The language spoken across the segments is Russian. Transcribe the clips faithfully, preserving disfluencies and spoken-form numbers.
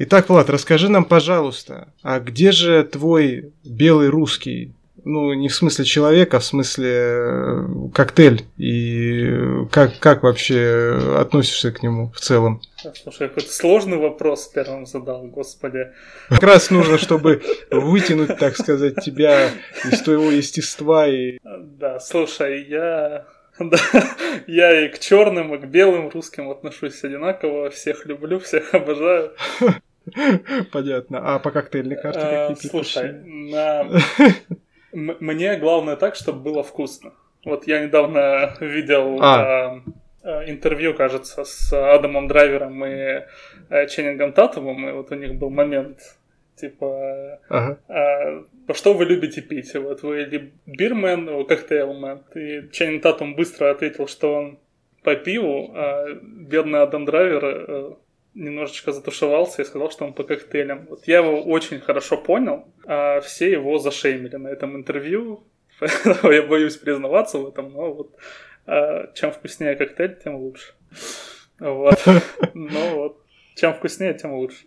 Итак, Влад, расскажи нам, пожалуйста, а где же твой белый русский? Ну, не в смысле человека, а в смысле коктейль. И как, как вообще относишься к нему в целом? Слушай, какой-то сложный вопрос первым задал, господи. Как раз нужно, чтобы вытянуть, так сказать, тебя из твоего естества. И... Да, слушай, я... Да, я и к черным, и к белым русским отношусь одинаково. Всех люблю, всех обожаю. Понятно. А по коктейльной карте какие предпочтения? Слушай, на... мне главное так, чтобы было вкусно. Вот я недавно видел а. э, интервью, кажется, с Адамом Драйвером и э, Ченнингом Татумом, и вот у них был момент, типа, ага. э, что вы любите пить? Вот вы или бирмен, или коктейлмен? И Ченнинг Татум быстро ответил, что он по пиву, а бедный Адам Драйвер э, немножечко затушевался и сказал, что он по коктейлям. Вот я его очень хорошо понял, а все его зашеймили на этом интервью. Я боюсь признаваться в этом, но вот а, чем вкуснее коктейль, тем лучше. Вот. Ну вот, чем вкуснее, тем лучше.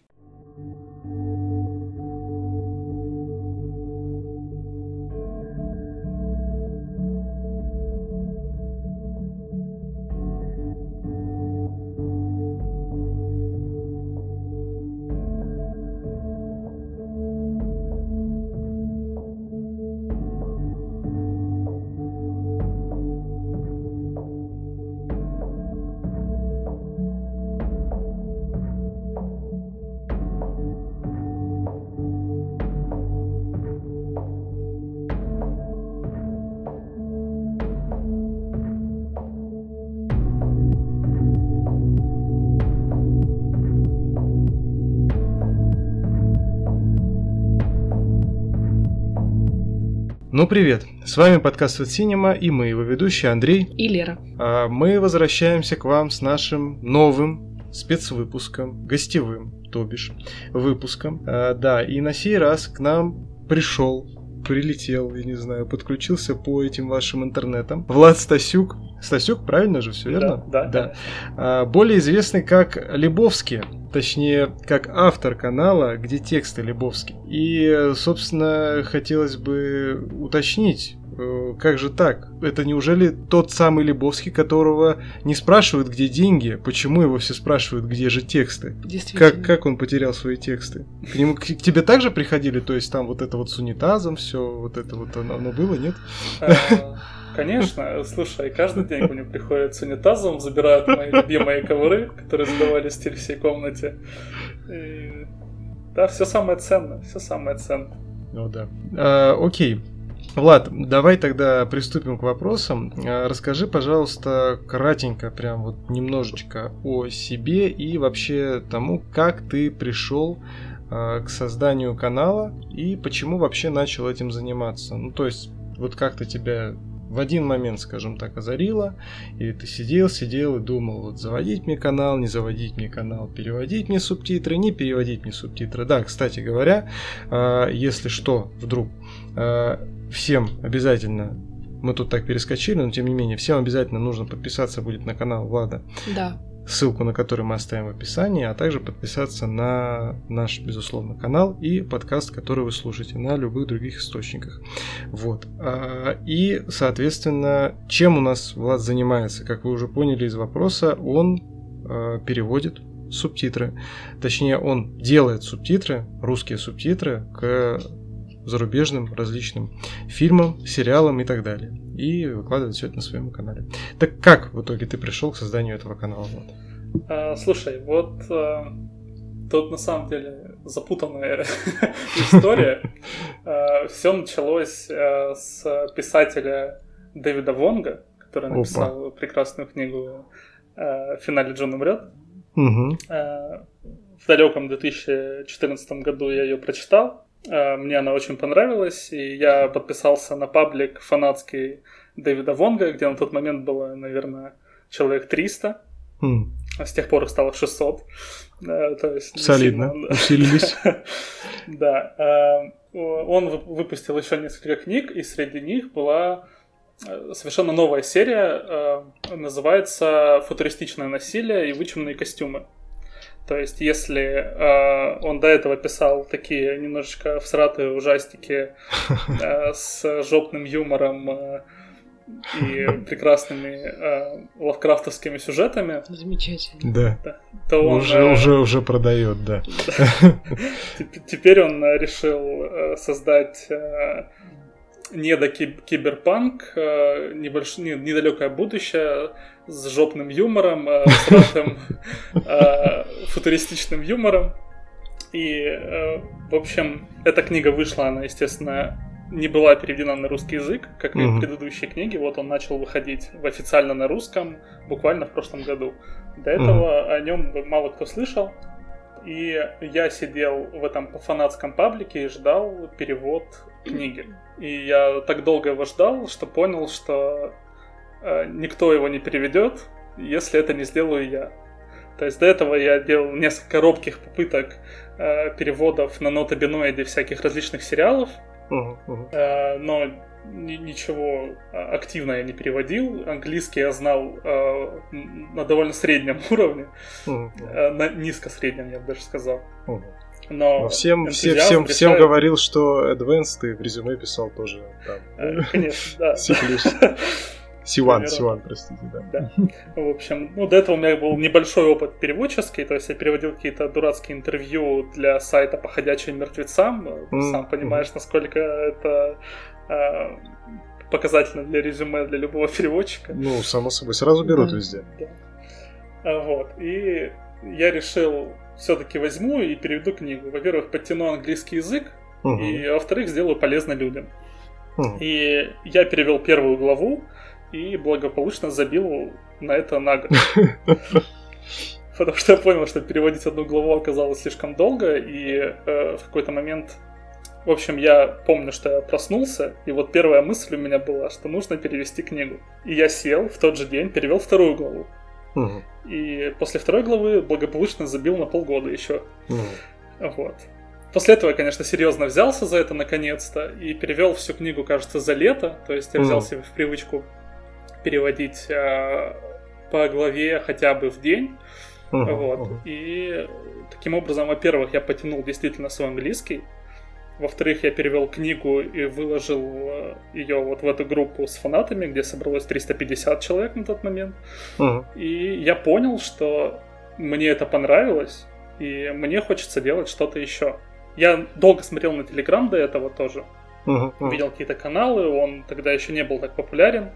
Ну, привет! С вами подкаст Food Cinema и мы, его ведущие Андрей и Лера. Мы возвращаемся к вам с нашим новым спецвыпуском, гостевым, то бишь, выпуском. Да, и на сей раз к нам пришел, прилетел, я не знаю, подключился по этим вашим интернетам Влад Стасюк. Стасюк, правильно же все, верно? Да, да. да. Более известный как Лебовский. Точнее, как автор канала, где тексты Лебовский. И, собственно, хотелось бы уточнить, как же так? Это неужели тот самый Лебовский, которого не спрашивают, где деньги? Почему его все спрашивают, где же тексты? Как, как он потерял свои тексты? К нему, к, к тебе также приходили? То есть там вот это вот с унитазом, все вот это вот оно, оно было, нет? Конечно, слушай, каждый день ко мне приходят с унитазом, забирают мои любимые ковры, которые задавали стиль всей комнате. И... Да, все самое ценное, все самое ценное. Ну да. А, окей. Влад, давай тогда приступим к вопросам. Расскажи, пожалуйста, кратенько, прям вот немножечко о себе и вообще тому, как ты пришел к созданию канала и почему вообще начал этим заниматься. Ну, то есть, вот как-то тебя в один момент, скажем так, озарило, и ты сидел, сидел и думал, вот заводить мне канал, не заводить мне канал, переводить мне субтитры, не переводить мне субтитры. Да, кстати говоря, если что, вдруг, всем обязательно, мы тут так перескочили, но тем не менее, всем обязательно нужно подписаться будет на канал Влада. Да. Ссылку на который мы оставим в описании, а также подписаться на наш, безусловно, канал и подкаст, который вы слушаете на любых других источниках. Вот. И, соответственно, чем у нас Влад занимается? Как вы уже поняли из вопроса, он переводит субтитры. Точнее, он делает субтитры, русские субтитры к зарубежным различным фильмам, сериалам и так далее. И выкладывает все это на своем канале. Так как в итоге ты пришел к созданию этого канала? Вот? А, слушай, вот а, тут на самом деле запутанная история. Все началось с писателя Дэвида Вонга, который написал прекрасную книгу «В финале Джон умрет». В далеком две тысячи четырнадцатом году я ее прочитал. Мне она очень понравилась, и я подписался на паблик фанатский Дэвида Вонга, где на тот момент было, наверное, человек триста. Mm. А с тех пор их стало шестьсот. То есть солидно, усилились. Да. Он выпустил еще несколько книг, и среди них была совершенно новая серия, называется «Футуристичное насилие и вычурные костюмы». То есть, если э, он до этого писал такие немножечко всратые ужастики э, с жопным юмором э, и прекрасными э, лавкрафтовскими сюжетами, замечательно, да. Да, то он уже, э, уже, уже продает, да. Теперь он решил создать недо-киберпанк, небольш... недалекое будущее с жопным юмором, с ратым футуристичным юмором. И, в общем, эта книга вышла, она, естественно, не была переведена на русский язык, как и mm-hmm. предыдущие книги. Вот он начал выходить официально на русском буквально в прошлом году. До этого mm-hmm. о нем мало кто слышал. И я сидел в этом фанатском паблике и ждал перевод книги. И я так долго его ждал, что понял, что э, никто его не переведет, если это не сделаю я. То есть до этого я делал несколько робких попыток э, переводов на нотобиноиде всяких различных сериалов, uh-huh, uh-huh. Э, но ни- ничего активно я не переводил. Английский я знал э, на довольно среднем уровне, uh-huh. э, на низко-среднем, я бы даже сказал. Uh-huh. Но, Но всем, все, всем, решает... всем говорил, что Advanced ты в резюме писал тоже там. А, конечно, да. си плюс. си один, си один, простите, да. да. В общем, ну, до этого у меня был небольшой опыт переводческий, то есть я переводил какие-то дурацкие интервью для сайта по ходячим мертвецам. Mm-hmm. Сам понимаешь, насколько это э, показательно для резюме для любого переводчика. Ну, само собой, сразу берут mm-hmm. везде. Да. Вот, и я решил, все-таки возьму и переведу книгу. Во-первых, подтяну английский язык, uh-huh. и, во-вторых, сделаю полезно людям. Uh-huh. И я перевел первую главу и благополучно забил на это на год. Потому что я понял, что переводить одну главу оказалось слишком долго, и э, в какой-то момент... В общем, я помню, что я проснулся, и вот первая мысль у меня была, что нужно перевести книгу. И я сел в тот же день, перевел вторую главу. Uh-huh. И после второй главы благополучно забил на полгода еще. Uh-huh. Вот. После этого я, конечно, серьезно взялся за это наконец-то и перевел всю книгу, кажется, за лето. То есть я взял uh-huh. себе в привычку переводить э, по главе хотя бы в день. Uh-huh. Вот. Uh-huh. И таким образом, во-первых, я потянул действительно свой английский. Во-вторых, я перевел книгу и выложил ее вот в эту группу с фанатами, где собралось триста пятьдесят человек на тот момент. Uh-huh. И я понял, что мне это понравилось, и мне хочется делать что-то еще. Я долго смотрел на Telegram до этого тоже. Uh-huh. Uh-huh. Видел какие-то каналы, он тогда еще не был так популярен.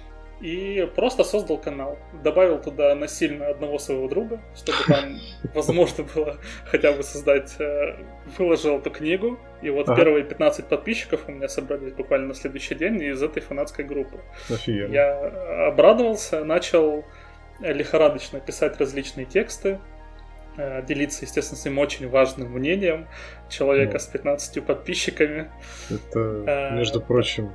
И просто создал канал. Добавил туда насильно одного своего друга, чтобы там возможно было хотя бы создать... Выложил эту книгу. И вот ага. первые пятнадцать подписчиков у меня собрались буквально на следующий день из этой фанатской группы. Офигенно. Я обрадовался, начал лихорадочно писать различные тексты, делиться, естественно, своим очень важным мнением человека ну, с пятнадцатью подписчиками. Это, между прочим...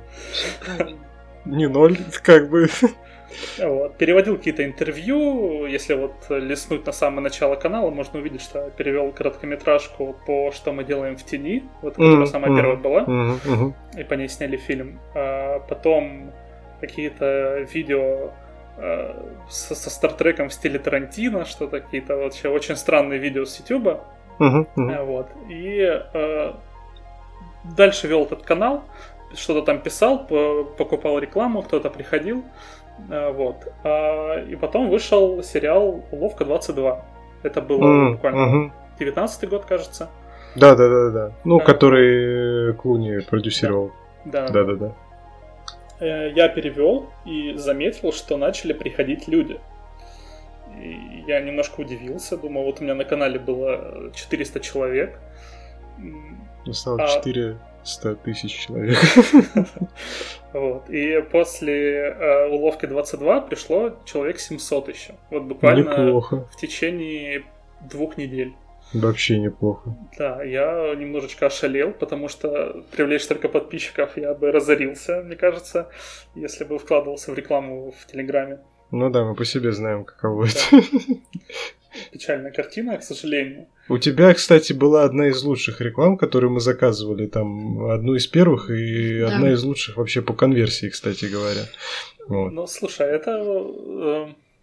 Не ноль, как бы. Вот. Переводил какие-то интервью. Если вот листнуть на самое начало канала, можно увидеть, что я перевел короткометражку по «Что мы делаем в тени», вот которая mm-hmm. самая первая была, mm-hmm. и по ней сняли фильм. А потом какие-то видео а, со, со Стартреком в стиле Тарантино, что-то какие-то вообще очень странные видео с Ютуба. Mm-hmm. А, вот. И а, дальше вел этот канал. Что-то там писал, покупал рекламу, кто-то приходил, вот. И потом вышел сериал «Уловка двадцать два». Это было mm, буквально uh-huh. девятнадцатый год, кажется. Да, да, да, да. Ну, да. Который Клуни продюсировал. Да. Да, да, да. Я перевел и заметил, что начали приходить люди. И я немножко удивился, думаю, вот у меня на канале было четыреста человек. Стало а... четыре. сто тысяч человек. Вот. И после э, уловки двадцать два пришло человек семьсот еще. Вот буквально неплохо. В течение двух недель. Вообще неплохо. Да, я немножечко ошалел, потому что привлечь столько подписчиков я бы разорился, мне кажется, если бы вкладывался в рекламу в Телеграме. Ну да, мы по себе знаем, каково да. это. Печальная картина, к сожалению. У тебя, кстати, была одна из лучших реклам, которую мы заказывали, там, одну из первых и да. одна из лучших вообще по конверсии, кстати говоря. Вот. Ну, слушай, это... Э,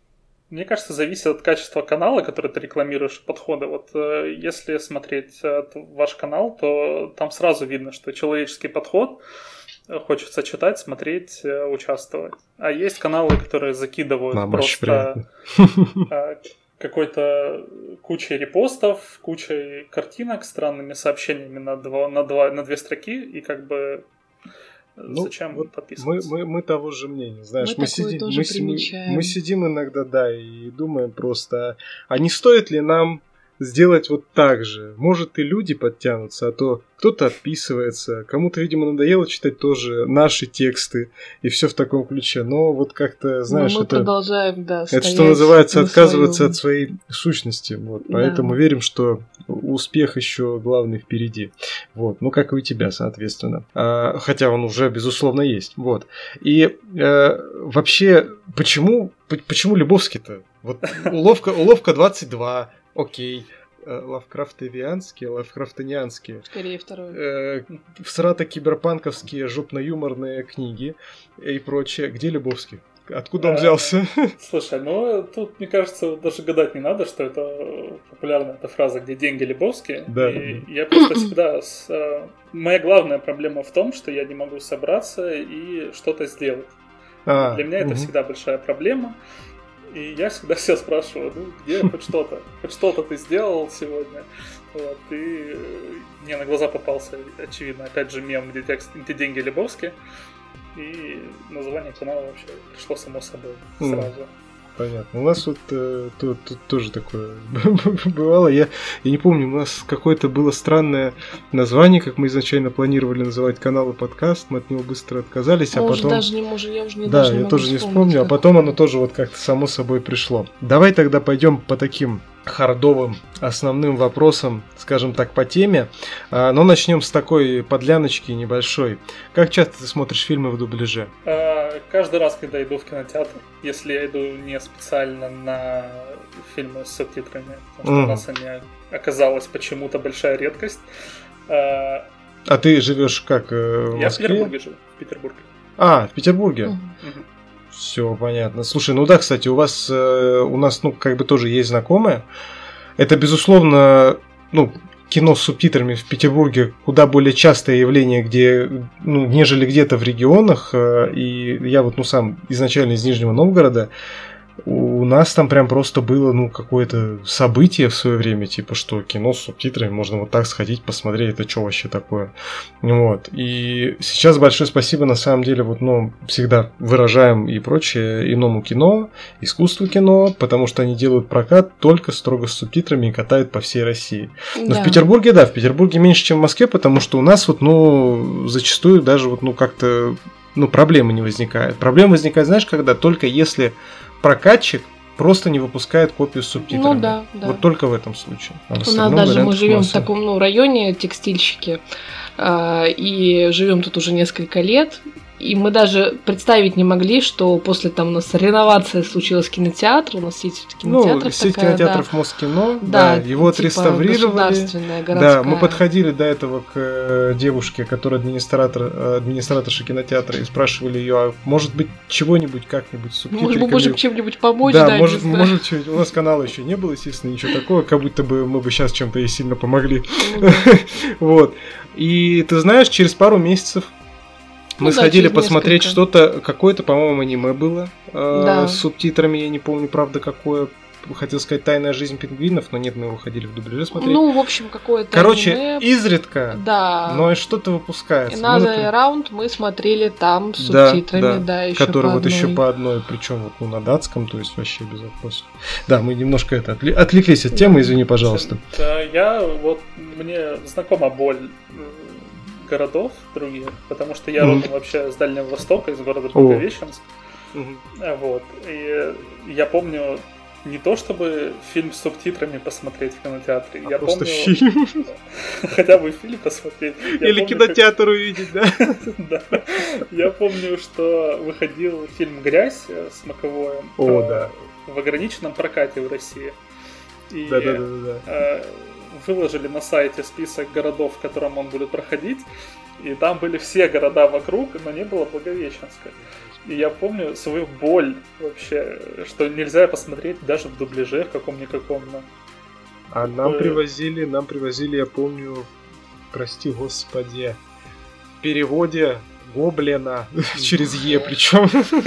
мне кажется, зависит от качества канала, который ты рекламируешь, подхода. Вот э, если смотреть э, ваш канал, то там сразу видно, что человеческий подход, хочется читать, смотреть, э, участвовать. А есть каналы, которые закидывают Нам просто э, какой-то кучей репостов, кучей картинок, странными сообщениями на, два, на, два, на две строки, и как бы... Ну, зачем вот подписываться? Мы, мы, мы того же мнения, знаешь, мы, мы, сидим, тоже мы, мы, мы сидим иногда, да, и думаем просто, а не стоит ли нам сделать вот так же? Может, и люди подтянутся, а то кто-то отписывается, кому-то, видимо, надоело читать тоже наши тексты, и все в таком ключе. Но вот как-то, знаешь, мы это, продолжаем, да, это что называется, на отказываться своем... от своей сущности. Вот. Да. Поэтому верим, что успех еще главный впереди. Вот. Ну, как и у тебя, соответственно. А, хотя он уже, безусловно, есть. Вот. И э, вообще, почему, почему Лебовский-то? Вот уловка, уловка двадцать два, окей. Лавкрафтовианские, лавкрафтонианские. Скорее второе. Э, всрато-киберпанковские жопно-юморные книги и прочее. Где Лебовский? Откуда он взялся? Слушай, ну тут, мне кажется, даже гадать не надо, что это популярная эта фраза, где деньги Лебовские. Да. И я просто всегда... С... Моя главная проблема в том, что я не могу собраться и что-то сделать. А, Для меня угу. это всегда большая проблема. И я всегда себя спрашиваю, ну, где хоть что-то? Хоть что-то ты сделал сегодня? Вот, и мне на глаза попался, очевидно, опять же, мем, где текст «Где деньги Лебовские?» И название канала вообще пришло само собой сразу. Понятно. У нас вот э, тут, тут тоже такое бывало. Я, я не помню, у нас какое-то было странное название, как мы изначально планировали называть канал и подкаст. Мы от него быстро отказались, мы а уже потом... Даже не можем, я уже не Да, даже не я тоже не вспомню, а потом оно тоже вот как-то само собой пришло. Давай тогда пойдем по таким хардовым основным вопросам, скажем так, по теме. А, но начнем с такой подляночки небольшой. Как часто ты смотришь фильмы в дубляже? А, каждый раз, когда иду в кинотеатр, если я иду не специально на фильмы с субтитрами, потому что mm. у нас они оказалась почему-то большая редкость. А, а ты живешь как в я Москве? в Петербурге живу, в Петербурге. А, в Петербурге? Mm-hmm. Все понятно. Слушай, ну да, кстати, у вас, э, у нас, ну, как бы тоже есть знакомые. Это, безусловно, ну, кино с субтитрами в Петербурге куда более частое явление, где, ну, нежели где-то в регионах. Э, и я вот, ну, сам изначально из Нижнего Новгорода. У нас там прям просто было, ну, какое-то событие в свое время, типа, что кино с субтитрами, можно вот так сходить, посмотреть, это что вообще такое. Вот. И сейчас большое спасибо, на самом деле, вот, ну, всегда выражаем и прочее иному кино, искусству кино, потому что они делают прокат только строго с субтитрами и катают по всей России. Но да. в Петербурге, да, в Петербурге меньше, чем в Москве, потому что у нас вот, ну, зачастую даже вот, ну, как-то, ну, проблемы не возникает. Проблема возникает, знаешь, когда только если прокатчик просто не выпускает копию с субтитрами. Ну да, да. Вот только в этом случае. А у нас даже мы живем в таком, ну, районе текстильщики, э, и живем тут уже несколько лет. И мы даже представить не могли, что после там у нас реновация случилась кинотеатр, у нас сеть кинотеатров ну, сеть такая, кинотеатров да. Москино, да, да, его типа отреставрировали. Да, мы подходили до этого к э, девушке, которая администратор, администраторша кинотеатра, и спрашивали ее, а может быть чего-нибудь как-нибудь с субтитрами? Может, мы можем чем-нибудь помочь? Да, да может, может что-нибудь. У нас канала еще не было, естественно, ничего такого, как будто бы мы бы сейчас чем-то ей сильно помогли. Вот. И ты знаешь, через пару месяцев мы ну, сходили да, посмотреть несколько. Что-то, какое-то, по-моему, аниме было э, да. с субтитрами, я не помню, правда, какое. Хотел сказать «Тайная жизнь пингвинов», но нет, мы его ходили в дубляже смотреть. Ну, в общем, какое-то Короче, аниме. изредка, да. но что-то выпускается. Another ну, Round мы смотрели там с субтитрами, да, да, да еще который по вот одной. еще по одной, причем вот, ну, на датском, то есть вообще без вопросов. Да, мы немножко это отвли- отвлеклись от темы, извини, пожалуйста. Да, я вот, мне знакома боль городов других, потому что я родом mm-hmm. вообще с Дальнего Востока, из города Благовещенск. Mm-hmm. Вот. И я помню не то, чтобы фильм с субтитрами посмотреть в кинотеатре. А я просто помню... фильм. Хотя бы фильм посмотреть. Или кинотеатр увидеть, да? Да. Я помню, что выходил фильм «Грязь» с Маковоем в ограниченном прокате в России. И Да-да-да. выложили на сайте список городов, в котором он будет проходить, и там были все города вокруг, но не было Благовещенска. И я помню свою боль вообще, что нельзя посмотреть даже в дубляже в каком-никаком. А нам привозили, нам привозили, я помню, прости господи, в переводе Гоблина через Е причем.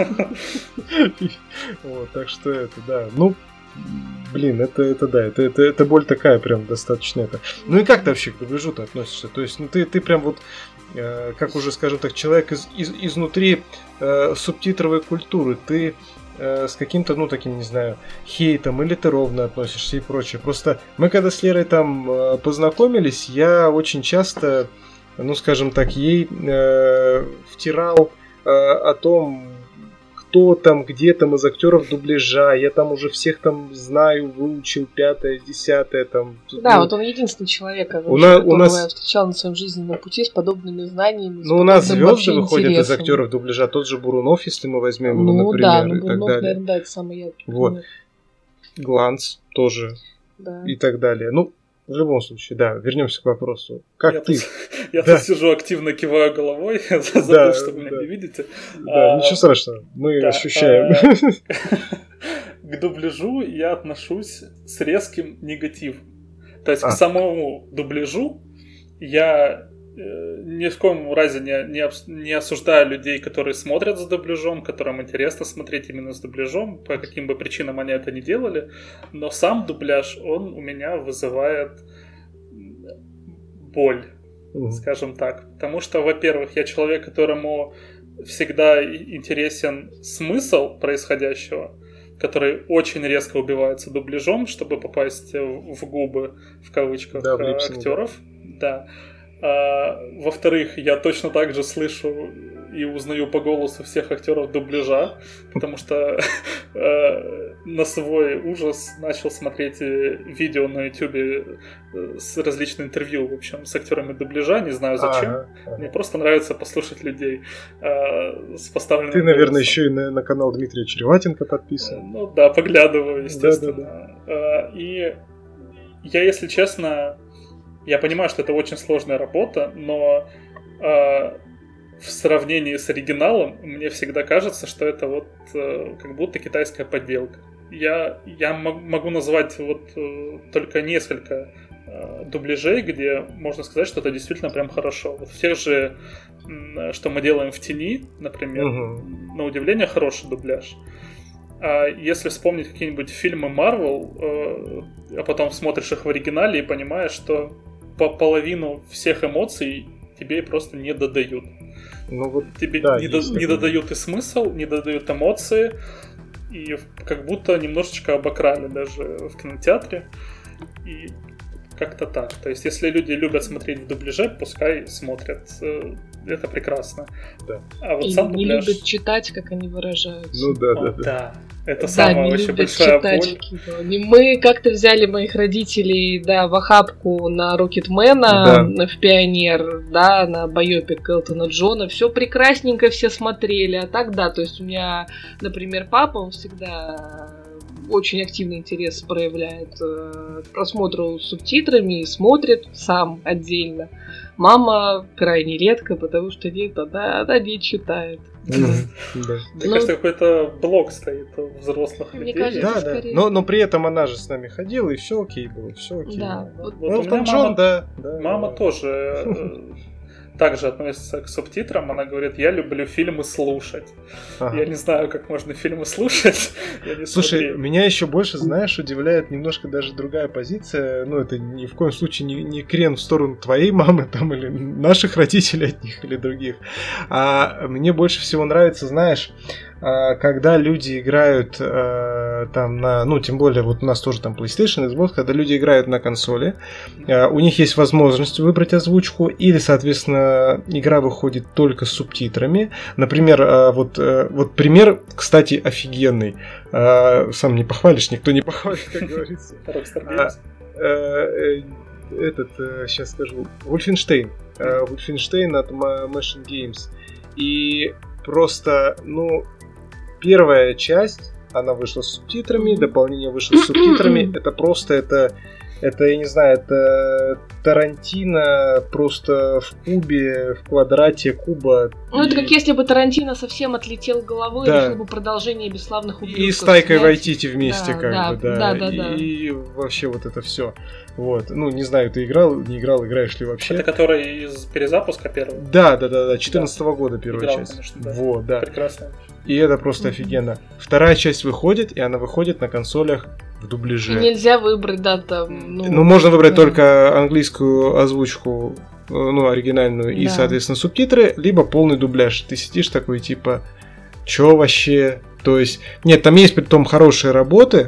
Вот, так что это, да. Ну, блин, это, это да, это, это, это боль такая прям достаточно это. Ну и как ты вообще к дубляжу-то относишься? То есть, ну ты, ты прям вот, э, как уже, скажем так, человек из, из, изнутри э, субтитровой культуры, ты э, с каким-то, ну таким, не знаю, хейтом, или ты ровно относишься и прочее. Просто мы когда с Лерой там э, познакомились, я очень часто, ну скажем так, ей э, втирал э, о том, кто там, где там из актеров дубляжа, я там уже всех там знаю, выучил пятое, десятое там. Да, ну, вот он единственный человек, у на, которого у нас... я встречал на своем жизненном пути с подобными знаниями. Ну, у нас звезды выходят из актеров дубляжа, тот же Бурунов, если мы возьмем его, ну, например, да, ну, и Бурунов, так далее. Наверное, да, это самый яркий. Вот. Гланц тоже. Да. И так далее. Ну, в любом случае, да, вернемся к вопросу. Как я ты? Тут, я да. тут сижу, активно киваю головой, забыл, да, что вы меня да. не видите. Да, а, ничего страшного, мы да, ощущаем. К дубляжу я отношусь с резким негативом. То есть а. к самому дубляжу я ни в коем разе не, не, не осуждаю людей, которые смотрят за дубляжом, которым интересно смотреть именно с дубляжом, по каким бы причинам они это не делали, но сам дубляж, он у меня вызывает боль, mm-hmm. скажем так. Потому что, во-первых, я человек, которому всегда интересен смысл происходящего, который очень резко убивается дубляжом, чтобы попасть в, в губы, в кавычках, да, в актеров. Да. А, во-вторых, я точно так же слышу и узнаю по голосу всех актеров дубляжа, потому что э, на свой ужас начал смотреть видео на ютубе с различными интервью, в общем, с актерами дубляжа, не знаю зачем. Ага, ага. Мне просто нравится послушать людей э, с поставленным Ты, наверное, голосом. Еще и на, на канал Дмитрия Череватенко подписан. Ну да, поглядываю, естественно. Да, да, да. И я, если честно, я понимаю, что это очень сложная работа, но э, в сравнении с оригиналом мне всегда кажется, что это вот э, как будто китайская подделка. Я, я м- могу назвать вот э, только несколько э, дубляжей, где можно сказать, что это действительно прям хорошо. Вот в тех же, э, что мы делаем в тени, например, угу. на удивление хороший дубляж. А если вспомнить какие-нибудь фильмы Marvel, э, а потом смотришь их в оригинале и понимаешь, что по половину всех эмоций тебе просто не додают. Ну, вот, тебе да, не, до, не додают и смысл, не додают эмоции, и как будто немножечко обокрали даже в кинотеатре. И как-то так. То есть, если люди любят смотреть в дубляже, пускай смотрят. Это прекрасно. Да. А вот и сам не дубляж... любят читать, как они выражаются. Ну да, О, да, да. да. Это да, самая вообще большая боль. Мы как-то взяли моих родителей, да, в охапку на Рокетмена, да. в Пионер, да, на байопик Элтона Джона. Все прекрасненько все смотрели. А так, да, то есть у меня, например, папа, он всегда очень активный интерес проявляет э, к просмотру с субтитрами и смотрит сам отдельно. Мама крайне редко, потому что нет, она, она не читает. Мне кажется, какой-то блок стоит у взрослых людей. Да, да. Но при этом она же с нами ходила, и все окей было, все окей. Да. Элтон Джон, да. Мама тоже также относится к субтитрам. Она говорит, я люблю фильмы слушать. Ага. Я не знаю, как можно фильмы слушать. Я не Слушай, смотрел. Меня еще больше, знаешь, удивляет немножко даже другая позиция. Ну, это ни в коем случае не, не крен в сторону твоей мамы там, или наших родителей от них, или других. А мне больше всего нравится, знаешь, когда люди играют э, там на, ну, тем более, вот у нас тоже там PlayStation, Xbox, когда люди играют на консоли, э, у них есть возможность выбрать озвучку, или, соответственно, игра выходит только с субтитрами. Например, э, вот, э, вот пример, кстати, офигенный. Э, сам не похвалишь, никто не похвалит, как говорится. Этот, сейчас скажу, Wolfenstein. Wolfenstein от Machine Games. И просто, ну, первая часть, она вышла с субтитрами, дополнение вышло с субтитрами. Это просто, это, это, я не знаю, это Тарантино просто в кубе, в квадрате куба. Ну, и... это как если бы Тарантино совсем отлетел головой, да. и решил бы продолжение «Бесславных ублюдков» и с Тайкой снять. Вайтити вместе, да, как да, бы, да. Да, да, и, да. и вообще вот это все. Вот. Ну, не знаю, ты играл, не играл, играешь ли вообще? Это который из перезапуска первого? Да, да, да, да, четырнадцатого да. года первая играл, часть. Конечно, да. Вот, да. Прекрасно. И это просто mm-hmm. офигенно. Вторая часть выходит, и она выходит на консолях в дубляже. И нельзя выбрать, да, там... Ну, ну можно выбрать да. только английскую озвучку, ну, оригинальную, да. и, соответственно, субтитры, либо полный дубляж. Ты сидишь такой, типа, чё вообще? То есть, нет, там есть при том хорошие работы,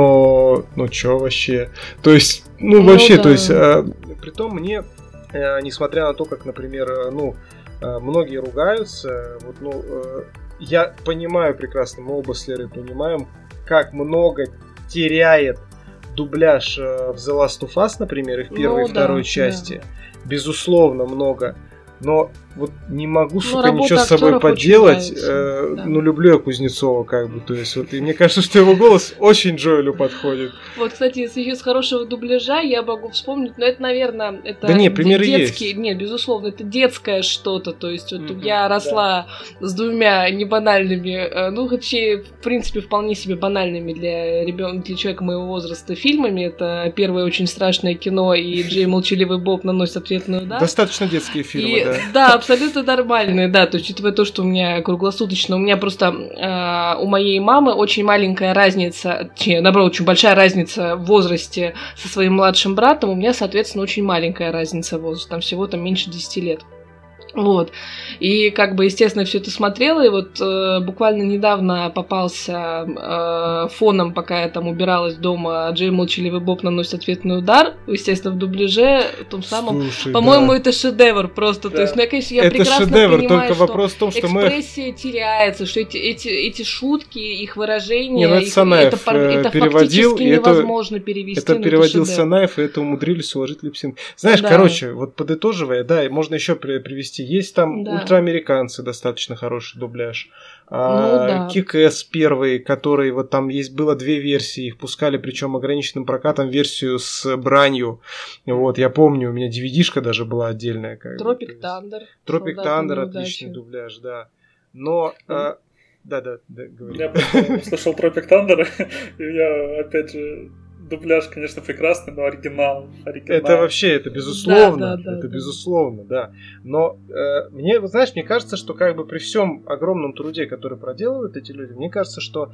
но, ну, чё вообще? То есть, ну, ну вообще, да. то есть, э, при том мне, э, несмотря на то, как, например, э, ну, э, многие ругаются, вот, ну, э, я понимаю прекрасно, мы оба с Лерой понимаем, как много теряет дубляж э, в The Last of Us, например, и в первой ну, и второй да, части. Да. Безусловно, много. Но вот не могу, сука, ну, ничего с собой поделать. Э, да. Ну, люблю я Кузнецова, как бы. То есть, вот, и мне кажется, что его голос очень Джоэлю подходит. Вот, кстати, если еще с хорошего дубляжа, я могу вспомнить, но это, наверное, это да нет, примеры детские. Есть. Нет, безусловно, это детское что-то. То есть, вот mm-hmm, я росла да. с двумя небанальными, ну, вообще, в принципе, вполне себе банальными для ребенка, для человека моего возраста фильмами. Это первое очень страшное кино, и Джей Молчаливый Боб наносит ответный удар. Достаточно детские фильмы, и, да. Да, абсолютно нормальные, да, то есть учитывая то, что у меня круглосуточно, у меня просто э, у моей мамы очень маленькая разница, точнее, наоборот, очень большая разница в возрасте со своим младшим братом, у меня, соответственно, очень маленькая разница в возрасте, там всего там меньше десяти лет. Вот. И как бы, естественно, все это смотрела, и вот э, буквально недавно попался э, фоном, пока я там убиралась дома, Джей Молчаливый Боб наносит ответный удар, естественно, в дубляже, в том самом. Слушай, по-моему, да. это шедевр просто. Да. То есть, ну, я, конечно, я это прекрасно шедевр, понимаю, только вопрос в том, что экспрессия мы... теряется, что эти, эти, эти шутки, их выражения, Не, ну это, их, Санаев, это, это переводил, фактически невозможно это, перевести. Это переводил это Санаев, и это умудрились уложить липсинг. Знаешь, да. короче, вот подытоживая, да, можно еще привести. Есть там да. ультраамериканцы, достаточно хороший дубляж. Ну, а, да. Кик-Эс первый, который вот там есть, было две версии, их пускали, причем ограниченным прокатом, версию с бранью. Вот, я помню, у меня ди ви ди-шка даже была отдельная. Тропик Тандер. Тропик Тандер, отличный дубляж, да. Но... Mm. А, да, да, да, говори. Я просто услышал Тропик Тандер, и я, опять же... Дубляж, конечно, прекрасный, но оригинал. оригинал. Это вообще, это безусловно, да, да, да, это да. безусловно, да. Но э, мне, знаешь, мне кажется, что как бы при всем огромном труде, который проделывают эти люди, мне кажется, что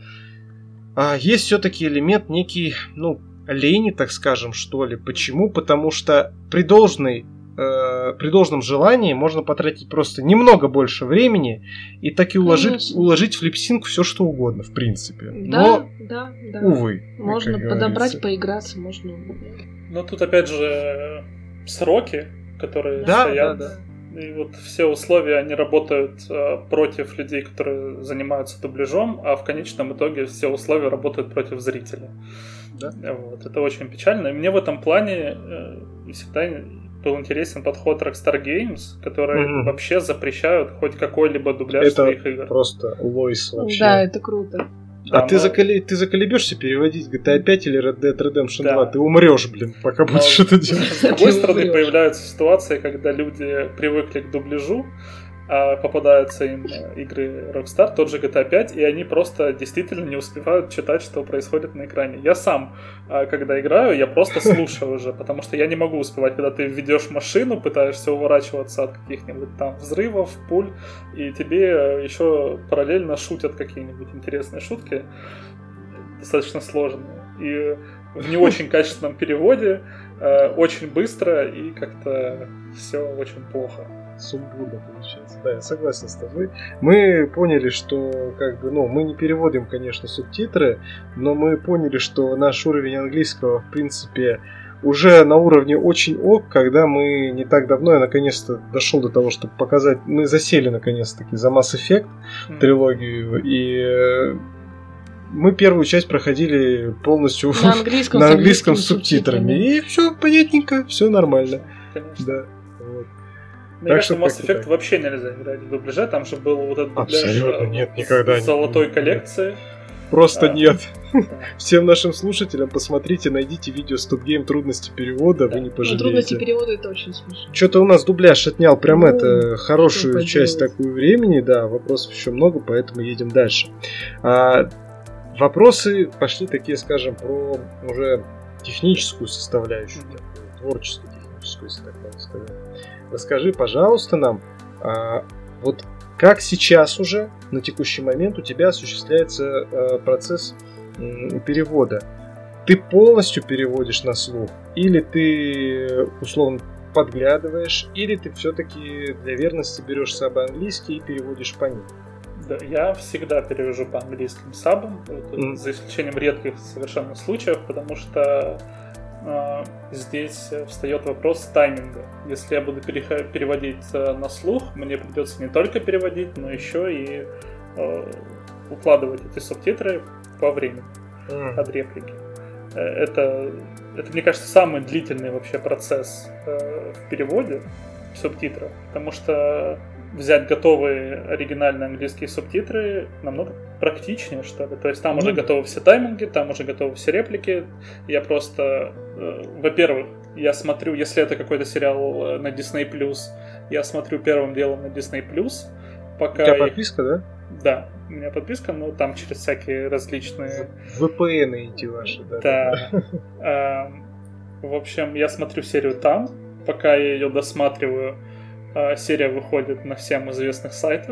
э, есть все-таки элемент некий, ну, лени, так скажем, что ли. Почему? Потому что при должной э, при должном желании можно потратить просто немного больше времени и так и уложить, уложить в липсинг все что угодно, в принципе. Да, Но, да, да. увы. Можно подобрать, поиграться, можно. Ну тут опять же сроки, которые да, стоят. Да, да. И вот все условия, они работают э, против людей, которые занимаются дубляжом, а в конечном итоге все условия работают против зрителя. Да. Вот, это очень печально. И мне в этом плане э, всегда был интересен подход Rockstar Games, которые mm-hmm. вообще запрещают хоть какой-либо дубляж это своих игр. Это просто лойс вообще. Да, это круто. А да, ты, но... заколи... ты заколебешься переводить джи ти эй пять или Red Dead Redemption да. два, ты умрешь, блин, пока но... будешь это делать. С другой стороны, появляются ситуации, когда люди привыкли к дубляжу, а попадаются им игры Rockstar, тот же джи ти эй пять, и они просто действительно не успевают читать, что происходит на экране. Я сам, когда играю, я просто слушаю уже, потому что я не могу успевать, когда ты ведешь машину, пытаешься уворачиваться от каких-нибудь там взрывов, пуль, и тебе еще параллельно шутят какие-нибудь интересные шутки, достаточно сложные, и в не очень качественном переводе, очень быстро, и как-то все очень плохо. Сумбурно получается. Да, я согласен с тобой. Мы поняли, что как бы, ну, мы не переводим, конечно, субтитры, но мы поняли, что наш уровень английского, в принципе, уже на уровне очень ок, когда мы не так давно, я наконец-то дошел до того, чтобы показать, мы засели наконец-таки за Mass Effect mm. трилогию, и мы первую часть проходили полностью на английском, на английском с субтитрами, и все понятненько, все нормально. Конечно. Да. Мне кажется, в Mass Effect вообще нельзя играть в дубляже. Там же был вот этот дубляж нет, никогда с золотой не, коллекции. Просто а, нет. Да. Всем нашим слушателям посмотрите, найдите видео Stop Game трудности перевода, да. Вы не пожалеете. Но трудности перевода это очень смешно. Что-то у нас дубляж отнял прям ну, это хорошую часть такую времени, да, вопросов еще много, поэтому едем дальше. А, вопросы пошли такие, скажем, про уже техническую составляющую, такую, творческую техническую, если так можно сказать. Расскажи, пожалуйста, нам, а, вот как сейчас уже, на текущий момент, у тебя осуществляется э, процесс э, перевода? Ты полностью переводишь на слух? Или ты, условно, подглядываешь? Или ты все-таки для верности берешь сабы английский и переводишь по ним? Да, я всегда перевожу по английским сабам, mm. за исключением редких совершенно случаев, потому что э, здесь встает вопрос тайминга. Если я буду пере- переводить э, на слух, мне придется не только переводить, но еще и э, укладывать эти субтитры по времени mm. от реплики. Это, это, мне кажется, самый длительный вообще процесс э, в переводе субтитров, потому что взять готовые оригинальные английские субтитры намного практичнее, что ли. То есть там mm. уже готовы все тайминги, там уже готовы все реплики. Я просто, э, во-первых, я смотрю, если это какой-то сериал на Disney+, я смотрю первым делом на Disney+. Пока у тебя я... подписка, да? Да, у меня подписка, но там через всякие различные... ви пи эн эти ваши, да? Да. В общем, я смотрю серию там, пока я ее досматриваю. Серия выходит на всем известных сайтах.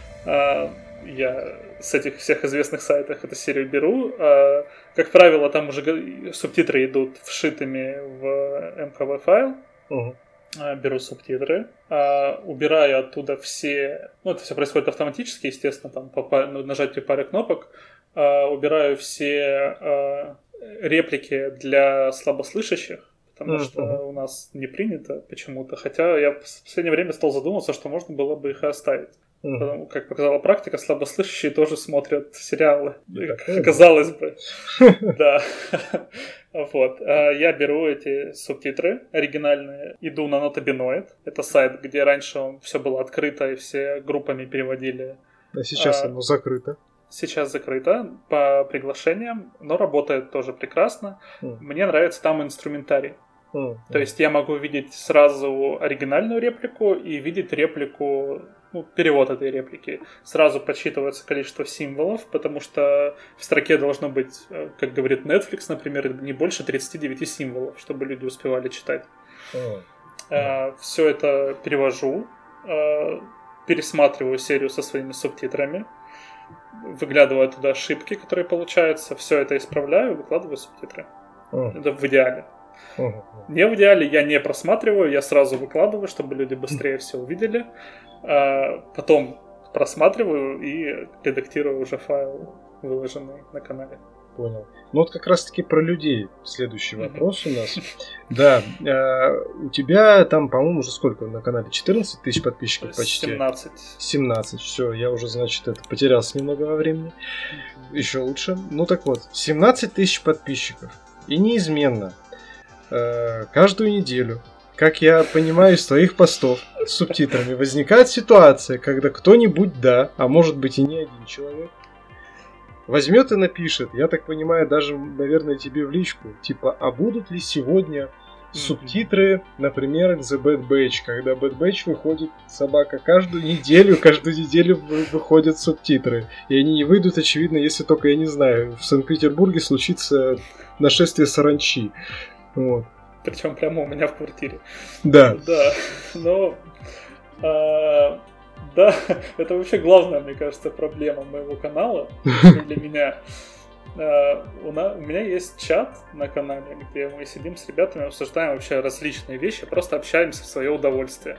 Я с этих всех известных сайтов эту серию беру. Как правило, там уже субтитры идут вшитыми в эм ка ви файл. Uh-huh. Беру субтитры, убираю оттуда все... Ну, это все происходит автоматически, естественно, там по нажатию пары кнопок. Убираю все реплики для слабослышащих, потому что у нас не принято почему-то. Хотя я в последнее время стал задумываться, что можно было бы их и оставить. Mm. Потому, как показала практика, слабослышащие тоже смотрят сериалы. Yeah. Казалось бы. Да. Вот. Я беру эти субтитры оригинальные, иду на Notabinoid. Это сайт, где раньше все было открыто и все группами переводили. А сейчас оно закрыто. Сейчас закрыто по приглашениям, но работает тоже прекрасно. Mm. Мне нравится там инструментарий. Mm. То есть я могу видеть сразу оригинальную реплику и видеть реплику, ну, перевод этой реплики. Сразу подсчитывается количество символов, потому что в строке должно быть, как говорит Netflix, например, не больше тридцать девять символов, чтобы люди успевали читать. Mm. Mm. Все это перевожу, пересматриваю серию со своими субтитрами, выглядываю туда ошибки, которые получаются, все это исправляю, выкладываю субтитры. Mm. Это в идеале. Mm-hmm. Не в идеале, я не просматриваю, я сразу выкладываю, чтобы люди быстрее mm. все увидели. А потом просматриваю и редактирую уже файл, выложенный на канале. Понял. Ну вот как раз таки про людей следующий вопрос у нас. Да, у тебя там, по-моему, уже сколько на канале? четырнадцать тысяч подписчиков почти? семнадцать. семнадцать, все, я уже, значит, это потерялся немного во времени. Еще лучше. Ну так вот, семнадцать тысяч подписчиков. И неизменно каждую неделю, как я понимаю из твоих постов с субтитрами, возникает ситуация, когда кто-нибудь, да, а может быть и не один человек, возьмет и напишет, я так понимаю, даже, наверное, тебе в личку, типа, а будут ли сегодня mm-hmm. субтитры, например, The Bad Batch, когда Bad Batch выходит, собака, каждую неделю, каждую неделю выходят субтитры, и они не выйдут, очевидно, если только, я не знаю, в Санкт-Петербурге случится нашествие саранчи. Вот. Причем прямо у меня в квартире. Да. Да, но... А... Да, это вообще главная, мне кажется, проблема моего канала для меня. У меня есть чат на канале, где мы сидим с ребятами, обсуждаем вообще различные вещи, просто общаемся в свое удовольствие.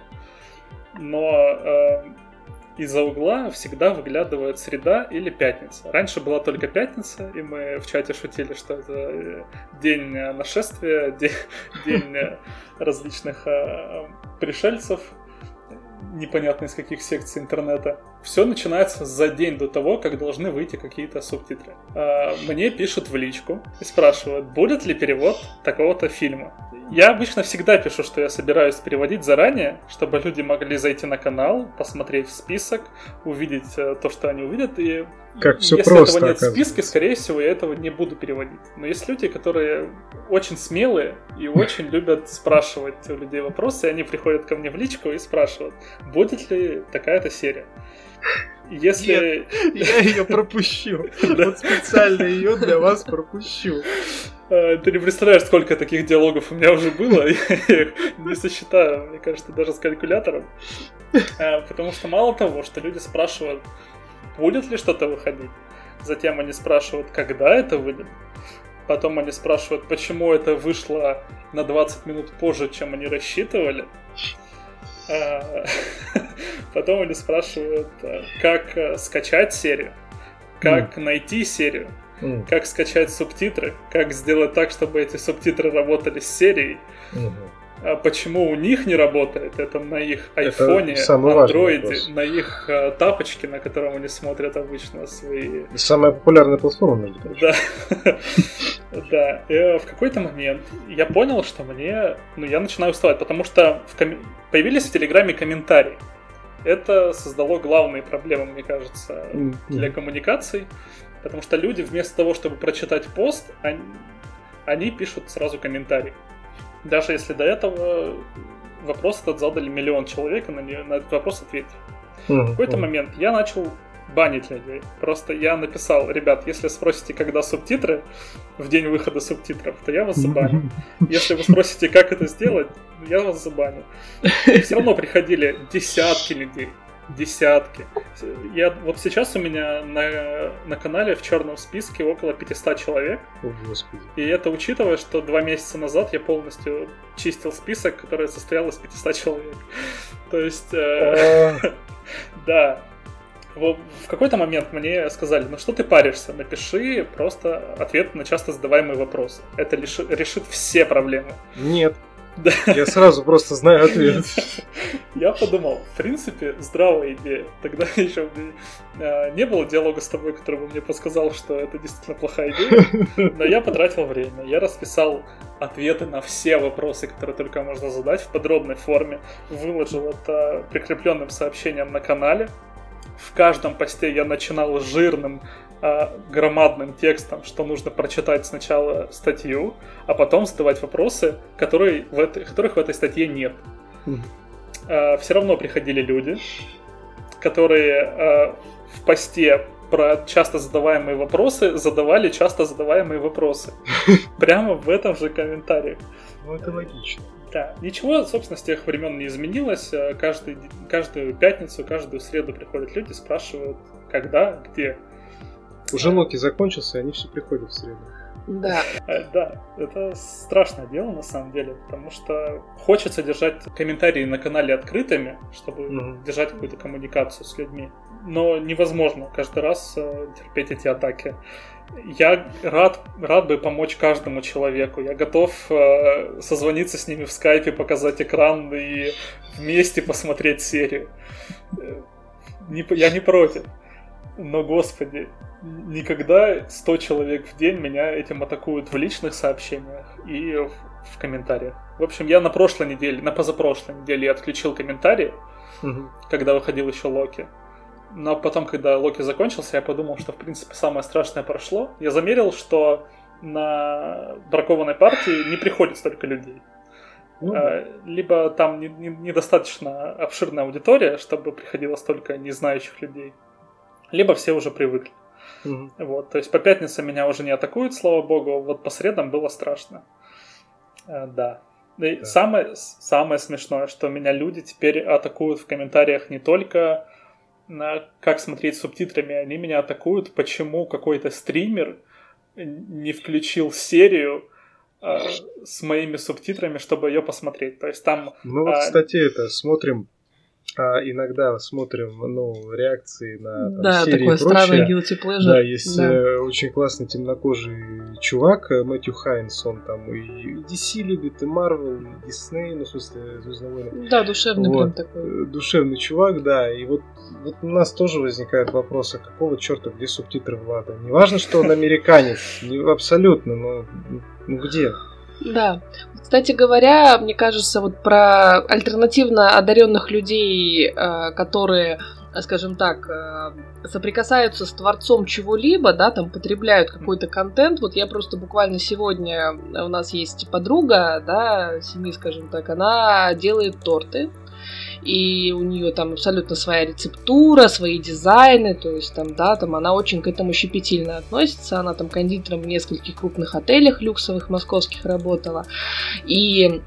Но из-за угла всегда выглядывает среда или пятница. Раньше была только пятница, и мы в чате шутили, что это день нашествия, день, день различных пришельцев, непонятно из каких секций интернета. все начинается за день до того, как должны выйти какие-то субтитры. Мне пишут в личку и спрашивают, будет ли перевод такого-то фильма. Я обычно всегда пишу, что я собираюсь переводить заранее, чтобы люди могли зайти на канал, посмотреть в список, увидеть то, что они увидят, и как все если просто, этого нет в списке, скорее всего, я этого не буду переводить. Но есть люди, которые очень смелые и очень любят спрашивать у людей вопросы, и они приходят ко мне в личку и спрашивают, будет ли такая-то серия. Если... Нет, я ее пропущу. Вот специально ее для вас пропущу. Ты не представляешь, сколько таких диалогов у меня уже было. Я их не сосчитаю, мне кажется, даже с калькулятором. Потому что мало того, что люди спрашивают, будет ли что-то выходить, затем они спрашивают, когда это выйдет. Потом они спрашивают, почему это вышло на двадцать минут позже, чем они рассчитывали. Потом они спрашивают, как скачать серию, как mm. найти серию, mm. как скачать субтитры, как сделать так, чтобы эти субтитры работали с серией. Mm-hmm. А почему у них не работает, это на их айфоне, андроиде, на их а, тапочке, на котором они смотрят обычно свои... Самая популярная платформа, между прочим. Да. Да. И в какой-то момент я понял, что мне... Ну, я начинаю уставать, потому что в ком... появились в Телеграме комментарии. Это создало главные проблемы, мне кажется, для коммуникаций, потому что люди вместо того, чтобы прочитать пост, они, они пишут сразу комментарий. Даже если до этого вопрос этот задали миллион человек, и на, не, на этот вопрос ответили. Uh-huh, в какой-то uh-huh. момент я начал банить людей. Просто я написал, ребят, если спросите, когда субтитры, в день выхода субтитров, то я вас забаню. Если вы спросите, как это сделать, я вас забаню. И все равно приходили десятки людей. Десятки. Я, вот сейчас у меня на, на канале в черном списке около пятьсот человек. О, Господи. И это учитывая, что два месяца назад я полностью чистил список, который состоял из пятьсот человек. То есть, да. В какой-то момент мне сказали, ну что ты паришься, напиши просто ответ на часто задаваемые вопросы. Это решит все проблемы. Нет. Да. Я сразу просто знаю ответ. Я подумал, в принципе, здравая идея. Тогда еще не было диалога с тобой, который бы мне подсказал, что это действительно плохая идея. Но я потратил время. Я расписал ответы на все вопросы, которые только можно задать в подробной форме. Выложил это прикрепленным сообщением на канале. В каждом посте я начинал жирным, э, громадным текстом, что нужно прочитать сначала статью, а потом задавать вопросы, которые в этой, которых в этой статье нет. Mm-hmm. Э, все равно приходили люди, которые э, в посте про часто задаваемые вопросы задавали часто задаваемые вопросы. Прямо в этом же комментарии. Ну, это логично. Да, ничего, собственно, с тех времен не изменилось. Каждый, каждую пятницу, каждую среду приходят люди, спрашивают, когда, где. Уже Локи закончился, и они все приходят в среду. Да. Да, это страшное дело на самом деле, потому что хочется держать комментарии на канале открытыми, чтобы mm-hmm. держать какую-то коммуникацию с людьми. Но невозможно каждый раз терпеть эти атаки. Я рад, рад бы помочь каждому человеку. Я готов э, созвониться с ними в скайпе, показать экран и вместе посмотреть серию. Не, я не против. Но, господи, никогда сто человек в день меня этим атакуют в личных сообщениях и в, в комментариях. В общем, я на прошлой неделе, на позапрошлой неделе отключил комментарии, угу. когда выходил еще Локи. Но потом, когда Локи закончился, я подумал, что, в принципе, самое страшное прошло. Я замерил, что на бракованной партии не приходит столько людей. Ну, да. Либо там недостаточно не, не обширная аудитория, чтобы приходило столько незнающих людей, либо все уже привыкли. Угу. Вот, то есть по пятницам меня уже не атакуют, слава богу, вот по средам было страшно. Да. И да. Самое, самое смешное, что меня люди теперь атакуют в комментариях не только на как смотреть с субтитрами, они меня атакуют, почему какой-то стример не включил серию э, с моими субтитрами, чтобы ее посмотреть. То есть там... Мы вот, кстати, это смотрим а иногда смотрим, ну, реакции на там, да, серии такое и прочее. странное guilty pleasure. Да, есть да. э, очень классный темнокожий чувак, Мэтью Хайнс, он там и, и ди си любит, и Marvel, и Disney, ну, в смысле, Звездные войны. Да, душевный вот. прям такой. Душевный чувак, да, и вот, вот у нас тоже возникает вопрос, а какого черта, где субтитры Влада? Не важно, что он американец, не, абсолютно, но ну где? Да. Кстати говоря, мне кажется, вот про альтернативно одаренных людей, которые, скажем так, соприкасаются с творцом чего-либо, да, там потребляют какой-то контент. Вот я просто буквально сегодня, у нас есть подруга, да, семьи, скажем так, она делает торты. И у нее там абсолютно своя рецептура, свои дизайны, то есть там, да, там она очень к этому щепетильно относится, она там кондитером в нескольких крупных отелях люксовых московских работала, и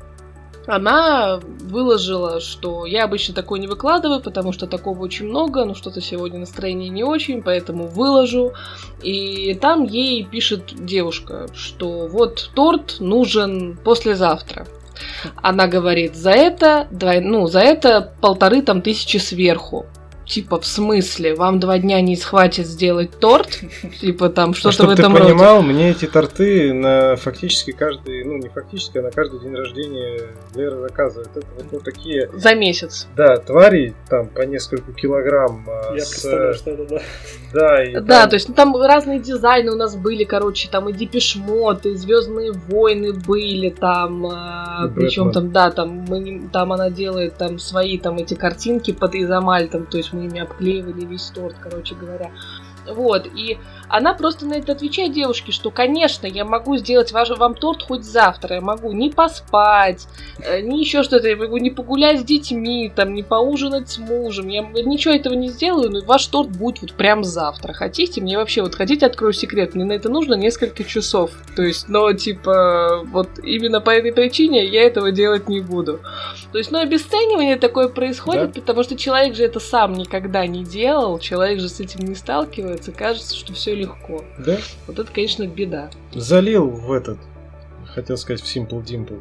она выложила, что я обычно такое не выкладываю, потому что такого очень много, но что-то сегодня настроение не очень, поэтому выложу. И там ей пишет девушка, что вот торт нужен послезавтра. Она говорит, за это, ну, за это полторы там тысячи сверху. Типа, в смысле? Вам два дня не схватит сделать торт? Типа, там что-то а в этом роде. Чтобы ты понимал, мне эти торты на фактически каждый, ну, не фактически, а на каждый день рождения Лера заказывает. Это вот ну, такие... За месяц. Да, твари, там, по несколько килограмм. Я с... представляю, что это, да. Да, и да там... то есть ну, там разные дизайны у нас были, короче, там и Депеш Мод, и Звездные войны были, там, а, причем там, да, там, мы, там она делает там свои там эти картинки под изомаль, там, то есть мы ими обклеивали весь торт, короче говоря. Вот, и она просто на это отвечает девушке, что, конечно, я могу сделать ваш, вам торт хоть завтра, я могу не поспать, ни еще что-то, я могу не погулять с детьми, там, не поужинать с мужем, я ничего этого не сделаю, но ваш торт будет вот прям завтра. Хотите? Мне вообще, вот хотите, открою секрет, мне на это нужно несколько часов, то есть, но, типа, вот именно по этой причине я этого делать не буду. То есть, ну, обесценивание такое происходит, да? Потому что человек же это сам никогда не делал, человек же с этим не сталкивается, кажется, что все легко. Да? Вот это, конечно, беда. Залил в этот, хотел сказать, в Simple Dimple.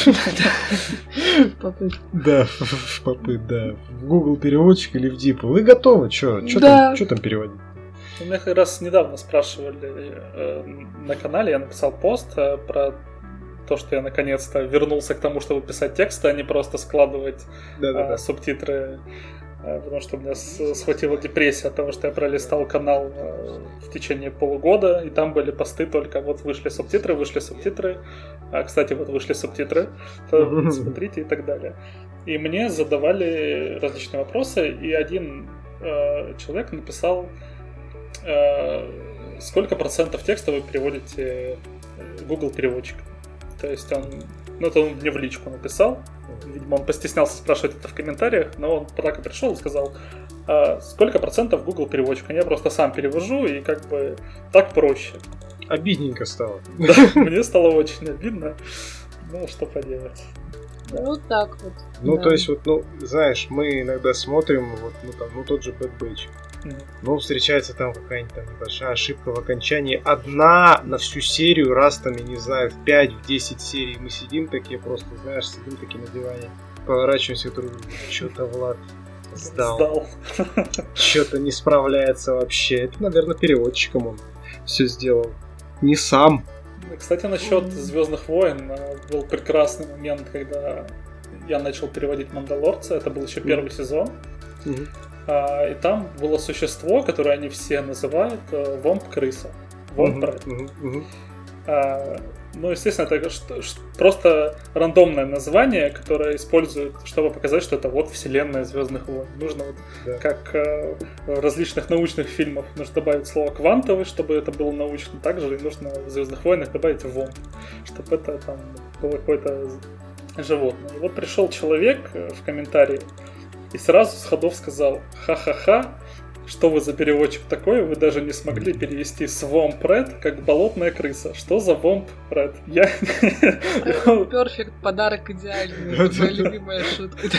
Попыт. Да, в попыт, да. В Google переводчик или в Dimple. И готово, что там переводить? Меня как раз недавно спрашивали на канале, я написал пост про то, что я наконец-то вернулся к тому, чтобы писать тексты, а не просто складывать субтитры. Потому что у меня схватила депрессия от того, что я пролистал канал в течение полугода, и там были посты только вот вышли субтитры, вышли субтитры, а, кстати, вот вышли субтитры, смотрите и так далее. И мне задавали различные вопросы, и один э, человек написал, э, сколько процентов текста вы переводите Google переводчик. То есть он, ну это он мне в личку написал. Видимо, он постеснялся спрашивать это в комментариях, но он так и пришел и сказал, а сколько процентов Google переводчик. Я просто сам перевожу, и как бы так проще. Обидненько стало. Да, мне стало очень обидно. Ну, что поделать. Да. Вот так вот. Ну, да. то есть, вот, ну, знаешь, мы иногда смотрим, вот, ну, там, ну, тот же Bad Batch. Mm-hmm. Ну, встречается там какая-нибудь там небольшая ошибка в окончании. Одна на всю серию, раз там, я не знаю, в пять, в десять серий мы сидим такие просто, знаешь, сидим такие на диване, поворачиваемся друг к другу, что-то Влад сдал. Сдал. Что-то не справляется вообще. Это, наверное, переводчиком он все сделал. Не сам. Кстати, насчет Звездных войн был прекрасный момент, когда я начал переводить Мандалорца. Это был еще первый mm-hmm. сезон. Mm-hmm. А, и там было существо, которое они все называют э, вомп-крыса. Вомп-брат. Mm-hmm. Mm-hmm. А, ну, естественно, это что, что, просто рандомное название, которое используют, чтобы показать, что это вот вселенная Звездных войн. Нужно вот, yeah. как э, в различных научных фильмах, нужно добавить слово квантовый, чтобы это было научно. Также и нужно в Звездных войнах добавить вомп, чтобы это там было какое-то животное. И вот пришел человек в комментарии и сразу с ходов сказал: ха-ха-ха, что вы за переводчик такой, вы даже не смогли перевести Swamp Rat как болотная крыса. Что за Womp Rat? Я... Перфект, подарок идеальный. Это моя любимая шутка.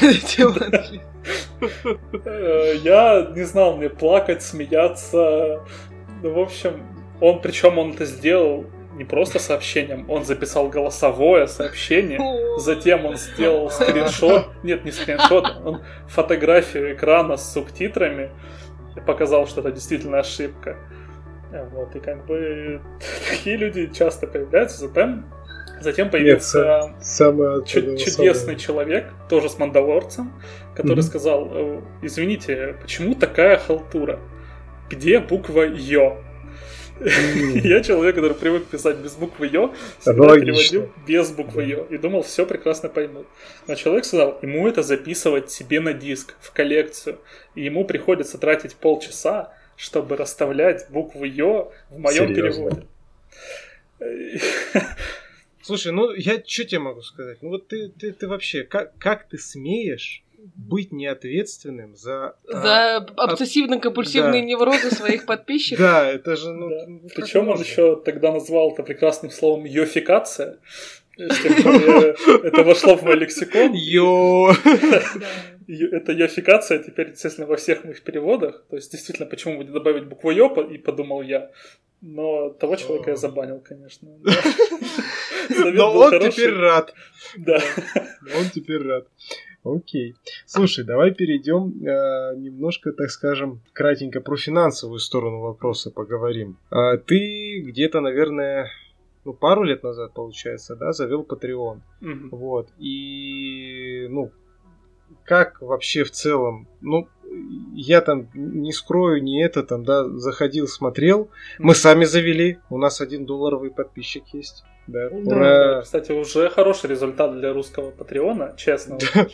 Я не знал, мне плакать, смеяться. Ну, в общем, он, причем он это сделал не просто сообщением, он записал голосовое сообщение, затем он сделал скриншот, нет, не скриншот, он фотографию экрана с субтитрами и показал, что это действительно ошибка. Вот, и как бы такие люди часто появляются, затем, затем появился Нет, чу- чудесный самое. человек, тоже с Мандалорцем, который mm-hmm. сказал, извините, почему такая халтура? Где буква Ё? Mm-hmm. Я человек, который привык писать без буквы Ё, всегда переводил без буквы Ё и думал, все прекрасно поймут. Но человек сказал, ему это записывать себе на диск, в коллекцию, и ему приходится тратить полчаса, чтобы расставлять букву Ё в моем переводе. Слушай, ну я что тебе могу сказать? Ну вот ты, ты, ты вообще, как, как ты смеешь быть неответственным за... За а, обсессивно-компульсивные да. неврозы своих подписчиков? Да, это же... Ну, да. Причем он еще тогда назвал это прекрасным словом «йофикация». Это вошло в мой лексикон. Йо! Это йофикация теперь, естественно, во всех моих переводах. То есть, действительно, почему бы не добавить букву Ё, и подумал я. Но того человека я забанил, конечно. Но он теперь рад. Да. Он теперь рад. Окей. Слушай, давай перейдем э, немножко, так скажем, кратенько про финансовую сторону вопроса поговорим. А, ты где-то, наверное, ну, пару лет назад, получается, да, завел Patreon. Mm-hmm. Вот. И, ну, как вообще в целом, ну, я там не скрою, не это там, да, заходил, смотрел. Mm-hmm. Мы сами завели, у нас один долларовый подписчик есть. Да, да. Ура! Кстати, уже хороший результат для русского Патреона, честно.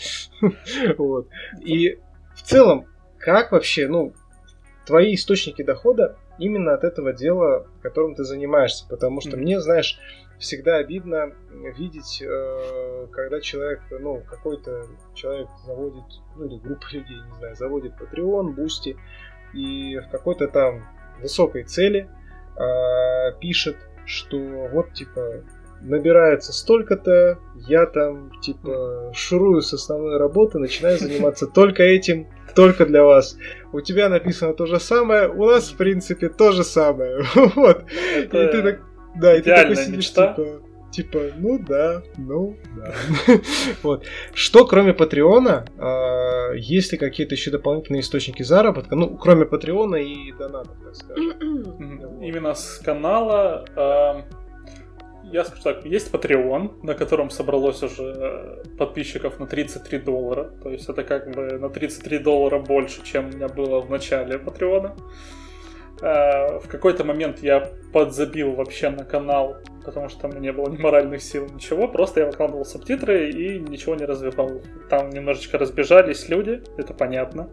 Вот. И в целом, как вообще, ну, твои источники дохода именно от этого дела, которым ты занимаешься? Потому что mm-hmm. мне, знаешь, всегда обидно видеть, когда человек, ну, какой-то человек заводит, ну, или группа людей, не знаю, заводит Patreon, Boosty, и в какой-то там высокой цели пишет, что вот, типа, набирается столько-то, я там, типа, шурую с основной работы, начинаю заниматься только этим, только для вас. У тебя написано то же самое, у нас, в принципе, то же самое. Вот. И ты так, да, и ты такой сидишь, типа, типа, ну да, ну да. Вот. Что, кроме Патреона, есть ли какие-то еще дополнительные источники заработка? Ну, кроме Патреона и донатов, так скажем. Именно с канала, я скажу так, есть Patreon, на котором собралось уже подписчиков на тридцать три доллара. То есть это как бы на тридцать три доллара больше, чем у меня было в начале Патреона. В какой-то момент я подзабил вообще на канал, потому что там не было ни моральных сил, ничего. Просто я выкладывал субтитры и ничего не развивал. Там немножечко разбежались люди, это понятно.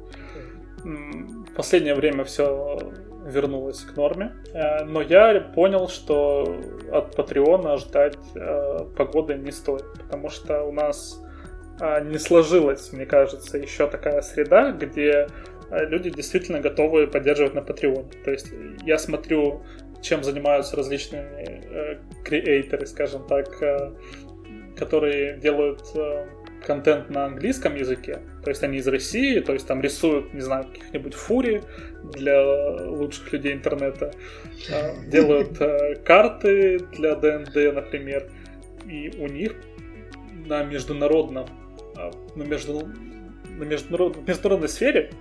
В последнее время все вернулось к норме. Но я понял, что от Патреона ждать погоды не стоит, потому что у нас не сложилась, мне кажется, еще такая среда, где люди действительно готовы поддерживать на Патреоне. То есть я смотрю, чем занимаются различные э, креаторы, скажем так, э, которые делают э, контент на английском языке. То есть они из России, то есть там рисуют, не знаю, каких-нибудь фури для лучших людей интернета, э, делают э, карты для ди энд ди, например. И у них на международном, э, на, между, на международ, международной сфере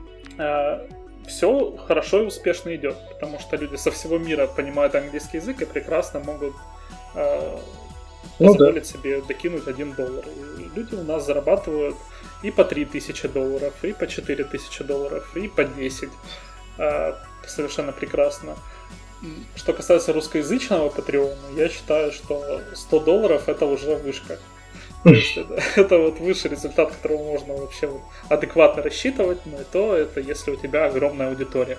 все хорошо и успешно идет, потому что люди со всего мира понимают английский язык и прекрасно могут э, позволить ну, да. себе докинуть один доллар. И люди у нас зарабатывают и по три тысячи долларов, и по четыре тысячи долларов, и по десять. Э, совершенно прекрасно. Что касается русскоязычного Патреона, я считаю, что сто долларов это уже вышка. То есть это, это вот высший результат, которого можно вообще вот адекватно рассчитывать, но и то это если у тебя огромная аудитория.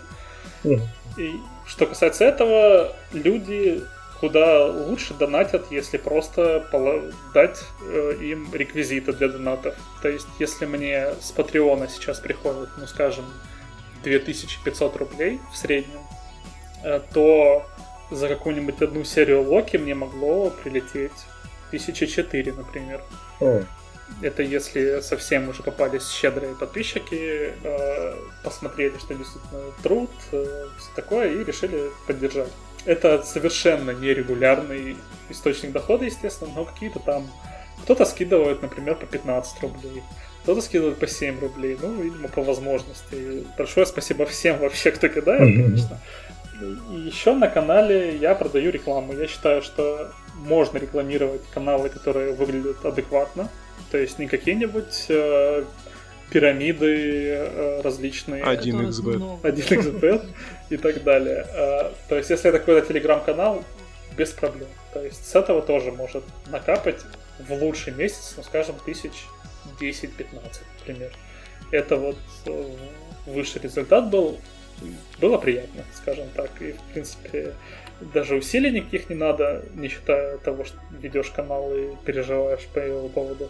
И что касается этого, люди куда лучше донатят, если просто дать э, им реквизиты для донатов. То есть если мне с Патреона сейчас приходит, ну скажем, две тысячи пятьсот рублей в среднем, э, то за какую-нибудь одну серию Локи мне могло прилететь тысяча четыре, например. Oh. Это если совсем уже попались щедрые подписчики, э, посмотрели, что действительно труд, э, все такое, и решили поддержать. это совершенно нерегулярный источник дохода, естественно, но какие-то там... Кто-то скидывает, например, по пятнадцать рублей, кто-то скидывает по семь рублей, ну, видимо, по возможности. Большое спасибо всем вообще, кто кидает, mm-hmm. конечно. И еще на канале я продаю рекламу. Я считаю, что можно рекламировать каналы, которые выглядят адекватно. То есть не какие-нибудь э, пирамиды э, различные. один икс бет. один икс бет и так далее. Э, то есть если это какой-то телеграм-канал, без проблем. То есть с этого тоже может накапать в лучший месяц, ну, скажем, тысяч десять-пятнадцать, например. Это вот э, высший результат был. Было приятно, скажем так. И, в принципе, даже усилий никаких не надо, не считая того, что ведешь канал и переживаешь по его поводу.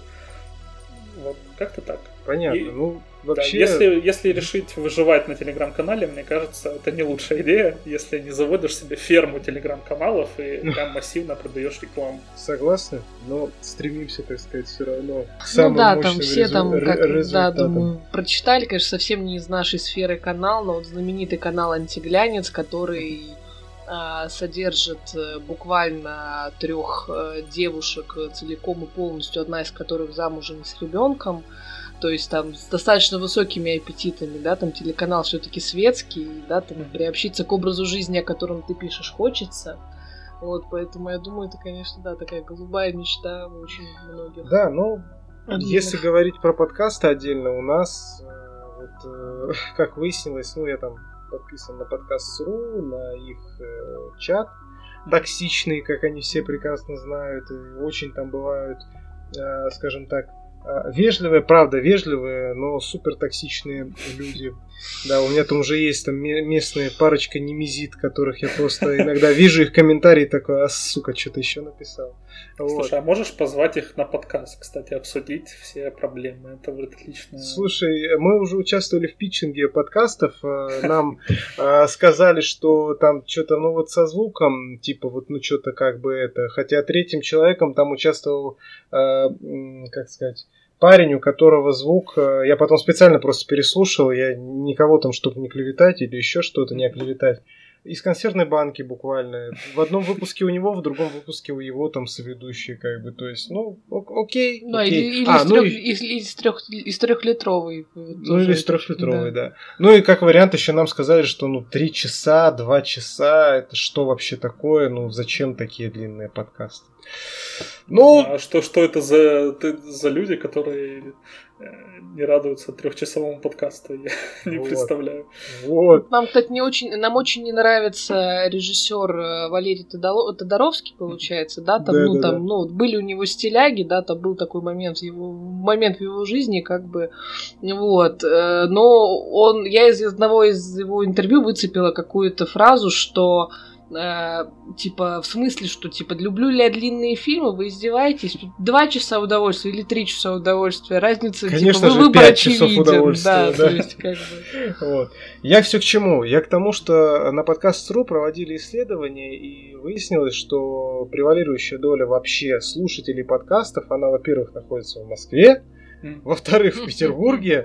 Вот, как-то так. Понятно. И, ну, вообще... да, если, если решить выживать на телеграм-канале, мне кажется, это не лучшая идея, если не заводишь себе ферму телеграм-каналов и прям массивно продаешь рекламу. Согласны, но стремимся, так сказать, все равно к самым Ну да, там все резу... там, как, да, думаю, прочитали, конечно, совсем не из нашей сферы канал, но вот знаменитый канал «Антиглянец», который а, содержит буквально трех девушек целиком и полностью, одна из которых замужем с ребенком. То есть там с достаточно высокими аппетитами, да, там телеканал все-таки светский, да, там приобщиться к образу жизни, о котором ты пишешь, хочется. Вот, поэтому я думаю, это, конечно, да, такая голубая мечта у очень многих. Да, ну, отдельных. Если говорить про подкасты отдельно, у нас, вот, как выяснилось, ну, я там подписан на подкаст точка ру, на их э, чат токсичный, как они все прекрасно знают, и очень там бывают, э, скажем так, вежливые, правда, вежливые, но супер токсичные люди. Да, у меня там уже есть там местная парочка немезид, которых я просто иногда вижу их комментарии, такой, а сука, что-то еще написал. Слушай, вот. А можешь позвать их на подкаст, кстати, обсудить все проблемы? Это будет отлично. Слушай, мы уже участвовали в питчинге подкастов, нам сказали, что там что-то, ну вот со звуком, типа вот, ну что-то как бы это, хотя третьим человеком там участвовал, как сказать, парень, у которого звук... Я потом специально просто переслушал, я никого там, чтобы не клеветать или еще что-то не оклеветать. Из консервной банки буквально. В одном выпуске у него, в другом выпуске у его там соведущие, как бы. То есть, ну, ок- окей. Ну, окей. Или, или а, из, ну, трех, и... из, из, трех, из трехлитровой. Ну, или из трехлитровой, да. да. Ну, и как вариант еще нам сказали, что, ну, три часа, два часа, это что вообще такое? Ну, зачем такие длинные подкасты? Ну, а что, что это за, за люди, которые не радуются трехчасовому подкасту? Я не вот. представляю. Вот. Нам, кстати, не очень, нам очень не нравится режиссер Валерий Тодоровский, получается, да, там, да, ну, да, там, да. ну, были у него стиляги, да, там был такой момент в его, момент в его жизни, как бы, вот, но он, я из одного из его интервью выцепила какую-то фразу, что Э, типа, в смысле, что, типа, люблю ли я длинные фильмы, вы издеваетесь? Два часа удовольствия или три часа удовольствия? Разница, конечно типа, же, выбор пять часов удовольствия. Да, да. То есть, как бы... вот. Я все к чему? Я к тому, что на подкаст точка ру проводили исследования, и выяснилось, что превалирующая доля вообще слушателей подкастов, она, во-первых, находится в Москве, во-вторых, в Петербурге,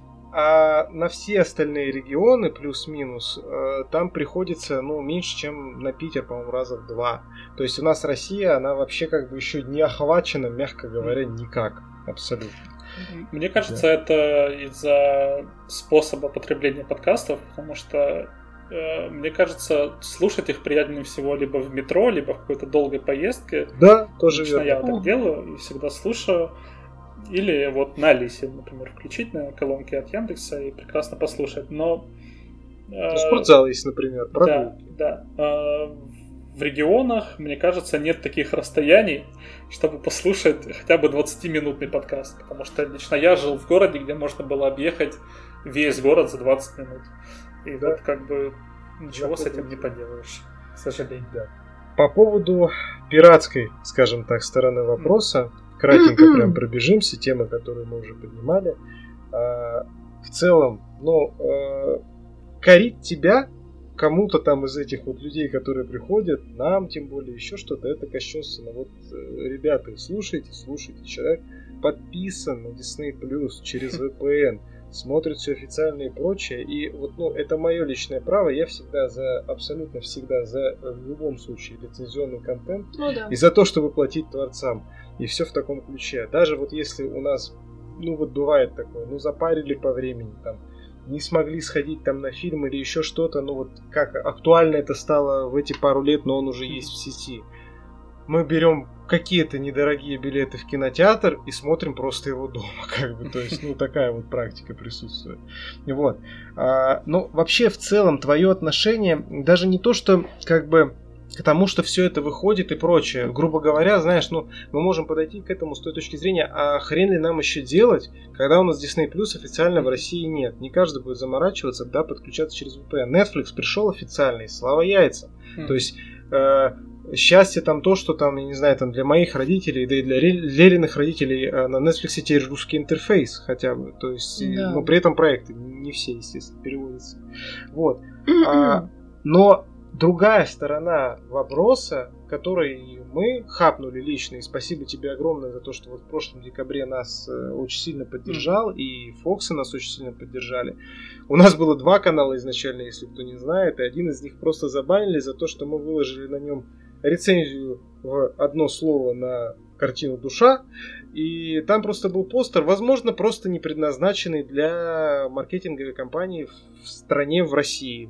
а на все остальные регионы, плюс-минус, там приходится, ну, меньше, чем на Питер, по-моему, раза в два. То есть у нас Россия, она вообще как бы еще не охвачена, мягко говоря, никак. Абсолютно. Мне кажется, да. это из-за способа потребления подкастов, потому что, э, мне кажется, слушать их приятнее всего либо в метро, либо в какой-то долгой поездке. Да, тоже Лично верно. я так делаю и всегда слушаю. Или вот на Алисе, например, включить на колонке от Яндекса и прекрасно послушать. Но... Э, ну, спортзал есть, например, прогулки. Да, да. Э, в регионах, мне кажется, нет таких расстояний, чтобы послушать хотя бы двадцатиминутный подкаст. Потому что лично я жил в городе, где можно было объехать весь город за двадцать минут. И да. вот как бы ничего да, с этим не поделаешь, к сожалению. Да. По поводу пиратской, скажем так, стороны вопроса, mm. кратенько прям пробежимся, темы, которые мы уже поднимали. А, в целом, ну, а, корить тебя кому-то там из этих вот людей, которые приходят, нам тем более еще что-то, это кощунственно. Вот, ребята, слушайте, слушайте, человек подписан на Disney Plus через ви пи эн, смотрит все официально и прочее. И вот, ну, это мое личное право. Я всегда за, абсолютно всегда за, в любом случае, лицензионный контент. Ну, да. И за то, чтобы платить творцам. И все в таком ключе. Даже вот если у нас, ну, вот бывает такое, ну, запарили по времени, там, не смогли сходить там на фильм или еще что-то, ну, вот как актуально это стало в эти пару лет, но он уже есть в сети. Мы берем какие-то недорогие билеты в кинотеатр и смотрим просто его дома, как бы, то есть, ну, такая вот практика присутствует. Вот. А, ну, вообще, в целом, твое отношение, даже не то, что, как бы, к тому, что все это выходит и прочее. Грубо говоря, знаешь, ну, мы можем подойти к этому с той точки зрения, а хрен ли нам еще делать, когда у нас Disney Plus официально в России нет. Не каждый будет заморачиваться, да, подключаться через ви пи эн. Netflix пришел официальный, слава яйцам. Mm. То есть, э, счастье там то, что там, я не знаю, там для моих родителей, да и для Лериных родителей э, на Netflix теперь русский интерфейс хотя бы. То есть, yeah. но при этом проекты не все, естественно, переводятся. Вот. А, но другая сторона вопроса, который мы хапнули лично, и спасибо тебе огромное за то, что вот в прошлом декабре нас э, очень сильно поддержал, mm-hmm. и Фоксы нас очень сильно поддержали. У нас было два канала изначально, если кто не знает, и один из них просто забанили за то, что мы выложили на нем рецензию в одно слово на картину «Душа», и там просто был постер, возможно, просто не предназначенный для маркетинговой кампании в стране, в России.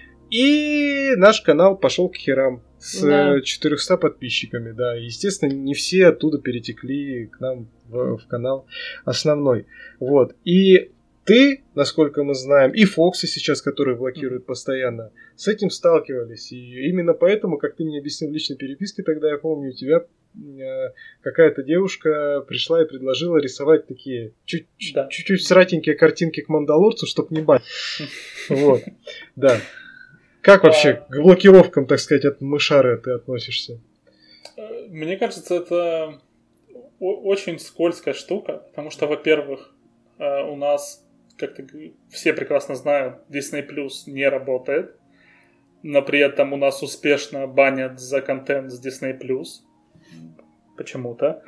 И наш канал пошел к херам с да. четырьмястами подписчиками, да. Естественно, не все оттуда перетекли к нам в, в канал основной. Вот. И ты, насколько мы знаем, и Фоксы сейчас, которые блокируют постоянно, с этим сталкивались. И именно поэтому, как ты мне объяснил в личной переписке, тогда я помню, у тебя э, какая-то девушка пришла и предложила рисовать такие чуть, да. чуть-чуть сратенькие картинки к Мандалорцу, чтобы не бать. Вот. Да. Как вообще к блокировкам, так сказать, от мышары ты относишься? Мне кажется, это очень скользкая штука, потому что, во-первых, у нас, как все прекрасно знают, Disney Plus не работает, но при этом у нас успешно банят за контент с Disney Plus почему-то.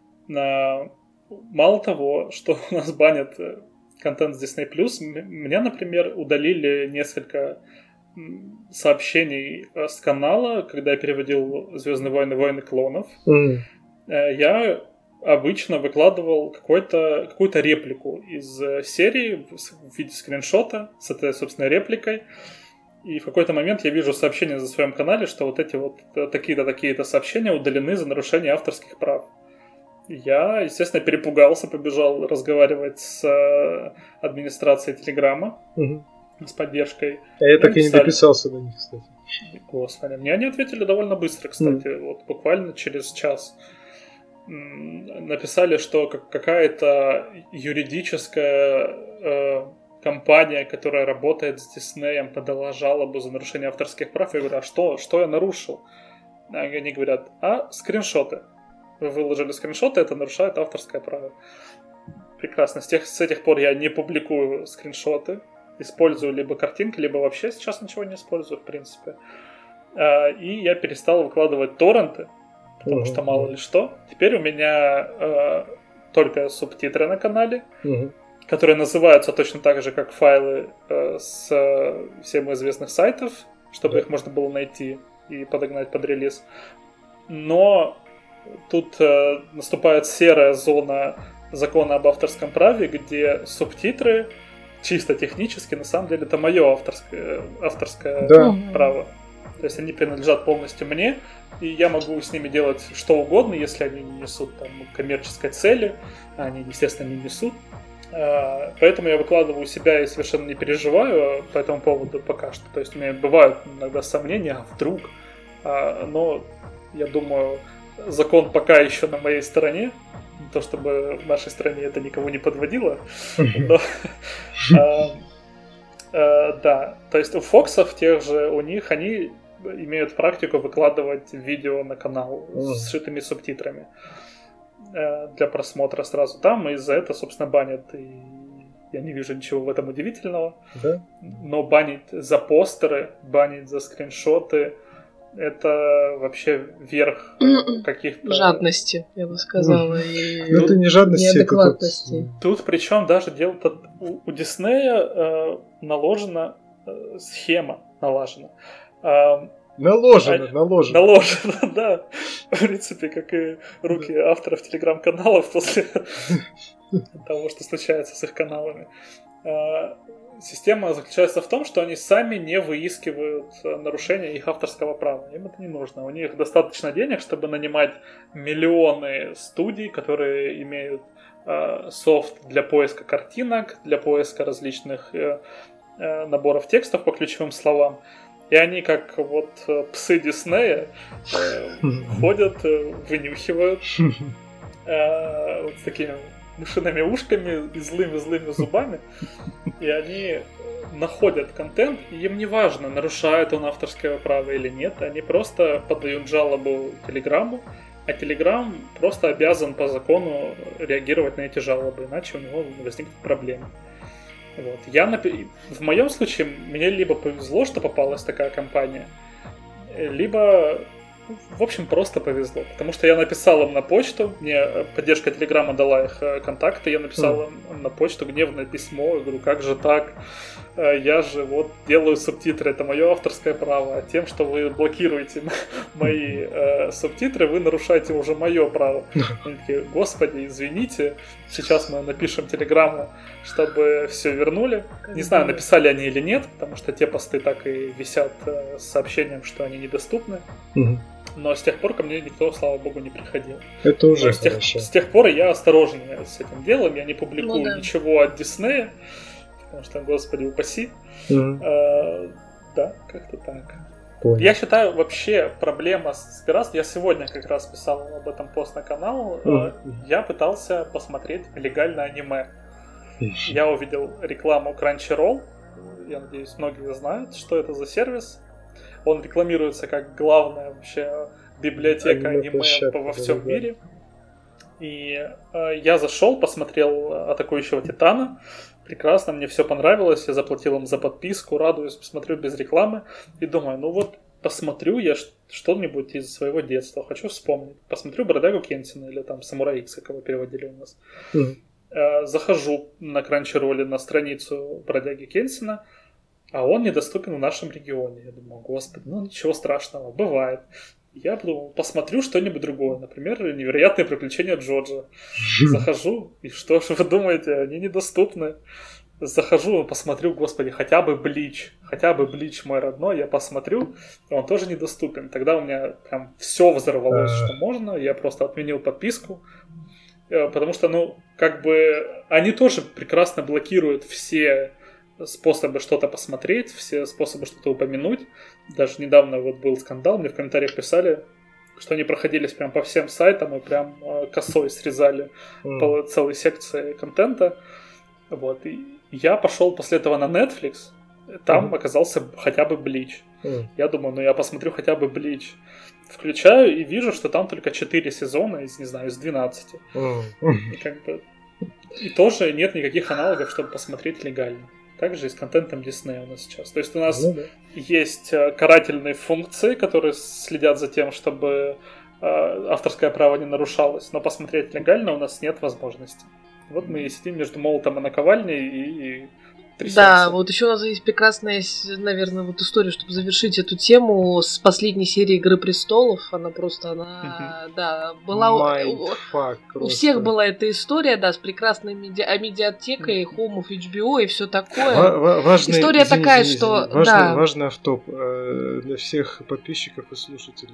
Мало того, что у нас банят контент с Disney Plus, меня, например, удалили несколько сообщений с канала, когда я переводил «Звездные войны. Войны клонов». Mm. Я обычно выкладывал какой-то, какую-то реплику из серии в виде скриншота с этой, собственно, репликой. И в какой-то момент я вижу сообщение на своем канале, что вот эти вот такие-то, такие-то сообщения удалены за нарушение авторских прав. Я, естественно, перепугался, побежал разговаривать с администрацией Телеграма. Mm-hmm. С поддержкой. А я так и не дописался до них, кстати. Господи, мне они ответили довольно быстро, кстати, mm. вот буквально через час. Написали, что какая-то юридическая э, компания, которая работает с Диснеем, подала жалобу за нарушение авторских прав. Я говорю, а что, что я нарушил? Они говорят, а скриншоты. Вы выложили скриншоты, это нарушает авторское право. Прекрасно. С тех, с этих пор я не публикую скриншоты. Использую либо картинки, либо вообще сейчас ничего не использую, в принципе. И я перестал выкладывать торренты, потому uh-huh. что мало ли что. Теперь у меня э, только субтитры на канале, uh-huh. которые называются точно так же, как файлы э, с э, всем известных сайтов, чтобы uh-huh. их можно было найти и подогнать под релиз. Но тут э, наступает серая зона закона об авторском праве, где субтитры чисто технически, на самом деле, это мое авторское, авторское да. право. То есть они принадлежат полностью мне, и я могу с ними делать что угодно, если они не несут там, коммерческой цели, а они, естественно, не несут. Поэтому я выкладываю себя и совершенно не переживаю по этому поводу пока что. То есть у меня бывают иногда сомнения, а вдруг. Но я думаю, закон пока еще на моей стороне. Не то чтобы в нашей стране это никого не подводило. Но, а, а, да, то есть у Фоксов тех же, у них они имеют практику выкладывать видео на канал с сшитыми субтитрами а, для просмотра сразу там, и за это, собственно, банят. И я не вижу ничего в этом удивительного. Да? Но банить за постеры, банить за скриншоты, это вообще верх каких-то... Жадности, я бы сказала. И ну, это не жадности, неадекватности. Это тут... тут причем даже дело у, у Диснея э, наложена э, схема, налажена. Э, Наложено, а, наложено. Наложено, да. В принципе, как и руки да. авторов телеграм-каналов после того, что случается с их каналами. Система заключается в том, что они сами не выискивают нарушения их авторского права. Им это не нужно. У них достаточно денег, чтобы нанимать миллионы студий, которые имеют софт для поиска картинок, для поиска различных наборов текстов по ключевым словам. И они, как вот псы Диснея, э, ходят, э, вынюхивают э, вот с такими мышиными ушками и злыми-злыми зубами. И они находят контент, и им не важно, нарушает он авторское право или нет. Они просто подают жалобу Телеграму, а Телеграм просто обязан по закону реагировать на эти жалобы, иначе у него возникнут проблемы. Вот. Я нап... В моем случае мне либо повезло, что попалась такая компания, либо, в общем, просто повезло. Потому что я написал им на почту, мне поддержка Телеграма дала их контакты, я написал им на почту гневное письмо, я говорю, как же так? Я же вот делаю субтитры, это мое авторское право, а тем, что вы блокируете мои э, субтитры, вы нарушаете уже мое право. Они такие, господи, извините, сейчас мы напишем Телеграмму, чтобы все вернули. Не знаю, написали они или нет, потому что те посты так и висят э, с сообщением, что они недоступны. Но с тех пор ко мне никто, слава богу, не приходил. Это уже с тех, с тех пор я осторожнее с этим делом, я не публикую ну, да. ничего от Диснея, потому что, господи, упаси. Mm-hmm. А, да, как-то так. Понял. Я считаю, вообще проблема с пиратством... Я сегодня как раз писал об этом пост на канал. Mm-hmm. Я пытался посмотреть легальное аниме. Mm-hmm. Я увидел рекламу Crunchyroll. Я надеюсь, многие знают, что это за сервис. Он рекламируется как главная вообще библиотека аниме, аниме во всем да, мире. И э, я зашел, посмотрел «Атакующего Титана». Прекрасно, мне все понравилось. Я заплатил им за подписку, радуюсь, посмотрю без рекламы. И думаю, ну вот посмотрю я что-нибудь из своего детства. Хочу вспомнить. Посмотрю «Бродягу Кенсина» или там «Самурай Икс», как его переводили у нас. Mm-hmm. Э, захожу на Crunchyroll на страницу «Бродяги Кенсина», а он недоступен в нашем регионе. Я думаю, господи, ну ничего страшного, бывает. Я подумал, посмотрю что-нибудь другое. Например, «Невероятные приключения Джоджо». Захожу, и что же вы думаете, они недоступны. Захожу, посмотрю, господи, хотя бы «Блич». Хотя бы «Блич» мой родной, я посмотрю, он тоже недоступен. Тогда у меня прям все взорвалось, что можно. Я просто отменил подписку. Потому что, ну, как бы, они тоже прекрасно блокируют все способы что-то посмотреть, все способы что-то упомянуть. Даже недавно вот был скандал, мне в комментариях писали, что они проходились прям по всем сайтам и прям косой срезали mm. по целой секции контента. Вот. И я пошел после этого на Netflix, там mm. оказался хотя бы «Блич». Mm. Я думаю, ну я посмотрю хотя бы «Блич». Включаю и вижу, что там только четыре сезона из, не знаю, из двенадцати. Mm. И, как бы... и тоже нет никаких аналогов, чтобы посмотреть легально. Также и с контентом Disney у нас сейчас. То есть у нас ну, да. есть карательные функции, которые следят за тем, чтобы э, авторское право не нарушалось, но посмотреть легально у нас нет возможности. Вот мы и сидим между молотом и наковальней и, и трясемся. Да, вот еще у нас есть прекрасная, наверное, вот история, чтобы завершить эту тему с последней серии «Игры престолов». Она просто, она, uh-huh. да, была... Mindfuck, у, у всех была эта история, да, с прекрасной меди... медиатекой, Home of эйч би о и все такое. В- важный, история извини, такая, извини, что... Важный, да. важный автоп для всех подписчиков и слушателей.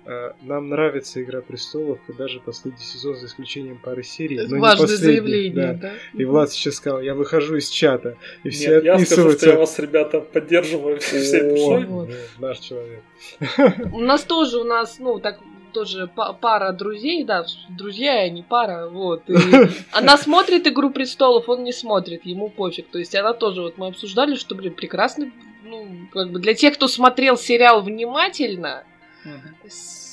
Нам нравится «Игра престолов», и даже последний сезон, за исключением пары серий. Это важное заявление, да. да. И Влад сейчас сказал, я выхожу из чата, и Нет, все я отписываются. скажу, что я вас, ребята, поддерживаю всей душой. Вот. Наш человек. У нас тоже, у нас, ну, так тоже пара друзей, да, друзья, а не пара, вот. И она смотрит «Игру престолов», он не смотрит, ему пофиг. То есть она тоже, вот мы обсуждали, что, блин, прекрасно, ну, как бы для тех, кто смотрел сериал внимательно, uh-huh.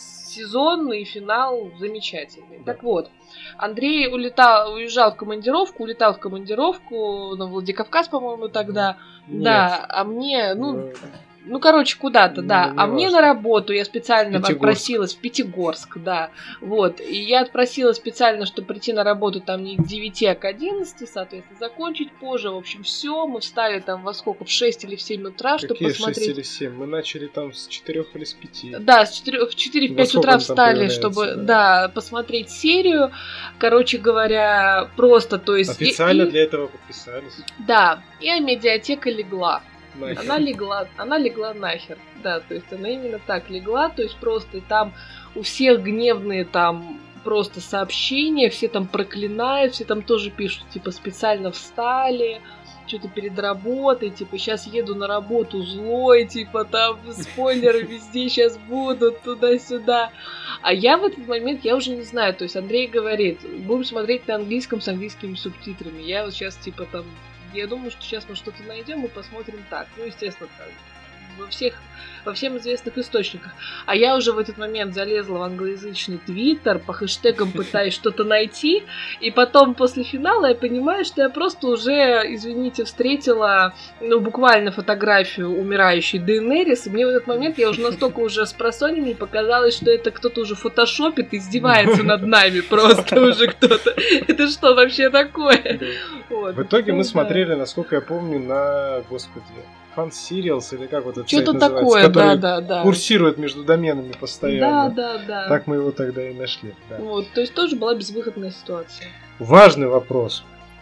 сезон и финал замечательный. Да. Так вот, Андрей улетал, уезжал в командировку, улетал в командировку на Владикавказ, по-моему, тогда. Нет. Да, а мне, ну, Ну, короче, куда-то, Ну, да. не А мне важно. на работу я специально Пятигорск. отпросилась в Пятигорск, да. Вот. И я отпросилась специально, чтобы прийти на работу там не к девяти, а к одиннадцати, соответственно, закончить позже. В общем, все. Мы встали там во сколько? В шесть или в семь утра, чтобы Какие посмотреть. шесть или семь? Мы начали там с четырех или с пяти. Да, с четыре, в четыре-пять Во утра сколько он там встали, появляется, чтобы, да. да, посмотреть серию. Короче говоря, просто, то есть... и- Официально и- для этого подписались. Да, и медиатека легла. Нахер. Она легла, она легла нахер. Да, то есть она именно так легла, то есть просто там у всех гневные там просто сообщения, все там проклинают, все там тоже пишут, типа, специально встали, что-то перед работой, типа, сейчас еду на работу злой, типа, там спойлеры везде сейчас будут, туда-сюда. А я в этот момент, я уже не знаю, то есть Андрей говорит, будем смотреть на английском с английскими субтитрами. Я вот сейчас, типа, там, я думаю, что сейчас мы что-то найдем и посмотрим так. Ну, естественно, так, во всех, во всем известных источниках. А я уже в этот момент залезла в англоязычный твиттер, по хэштегам пытаюсь что-то найти, и потом после финала я понимаю, что я просто уже, извините, встретила, ну, буквально фотографию умирающей Дейенерис, и мне в этот момент я уже настолько уже с просоньями показалось, что это кто-то уже фотошопит и издевается над нами просто уже кто-то. Это что вообще такое? Вот. В итоге мы Да. смотрели, насколько я помню, на, господи, Fun Serials, или как вот это Что-то сайт называется, такое, который да, да, да. курсирует между доменами Да, постоянно. да, да. Так мы его тогда и нашли. Да. Вот, то есть тоже была безвыходная ситуация. Важный вопрос.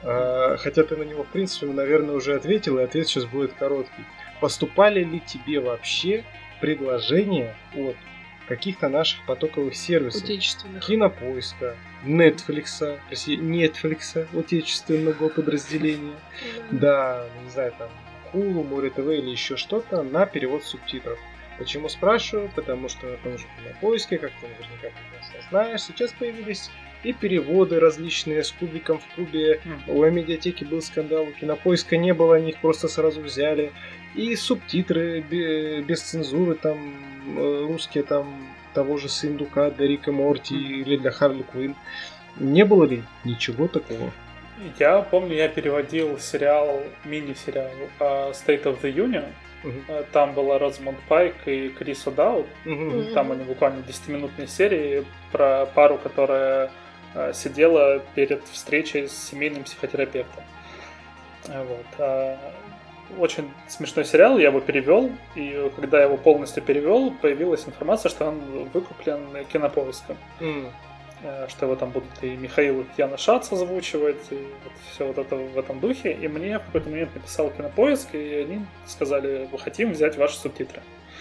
А, Хотя ты на него, в принципе, наверное, уже ответил, и ответ сейчас будет короткий. Поступали ли тебе вообще предложения от каких-то наших потоковых сервисов? Отечественных. Кинопоиска, Netflix, точнее, Netflix, отечественного подразделения. Да, не знаю, там, Hulu, Море ТВ или еще что-то на перевод субтитров. Почему спрашиваю? Потому что на том же Кинопоиске, как ты наверняка прекрасно знаешь, сейчас появились и переводы различные с кубиком в кубе. У медиатеки был скандал, у Кинопоиска не было, они их просто сразу взяли. И субтитры бе- без цензуры, там, э, русские там того же Сындука для Рика Морти или для Харли Квинн. Не было ли ничего такого? Я помню, я переводил сериал, мини-сериал uh, State of the Union. Мгм. Uh, Там была Розамонд Пайк и Крис О'Даут. Мгм. Там они буквально десятиминутные серии про пару, которая uh, сидела перед встречей с семейным психотерапевтом. Uh, Вот. Uh, Очень смешной сериал, я его перевел, и когда я его полностью перевел, появилась информация, что он выкуплен Кинопоиском. М. Э, что его там будут и Михаил, и Яна Шац озвучивать, и вот все вот это в этом духе. И мне в какой-то момент написал Кинопоиск, и они сказали, мы хотим взять ваши субтитры.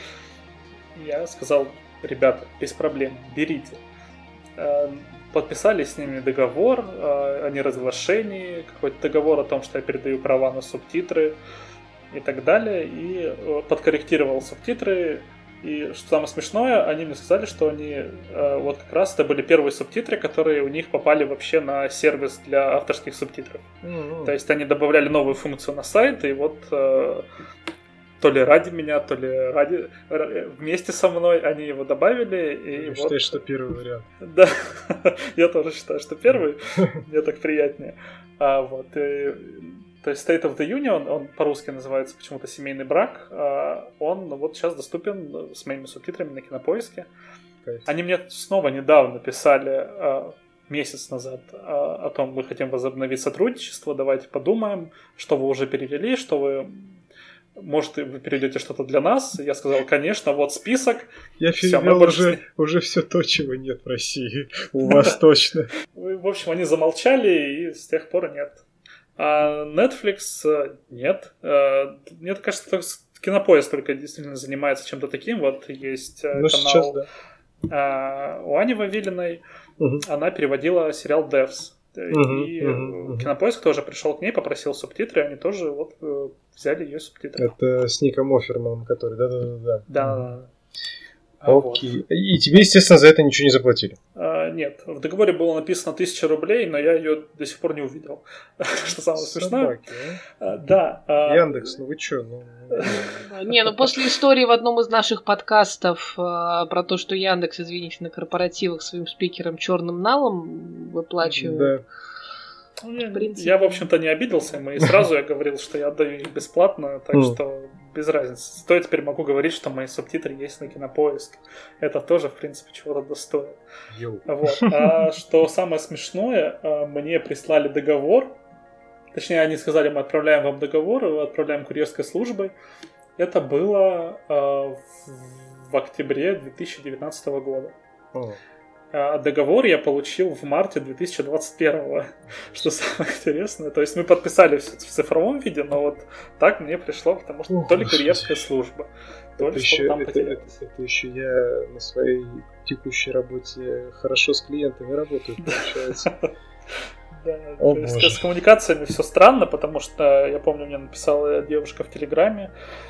И я сказал, ребята, без проблем, берите. Э, Подписали с ними договор э, о неразглашении, какой-то договор о том, что я передаю права на субтитры и так далее, и э, подкорректировал субтитры. И что самое смешное, они мне сказали, что они э, вот как раз это были первые субтитры, которые у них попали вообще на сервис для авторских субтитров. М-м. То есть они добавляли новую функцию на сайт, и вот э, то ли ради меня, то ли ради р- вместе со мной они его добавили. И Я вот... считаю, что первый вариант. Да, я тоже считаю, что первый, мне так приятнее. А, вот, и, то есть State of the Union, он по-русски называется почему-то «Семейный брак», а, он вот сейчас доступен с моими субтитрами на Кинопоиске. Кайф. Они мне снова недавно писали, а, месяц назад, а, о том, мы хотим возобновить сотрудничество, давайте подумаем, что вы уже перевели, что вы... Может, вы перейдете что-то для нас? Я сказал, конечно, вот список. Я Всё, мы перевел больше уже, с ней- уже все то, чего нет в России. У вас точно. В общем, они замолчали, и с тех пор нет. А Netflix э, нет. Э, Мне кажется, только с- Кинопоиск только действительно занимается чем-то таким. Вот есть э, Ну, сейчас, канал да. э, у Ани Вавилиной. Мгм. Она переводила сериал Devs. Мгм, И мгм, э, мгм. Кинопоиск тоже пришел к ней, попросил субтитры, они тоже вот э, взяли ее субтитры. Это с Ником Офферманом, который, да-да-да. Да. А вот. Окей. И тебе, естественно, за это ничего не заплатили. А, нет, в договоре было написано тысяча рублей, но я ее до сих пор не увидел. Что самое смешное. Собаки, а? А, Да. а, Яндекс, ну вы чё? Ну... Не, ну после истории в одном из наших подкастов э, про то, что Яндекс, извините, на корпоративах своим спикерам черным налом выплачивает. Да. Я, я, в общем-то, не обиделся, и сразу я говорил, что я отдаю их бесплатно, так mm. что без разницы. Зато я теперь могу говорить, что мои субтитры есть на Кинопоиске. Это тоже, в принципе, чего-то достоит. Вот. А что самое смешное, мне прислали договор, точнее, они сказали, мы отправляем вам договор, отправляем курьерской службой. Это было в октябре две тысячи девятнадцатого года. Oh. А договор я получил в марте две тысячи двадцать первого, что самое интересное. То есть мы подписали все в цифровом виде, но вот так мне пришло, потому что то ли курьерская служба, то ли что-то там потерялось. Это, это еще я на своей текущей работе хорошо с клиентами работаю, получается. Да, то есть с коммуникациями все странно, потому что я помню, мне написала девушка в Телеграме.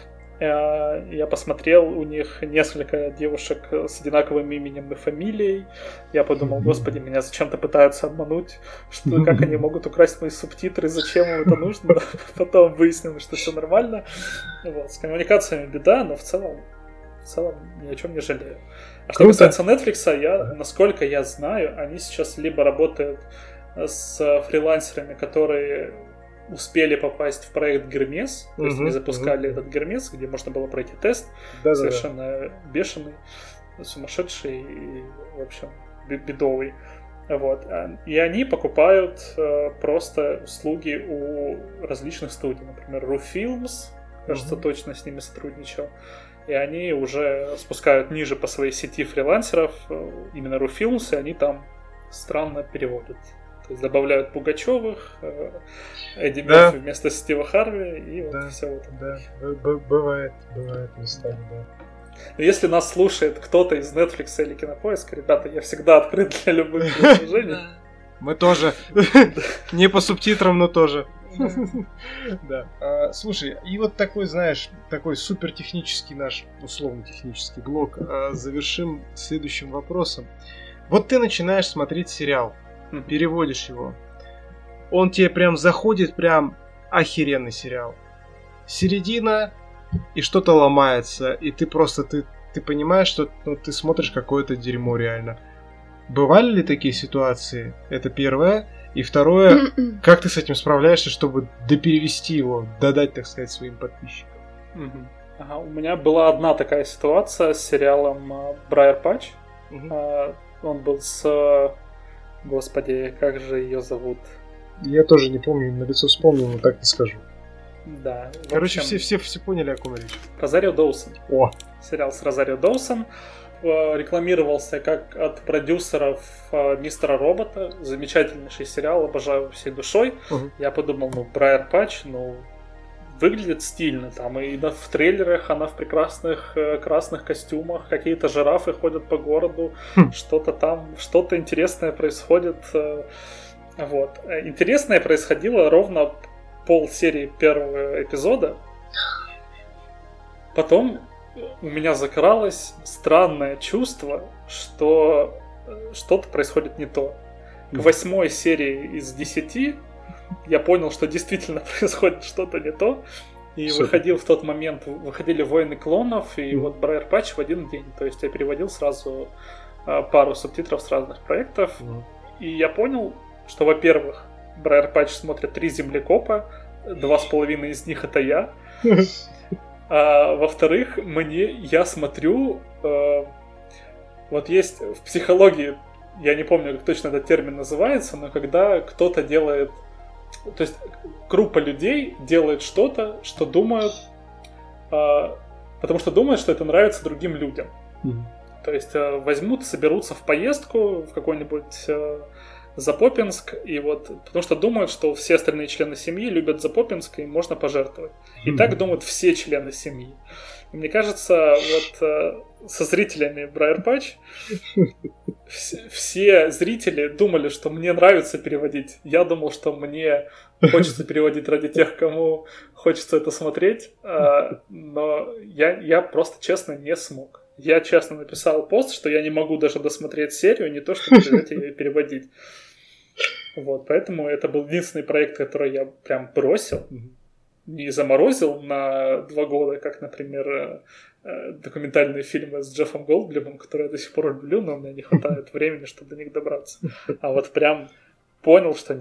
Я посмотрел, у них несколько девушек с одинаковым именем и фамилией. Я подумал, господи, меня зачем-то пытаются обмануть, что как они могут украсть мои субтитры, зачем им это нужно. Потом выяснилось, что все нормально. Вот. С коммуникациями беда, но в целом, в целом ни о чем не жалею. А что касается Netflix, я, насколько я знаю, они сейчас либо работают с фрилансерами, которые успели попасть в проект Гермес, то есть uh-huh, они запускали uh-huh. этот Гермес, где можно было пройти тест, да, совершенно да, да. бешеный, сумасшедший и, в общем, бедовый. Вот. И они покупают э, просто услуги у различных студий, например, Ru Films, кажется, uh-huh. точно с ними сотрудничал, и они уже спускают ниже по своей сети фрилансеров, именно Ru Films, и они там странно переводят. То есть добавляют Пугачевых, Эдди да. Мерфи вместо Стива Харви, и вот да, все вот. Да, Б- бывает, бывает местами, да. Но если нас слушает кто-то из Netflix или Кинопоиска, ребята, я всегда открыт для любых предложений. Мы тоже. Не по субтитрам, но тоже. Да. Слушай, и вот такой, знаешь, такой супертехнический наш, условно-технический блок завершим следующим вопросом. Вот ты начинаешь смотреть сериал, переводишь его. Он тебе прям заходит, прям охеренный сериал. Середина, и что-то ломается, и ты просто, ты, ты понимаешь, что ну, ты смотришь какое-то дерьмо реально. Бывали ли такие ситуации? Это первое. И второе, как ты с этим справляешься, чтобы доперевести его, додать, так сказать, своим подписчикам? Mm-hmm. Ага, у меня была одна такая ситуация с сериалом Брайер Патч. Mm-hmm. Он был с... Господи, как же ее зовут? Я тоже не помню, на лицо вспомнил, но так не скажу. Да. Короче, общем, все, все, все поняли, о ком речь. Розарио Доусон. О! Сериал с Розарио Доусон. Рекламировался как от продюсеров Мистера Робота. Замечательнейший сериал, обожаю всей душой. Угу. Я подумал, ну, Брайер Патч, ну, выглядит стильно. Там и в трейлерах она в прекрасных красных костюмах. Какие-то жирафы ходят по городу. Хм. Что-то там, что-то интересное происходит. Вот. Интересное происходило ровно полсерии первого эпизода. Потом у меня закралось странное чувство, что что-то происходит не то. К восьмой серии из десяти я понял, что действительно происходит что-то не то. И Супер. выходил в тот момент, выходили «Войны клонов», и mm. вот Брайер Патч в один день. То есть я переводил сразу пару субтитров с разных проектов. Mm. И я понял, что, во-первых, Брайер Патч смотрят три землекопа, два с половиной из них это я. А во-вторых, мне, я смотрю, э, вот есть в психологии, я не помню, как точно этот термин называется, но когда кто-то делает, то есть группа людей делает что-то, что думают, э, потому что думают, что это нравится другим людям. Mm-hmm. То есть э, возьмут, соберутся в поездку в какой-нибудь... Э, Запопинск, и вот, потому что думают, что все остальные члены семьи любят Запопинск, и можно пожертвовать. И mm-hmm. так думают все члены семьи. И мне кажется, вот э, со зрителями Брайер Патч все, все зрители думали, что мне нравится переводить. Я думал, что мне хочется переводить ради тех, кому хочется это смотреть, э, но я, я просто честно не смог. Я честно написал пост, что я не могу даже досмотреть серию, не то, чтобы взять ее и переводить. Вот, поэтому это был единственный проект, который я прям бросил, не заморозил на два года, как, например, документальные фильмы с Джеффом Голдблюмом, которые я до сих пор люблю, но у меня не хватает времени, чтобы до них добраться. А вот прям понял, что нет,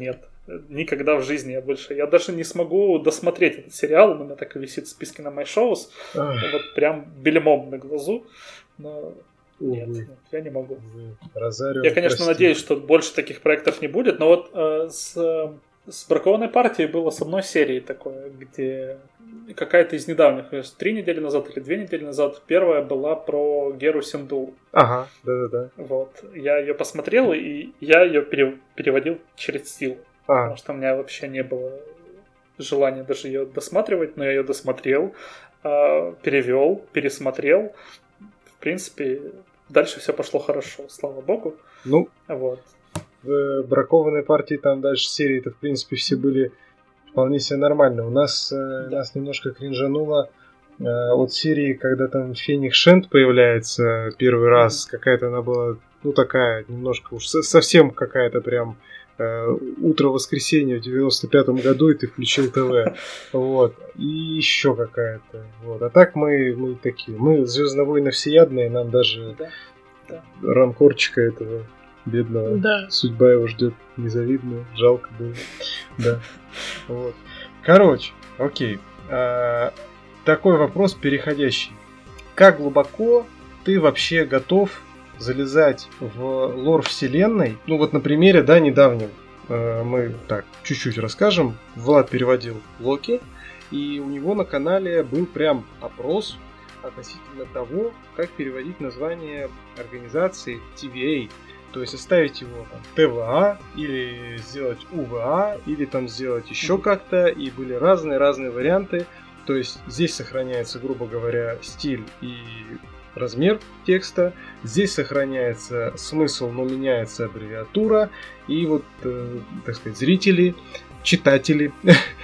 никогда в жизни я больше... Я даже не смогу досмотреть этот сериал, у меня так и висит в списке на MyShows, вот прям бельмом на глазу, но нет, нет я не могу. Розарио, я, конечно, прости. Надеюсь, что больше таких проектов не будет, но вот э, с, с «Бракованной партией» было с одной серией такое, где какая-то из недавних, три недели назад или две недели назад, первая была про Геру Синдул. Ага, да-да-да. Вот, я ее посмотрел, и я ее пере, переводил через силу. А. Потому что у меня вообще не было желания даже ее досматривать, но я ее досмотрел, перевел, пересмотрел. В принципе, дальше все пошло хорошо, слава богу. Ну, вот. В «Бракованной партии» там дальше серии-то, в принципе, все были вполне себе нормально. У нас, да. нас немножко кринжануло э, от серии, когда там Феникс Шент появляется первый раз. Mm-hmm. Какая-то она была, ну, такая, немножко уж совсем какая-то прям э, утро воскресенья в девяносто пятом году, и ты включил ТВ. Вот. И еще какая-то. Вот. А так мы, мы такие. Мы «Звездные войны» всеядные, нам даже да. Да. ранкорчика этого бедного. Да. Судьба его ждет незавидная. Жалко было. Да. Вот. Короче, окей. А, такой вопрос переходящий. Как глубоко ты вообще готов залезать в лор вселенной? Ну вот на примере, да, недавнем э, мы так чуть-чуть расскажем. Влад переводил Локи, и у него на канале был прям опрос относительно того, как переводить название организации ти ви эй. То есть оставить его там тэ вэ а, или сделать у вэ а, или там сделать еще как-то. И были разные-разные варианты. То есть здесь сохраняется, грубо говоря, стиль и размер текста. Здесь сохраняется смысл, но меняется аббревиатура. И вот, э, так сказать, зрители, читатели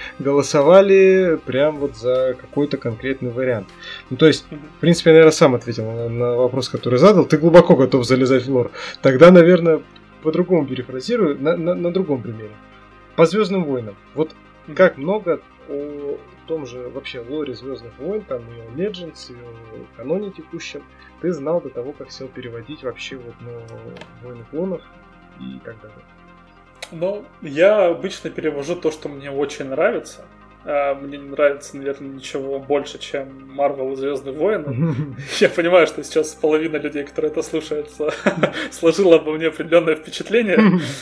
голосовали прям вот за какой-то конкретный вариант. Ну, то есть, в принципе, я, наверное, сам ответил на, на вопрос, который задал. Ты глубоко готов залезать в лор. Тогда, наверное, по-другому перефразирую, на, на, на другом примере. По «Звездным войнам». Вот как много о том же вообще лоре «Звездных войн», там и о Legends, и о каноне текущем, ты знал до того, как сел переводить вообще вот на «Войны клонов» и так далее. Ну, я обычно перевожу то, что мне очень нравится. Мне не нравится, наверное, ничего больше, чем Marvel и «Звездные войны». Я понимаю, что сейчас половина людей, которые это слушают, сложила обо мне определенное впечатление.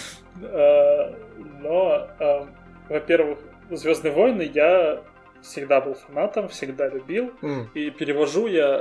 Но, во-первых, «Звездные войны» я всегда был фанатом, всегда любил. И перевожу я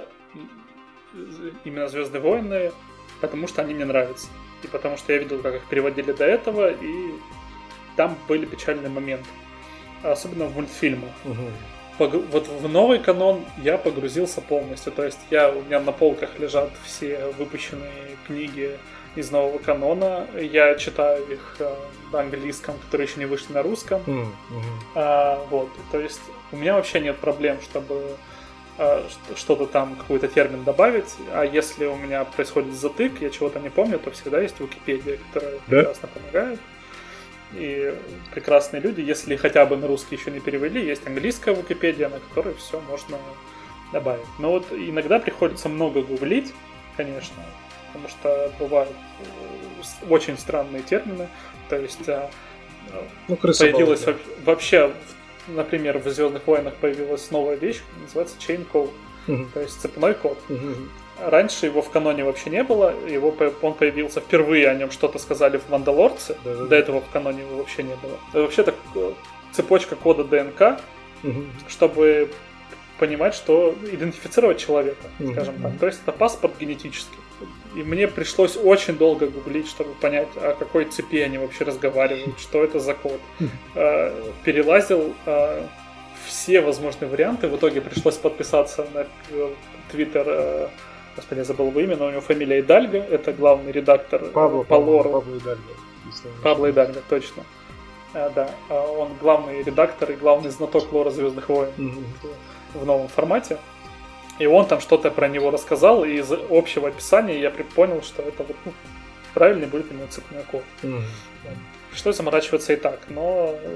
именно «Звездные войны», потому что они мне нравятся. И потому что я видел, как их переводили до этого, и там были печальные моменты. Особенно в мультфильмах. Угу. Пог... Вот в новый канон я погрузился полностью. То есть я... у меня на полках лежат все выпущенные книги из нового канона. Я читаю их на английском, которые еще не вышли на русском. Угу. А, вот. То есть у меня вообще нет проблем, чтобы что-то там, какой-то термин добавить, а если у меня происходит затык, я чего-то не помню, то всегда есть Википедия, которая да? прекрасно помогает. И прекрасные люди, если хотя бы на русский еще не перевели, есть английская Википедия, на которой все можно добавить. Но вот иногда приходится много гуглить, конечно, потому что бывают очень странные термины, то есть ну, появилось да. вообще... Например, в «Звездных войнах» появилась новая вещь, называется chain code, uh-huh. то есть цепной код. Uh-huh. Раньше его в каноне вообще не было, его, он появился впервые, о нем что-то сказали в «Мандалорце», uh-huh. до этого в каноне его вообще не было. Это вообще так цепочка кода ДНК, uh-huh. чтобы понимать, что идентифицировать человека, uh-huh. скажем так. То есть это паспорт генетический. И мне пришлось очень долго гуглить, чтобы понять, о какой цепи они вообще разговаривают, что это за код. Перелазил все возможные варианты. В итоге пришлось подписаться на твиттер, господи, я забыл его имя, но у него фамилия Идальго, это главный редактор Пабло, по лору. Пабло Идальго. Пабло Идальго, точно. Да, он главный редактор и главный знаток лора «Звездных войн» в новом формате. И он там что-то про него рассказал, и из общего описания я понял, что это вот, ну, правильный будет именно цепной код. Mm-hmm. Пришлось заморачиваться и так, но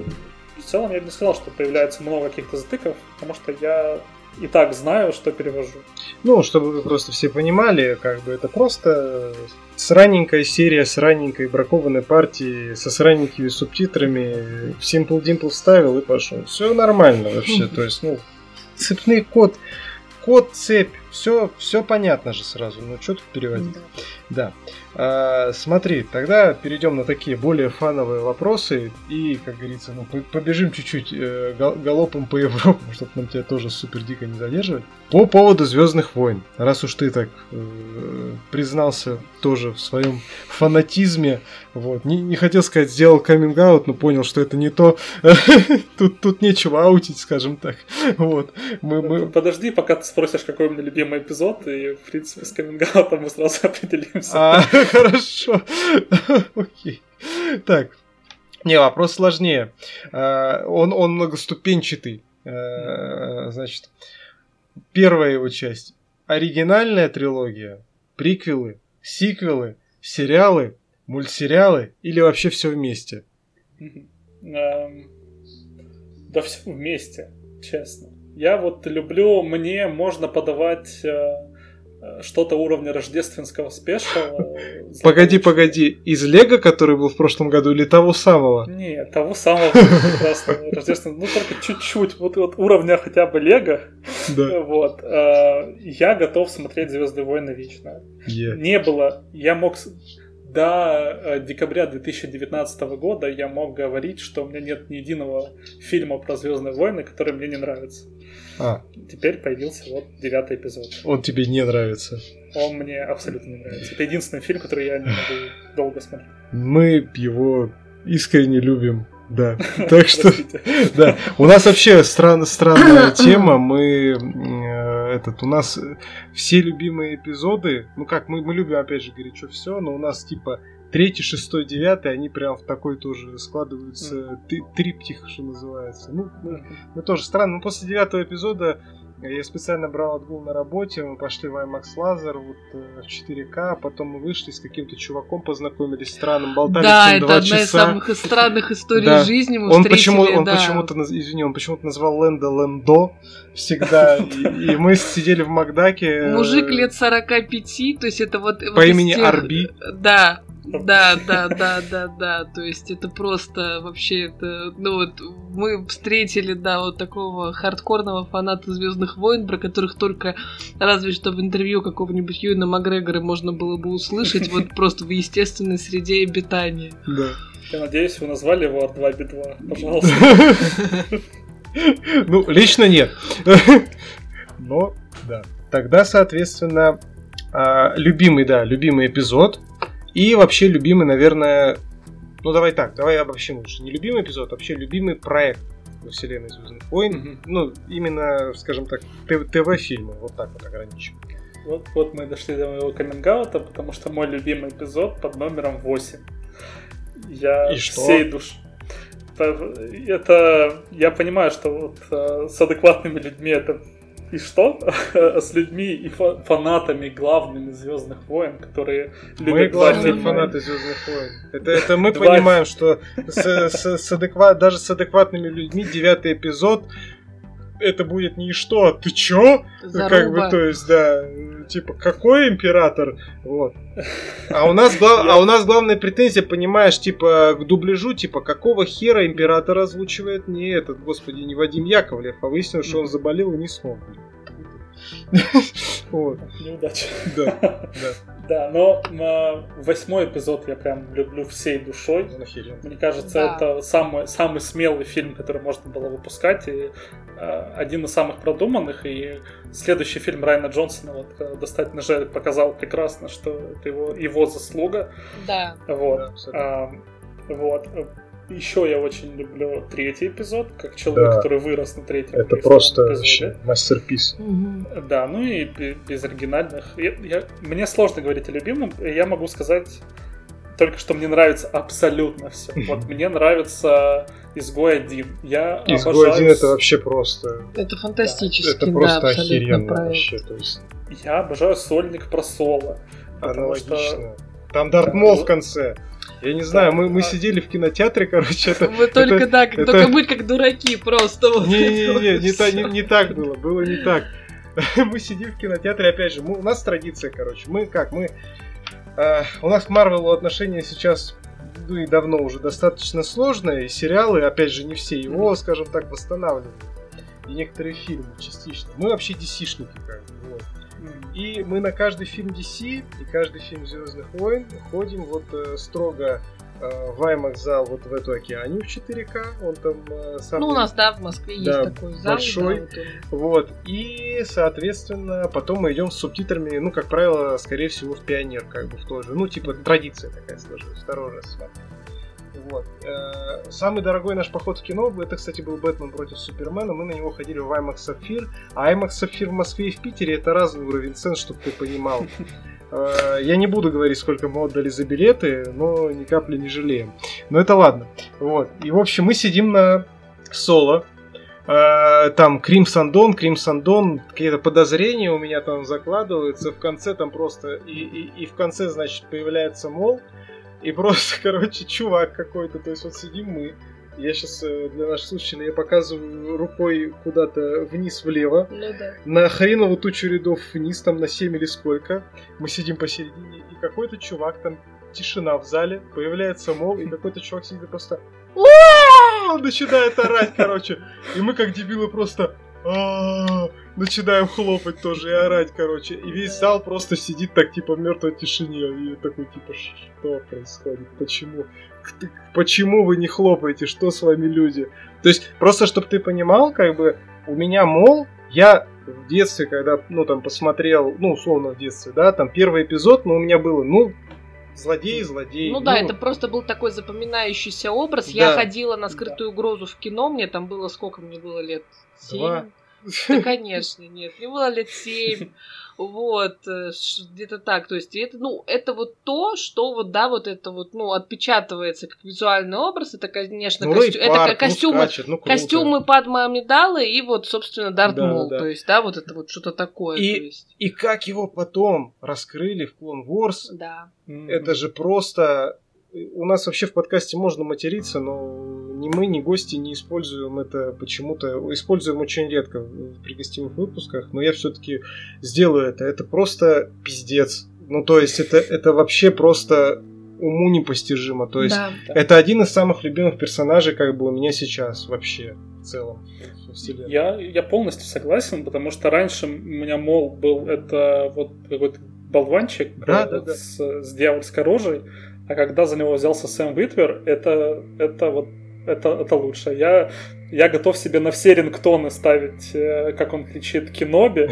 в целом я бы не сказал, что появляется много каких-то затыков, потому что я и так знаю, что перевожу. Ну, чтобы вы просто все понимали, как бы это просто сраненькая серия с раненькой бракованной партией, со сраненькими субтитрами. В Simple Dimple вставил и пошел. Все нормально вообще. То есть, ну, цепный код, код, цепь, все, все понятно же сразу. Ну, что тут переводить? Да. А, смотри, тогда перейдем на такие более фановые вопросы и, как говорится, ну, побежим чуть-чуть э, галопом по Европе, чтобы нам тебя тоже супер дико не задерживать. По поводу Звездных войн, раз уж ты так э, признался тоже в своем фанатизме, вот, не, не хотел сказать, сделал каминг-аут, но понял, что это не то, тут, тут нечего аутить, скажем так. Вот. Мы, мы... Подожди, пока ты спросишь, какой у меня любимый эпизод, и, в принципе, с каминг-аутом мы сразу определимся. А, хорошо. Окей. Так. Не, вопрос сложнее. Он, он многоступенчатый. Значит, первая его часть. Оригинальная трилогия, приквелы, сиквелы, сериалы, мультсериалы или вообще все вместе? Да все вместе, честно. Я вот люблю, мне можно подавать что-то уровня рождественского спешала. Погоди, погоди. Из Лего, который был в прошлом году, или того самого? Нет, того самого прекрасного рождественного. Ну, только чуть-чуть. Вот, вот уровня хотя бы Лего. Да. Вот. Я готов смотреть «Звездные войны» вечно. Yeah. Не было. Я мог... До декабря две тысячи девятнадцатого года я мог говорить, что у меня нет ни единого фильма про «Звездные войны», который мне не нравится. А. Теперь появился вот девятый эпизод. Он тебе не нравится? Он мне абсолютно не нравится. Это единственный фильм, который я не могу долго смотреть. Мы его искренне любим. Да, так что, да, у нас вообще стран, странная тема, мы, э, этот, у нас все любимые эпизоды, ну как, мы, мы любим, опять же, горячо все, но у нас, типа, третий, шестой, девятый, они прям в такой тоже складываются, mm. триптих, что называется, ну, мы, мы тоже странно, но после девятого эпизода я специально брал отгул на работе, мы пошли в IMAX Laser вот, в четыре ка, потом мы вышли с каким-то чуваком, познакомились странным, болтали да, с ним два часа. Да, это одна из самых странных историй да. жизни, мы он встретили, почему, он да. почему-то, извини, он почему-то назвал Лэнда Лэндо всегда, и, и мы сидели в Макдаке. Мужик лет сорока пяти, то есть это вот... По вот имени тех... Арби. Да. Да, да, да, да, да, то есть это просто вообще это, ну вот мы встретили, да, вот такого хардкорного фаната «Звездных войн», про которых только разве что в интервью какого-нибудь Юэна Макгрегора можно было бы услышать, вот просто в естественной среде обитания. Да. Я надеюсь, вы назвали его ар два би два, пожалуйста. Ну, лично нет. Но, да. Тогда, соответственно, любимый, да, любимый эпизод. И вообще любимый, наверное... Ну, давай так, давай обобщим лучше. Не любимый эпизод, а вообще любимый проект во вселенной «Звездных войн». Mm-hmm. Ну, именно, скажем так, ТВ-фильмы. Вот так вот ограничим. Вот, вот мы дошли до моего каминг-аута, потому что мой любимый эпизод под номером восемь. Я И что? всей душой... Это... Я понимаю, что вот с адекватными людьми это... И что? С людьми и фанатами главными «Звездных войн», которые любят... Мы главные фанаты «Звездных войн». Это, это мы два... понимаем, что с, с, с адекват... даже с адекватными людьми девятый эпизод это будет не что, а ты чё? Заруба. Как бы, то есть, да, типа, какой император? Вот. А у нас, глав... а у нас главная претензия, понимаешь, типа, к дубляжу, типа, какого хера император озвучивает не этот, господи, не Вадим Яковлев, а выяснилось, что он заболел и не смог. Вот. Неудача. Да, да. Да, но э, восьмой эпизод я прям люблю всей душой. Мне кажется, да. это самый, самый смелый фильм, который можно было выпускать, и э, один из самых продуманных. И следующий фильм Райана Джонсона, вот, «Достать ножи», показал прекрасно, что это его, его заслуга. Да. Вот. Да, э, вот. Еще я очень люблю третий эпизод, как человек, да. который вырос на третьем эпизоде. Это просто вообще мастерпис. Угу. Да, ну и без оригинальных. Я, я, мне сложно говорить о любимом. Я могу сказать только, что мне нравится абсолютно все. Вот мне нравится «Изгой один». Я «Изгой один» это вообще просто... Это фантастически, да. Это просто да, охеренно вообще. То есть... Я обожаю «Сольник» про Соло. Аналогично. Что... Там Дарт Мол в конце. Я не знаю, мы, мы сидели в кинотеатре, короче, это... Мы только, это, да, как, это... только мы как дураки просто. Не-не-не, не, та, не, не так было, было не так. Мы сидим в кинотеатре, опять же, мы, у нас традиция, короче, мы как, мы... Э, у нас к Марвелу отношения сейчас, ну и давно уже достаточно сложные, и сериалы, опять же, не все его, скажем так, восстанавливают. И некоторые фильмы частично. Мы вообще ди си-шники, как бы, вот. И мы на каждый фильм ди си и каждый фильм Звездных войн ходим вот э, строго э, в IMAX-зал вот в эту Океанию в четыре ка. Он там э, самый... Ну, у нас, да, в Москве да, есть такой зал. большой. Да, вот, вот. И, соответственно, потом мы идем с субтитрами, ну, как правило, скорее всего, в Пионер, как бы в тот же. Ну, типа, традиция такая сложилась. Второй раз смотрим. Вот. Самый дорогой наш поход в кино, это, кстати, был Бэтмен против Супермена. Мы на него ходили в IMAX Sapphire. А IMAX Sapphire в Москве и в Питере — это разный уровень цен, чтобы ты понимал. Я не буду говорить, сколько мы отдали за билеты, но ни капли не жалеем. Но это ладно. Вот. И, в общем, мы сидим на Соло. Там Crimson Dawn, Crimson Dawn, какие-то подозрения у меня там закладываются. В конце там просто... И, и, и в конце, значит, появляется Мол. И просто, короче, чувак какой-то, то есть вот сидим мы, я сейчас для наших слушателей я показываю рукой куда-то вниз-влево, ну, да. на хреновую тучу рядов вниз, там на семь или сколько, мы сидим посередине, и какой-то чувак, там тишина в зале, появляется Мол, и какой-то чувак сидит и просто он начинает орать, короче, и мы как дебилы просто начинаем хлопать тоже и орать, короче. И весь зал просто сидит так, типа, в мертвой тишине. И такой, типа, что происходит? Почему? Почему вы не хлопаете? Что с вами, люди? То есть, просто, чтобы ты понимал, как бы, у меня, мол, я в детстве, когда, ну, там, посмотрел, ну, условно, в детстве, да, там, первый эпизод, но у меня было, ну, злодей, злодей. Ну, ну да, это просто был такой запоминающийся образ. Да. Я ходила на скрытую угрозу в кино, мне там было, сколько мне было лет? Семь? Два. Да, конечно, нет. Мне было лет семь. Вот, где-то так. То есть, это, ну, это вот то, что вот, да, вот это вот, ну, отпечатывается как визуальный образ. Это, конечно, ну, костю... Парк, это костюмы, ну, скачет, ну, костюмы Падме Амидалы и вот, собственно, Дарт да, Мол. Да, да. То есть, да, вот это вот что-то такое. И, то есть. и как его потом раскрыли в Clone Wars, да. Это же просто... У нас вообще в подкасте можно материться, но ни мы, ни гости не используем это почему-то. Используем очень редко при гостевых выпусках, но я все-таки сделаю это. Это просто пиздец. Ну, то есть, это, это вообще просто уму непостижимо. То есть, да. это один из самых любимых персонажей, как бы, у меня сейчас вообще в целом. Я, я полностью согласен, потому что раньше у меня Мол был это вот какой-то болванчик да, вот, да, с, да. с дьявольской рожей, а когда за него взялся Сэм Витвер, это, это вот это, это лучше. Я, я готов себе на все рингтоны ставить, как он кричит Кеноби.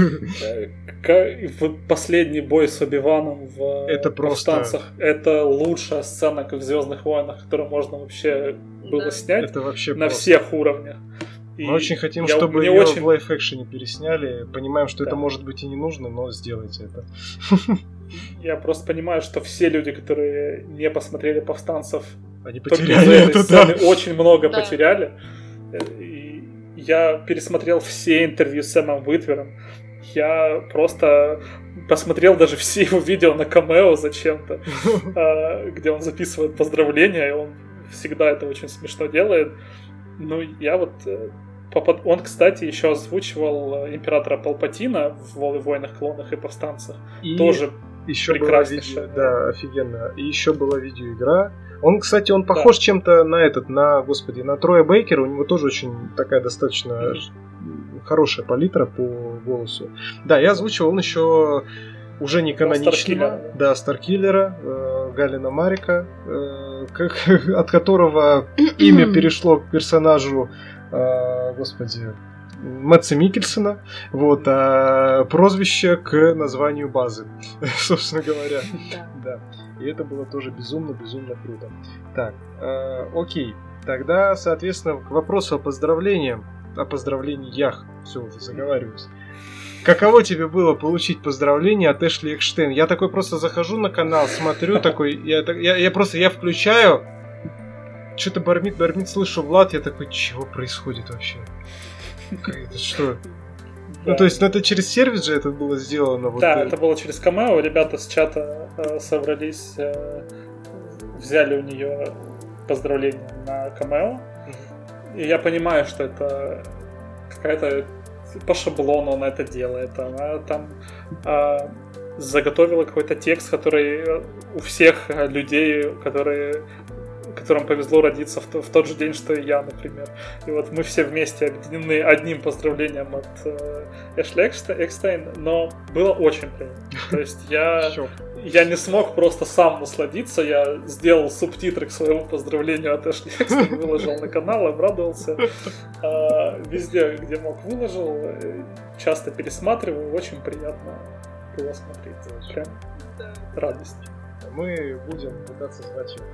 Последний бой с Оби-Ваном в повстанцах. Это лучшая сцена, как в Звездных войнах, которую можно вообще было снять на всех уровнях. Мы и очень хотим, я, чтобы ее очень... в лайф-экшене пересняли. Понимаем, что да. это может быть и не нужно, но сделайте это. Я просто понимаю, что все люди, которые не посмотрели «Повстанцев», они потеряли это, да. очень много да. потеряли. И я пересмотрел все интервью с Сэмом Витвером. Я просто посмотрел даже все его видео на Камео зачем-то, где он записывает поздравления, и он всегда это очень смешно делает. Ну, я вот... Он, кстати, еще озвучивал императора Палпатина в «Войнах, клонах и повстанцах». И тоже еще прекраснейшая. Видео, да, офигенно. И еще была видеоигра. Он, кстати, он похож да. чем-то на этот, на, господи, на Троя Бейкера. У него тоже очень такая достаточно mm-hmm. хорошая палитра по голосу. Да, я озвучивал он еще уже не каноничного. Ну, да, Старкиллера, э, Галина Марика, э, как, от которого имя перешло к персонажу господи, Мэтса Миккельсона, вот, а прозвище к названию базы, собственно говоря. Да. И это было тоже безумно-безумно круто. Так, э, окей. Тогда, соответственно, к вопросу о поздравлениях, о поздравлениях, все, уже заговариваюсь. Каково тебе было получить поздравление от Эшли Экштейн? Я такой просто захожу на канал, смотрю такой, я, я, я просто, я включаю, что-то бормит, бормит, слышу Влад, я такой, чего происходит вообще? Это что? Да. Ну, то есть, ну, это через сервис же это было сделано? Вот да, это... это было через Камео, ребята с чата э, собрались э, взяли у нее поздравления на камео. И я понимаю, что это какая-то по шаблону она это делает. Она там а, заготовила какой-то текст, который у всех людей, которые, которым повезло родиться в, в тот же день, что и я, например. И вот мы все вместе объединены одним поздравлением от э, Эшли Экстейн, но было очень приятно. То есть я... Я не смог просто сам насладиться, я сделал субтитры к своему поздравлению от Эшли Экстейн, выложил на канал, обрадовался. А, везде, где мог, выложил, часто пересматриваю, очень приятно было смотреть. Прям радость. Мы будем пытаться звать его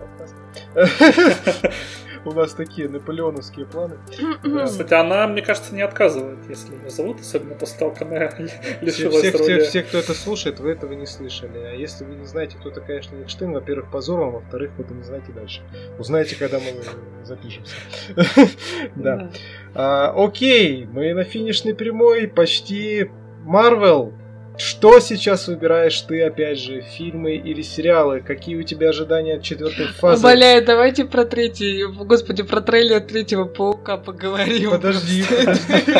в подкаст. У нас такие наполеоновские планы. Кстати, она, мне кажется, не отказывает, если ее зовут, особенно после того, как она лишилась роли. Все, кто это слушает, вы этого не слышали. А если вы не знаете, кто такая Эшли Экстейн, во-первых, позор вам, во-вторых, вы это не знаете дальше. Узнаете, когда мы запишемся. Да. Окей, мы на финишной прямой, почти Марвел. Что сейчас выбираешь ты, опять же, фильмы или сериалы? Какие у тебя ожидания от четвертой фазы? Умоляю, давайте про третий, господи, про трейлер третьего Паука поговорим. Подожди, подожди.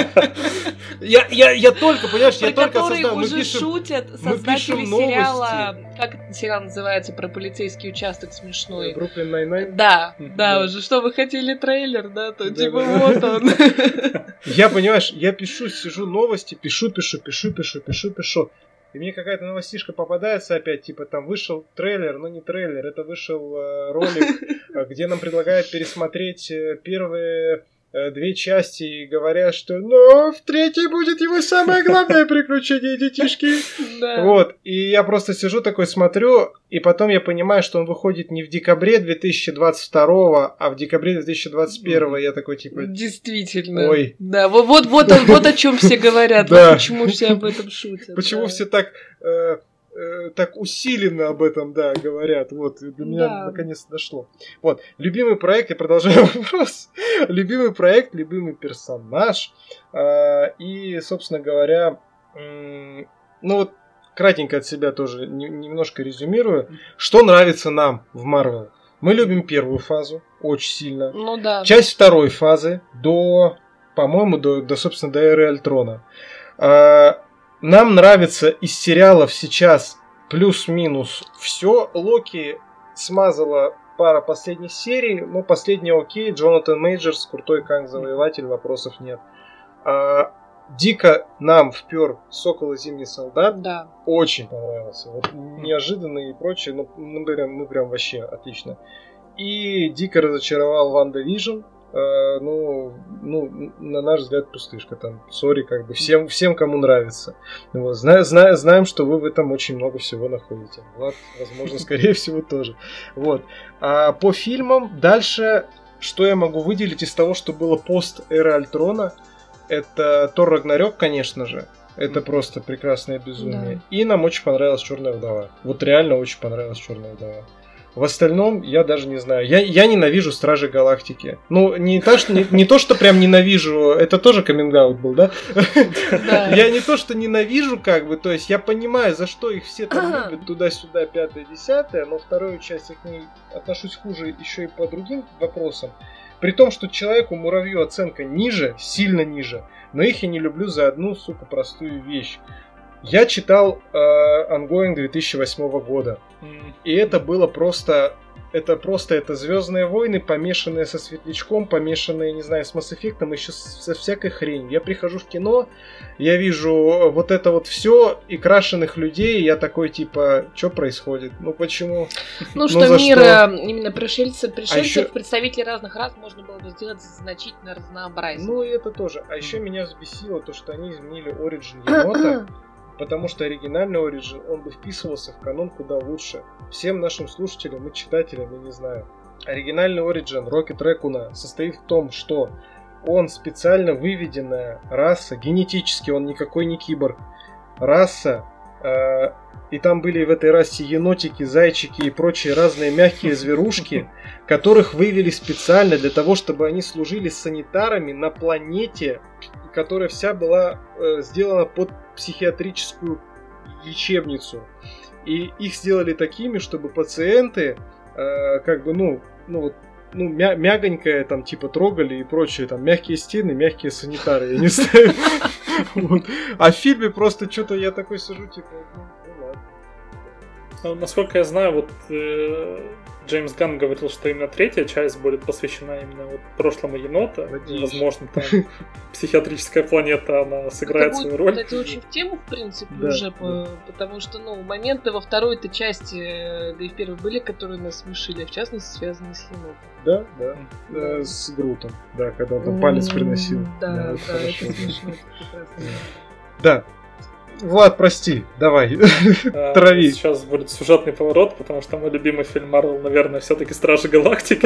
Я, я, я только, понимаешь, я только создал. Мы уже пишем, шутят создатели сериала, как этот сериал называется, про полицейский участок смешной. Бруклин Найн-Найн? Да, да, уже что, вы хотели трейлер, да? То типа вот он. Я, понимаешь, я пишу, сижу новости, пишу, пишу, пишу, пишу, пишу, пишу. И мне какая-то новостишка попадается опять, типа там вышел трейлер, но не трейлер, это вышел э, ролик, где нам предлагают пересмотреть э, первые э, две части и говорят, что ну, в третьей будет его самое главное приключение, детишки. Да. Вот, и я просто сижу такой, смотрю, и потом я понимаю, что он выходит не в декабре две тысячи двадцать второго, а в декабре две тысячи двадцать первого. Я такой, типа... Действительно. Ой. Да, вот, вот, вот, он, вот о чем все говорят, да. Вот почему все об этом шутят. Почему да. все так... Э, э, так усиленно об этом, да, говорят. Вот, до меня да. наконец дошло. Вот, любимый проект, я продолжаю вопрос. Любимый проект, любимый персонаж. Э, и, собственно говоря, э, ну вот, кратенько от себя тоже немножко резюмирую. Что нравится нам в Marvel? Мы любим первую фазу очень сильно. Ну да. Часть второй фазы до, по-моему, до, до собственно, до эры Альтрона. А, нам нравится из сериалов сейчас плюс-минус все. Локи смазала пара последних серий, но последняя окей. Джонатан Мейджерс, крутой Канг-завоеватель, вопросов нет. А, дико нам впер Сокол и Зимний солдат. Да. Очень понравился. Вот неожиданно и прочее, но мы прям, мы прям вообще отлично. И дико разочаровал Ванда Вижн. Э, ну, ну, на наш взгляд, пустышка там. Сори, как бы всем, всем кому нравится. Вот. Зна, зна, знаем, что вы в этом очень много всего находите. Влад, возможно, скорее всего, тоже. Вот. А по фильмам дальше, что я могу выделить из того, что было пост эры Альтрона? Это Тор Рагнарёк, конечно же. Это просто прекрасное безумие. Да. И нам очень понравилась Черная вдова. Вот реально очень понравилась Черная вдова. В остальном я даже не знаю. Я, я ненавижу Стражи Галактики. Ну, не, то, что, не, не то, что прям ненавижу. Это тоже каминг-аут был, да? Да. Я не то, что ненавижу, как бы. То есть я понимаю, за что их все там любят туда-сюда, пятое, десятое. Но вторую часть я к ней отношусь хуже еще и по другим вопросам. При том, что человеку-муравью оценка ниже, сильно ниже, но их я не люблю за одну, сука, простую вещь. Я читал э, Ongoing две тысячи восьмого года, mm. и это было просто... Это просто это Звездные войны, помешанные со Светлячком, помешанные, не знаю, с Mass Effect, еще со всякой хренью. Я прихожу в кино, я вижу вот это вот все и крашеных людей, и я такой типа, что происходит? Ну почему? Ну, ну что мир что? Именно пришельцы, пришельцев, а еще... представителей разных рас можно было бы сделать значительно разнообразнее. Ну и это тоже. А еще меня взбесило то, что они изменили Origin енота. Потому что оригинальный Origin, он бы вписывался в канон куда лучше. Всем нашим слушателям и читателям, я не знаю. Оригинальный Origin Rocket Raccoon состоит в том, что он специально выведенная раса, генетически он никакой не киборг. Раса, э, и там были в этой расе енотики, зайчики и прочие разные мягкие зверушки, которых вывели специально для того, чтобы они служили санитарами на планете, которая вся была э, сделана под психиатрическую лечебницу. И их сделали такими, чтобы пациенты, э, э, как бы, ну, ну, вот, ну, мя- мягонькое, там, типа, трогали и прочее, там, мягкие стены, мягкие санитары, я не знаю. А в фильме просто что-то я такой сижу, типа, ну, ладно. Ну, насколько я знаю, вот э, Джеймс Ганн говорил, что именно третья часть будет посвящена именно вот прошлому енота. Надеюсь. Возможно, там психиатрическая планета, она сыграет это свою будет, роль. Кстати, очень в тему, в принципе, да, уже, да. По, потому что, ну, моменты во второй-то части, да и в первой были, которые нас смешили, в частности, связаны с енотом. Да, да, да, с Грутом, да, когда он там палец приносил. Да, да, да, это смешно, это прекрасно. Да. Влад, прости, давай, а, трави. Сейчас будет сюжетный поворот, потому что мой любимый фильм Марвел, наверное, все-таки Стражи Галактики.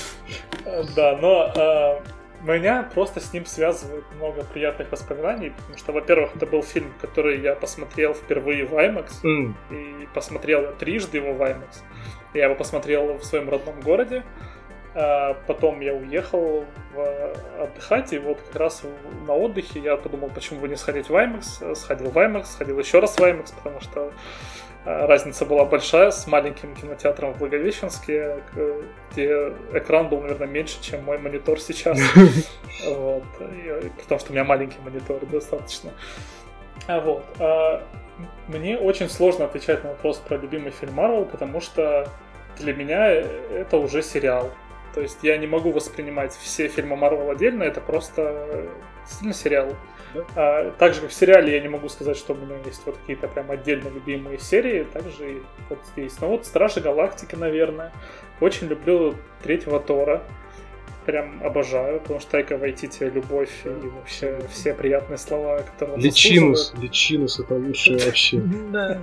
Да, но а, меня просто с ним связывает много приятных воспоминаний, потому что, во-первых, это был фильм, который я посмотрел впервые в IMAX, mm. и посмотрел трижды его в IMAX. Я его посмотрел в своем родном городе. Потом я уехал в... отдыхать, и вот как раз на отдыхе я подумал, почему бы не сходить в IMAX. Сходил в IMAX, сходил еще раз в IMAX, потому что разница была большая с маленьким кинотеатром в Благовещенске, где экран был, наверное, меньше, чем мой монитор сейчас. Вот. Потому что у меня маленький монитор достаточно. Вот. Мне очень сложно отвечать на вопрос про любимый фильм Marvel, потому что для меня это уже сериал. То есть я не могу воспринимать все фильмы Marvel отдельно, это просто действительно сериал. Да. А, так же, как в сериале, я не могу сказать, что у меня есть вот какие-то прям отдельно любимые серии, также и вот здесь. Ну вот Стражи Галактики, наверное. Очень люблю третьего Тора. Прям обожаю, потому что Тайка Вайтити любовь и вообще все приятные слова, которые он Личинус, Личинус это лучшее вообще. Да.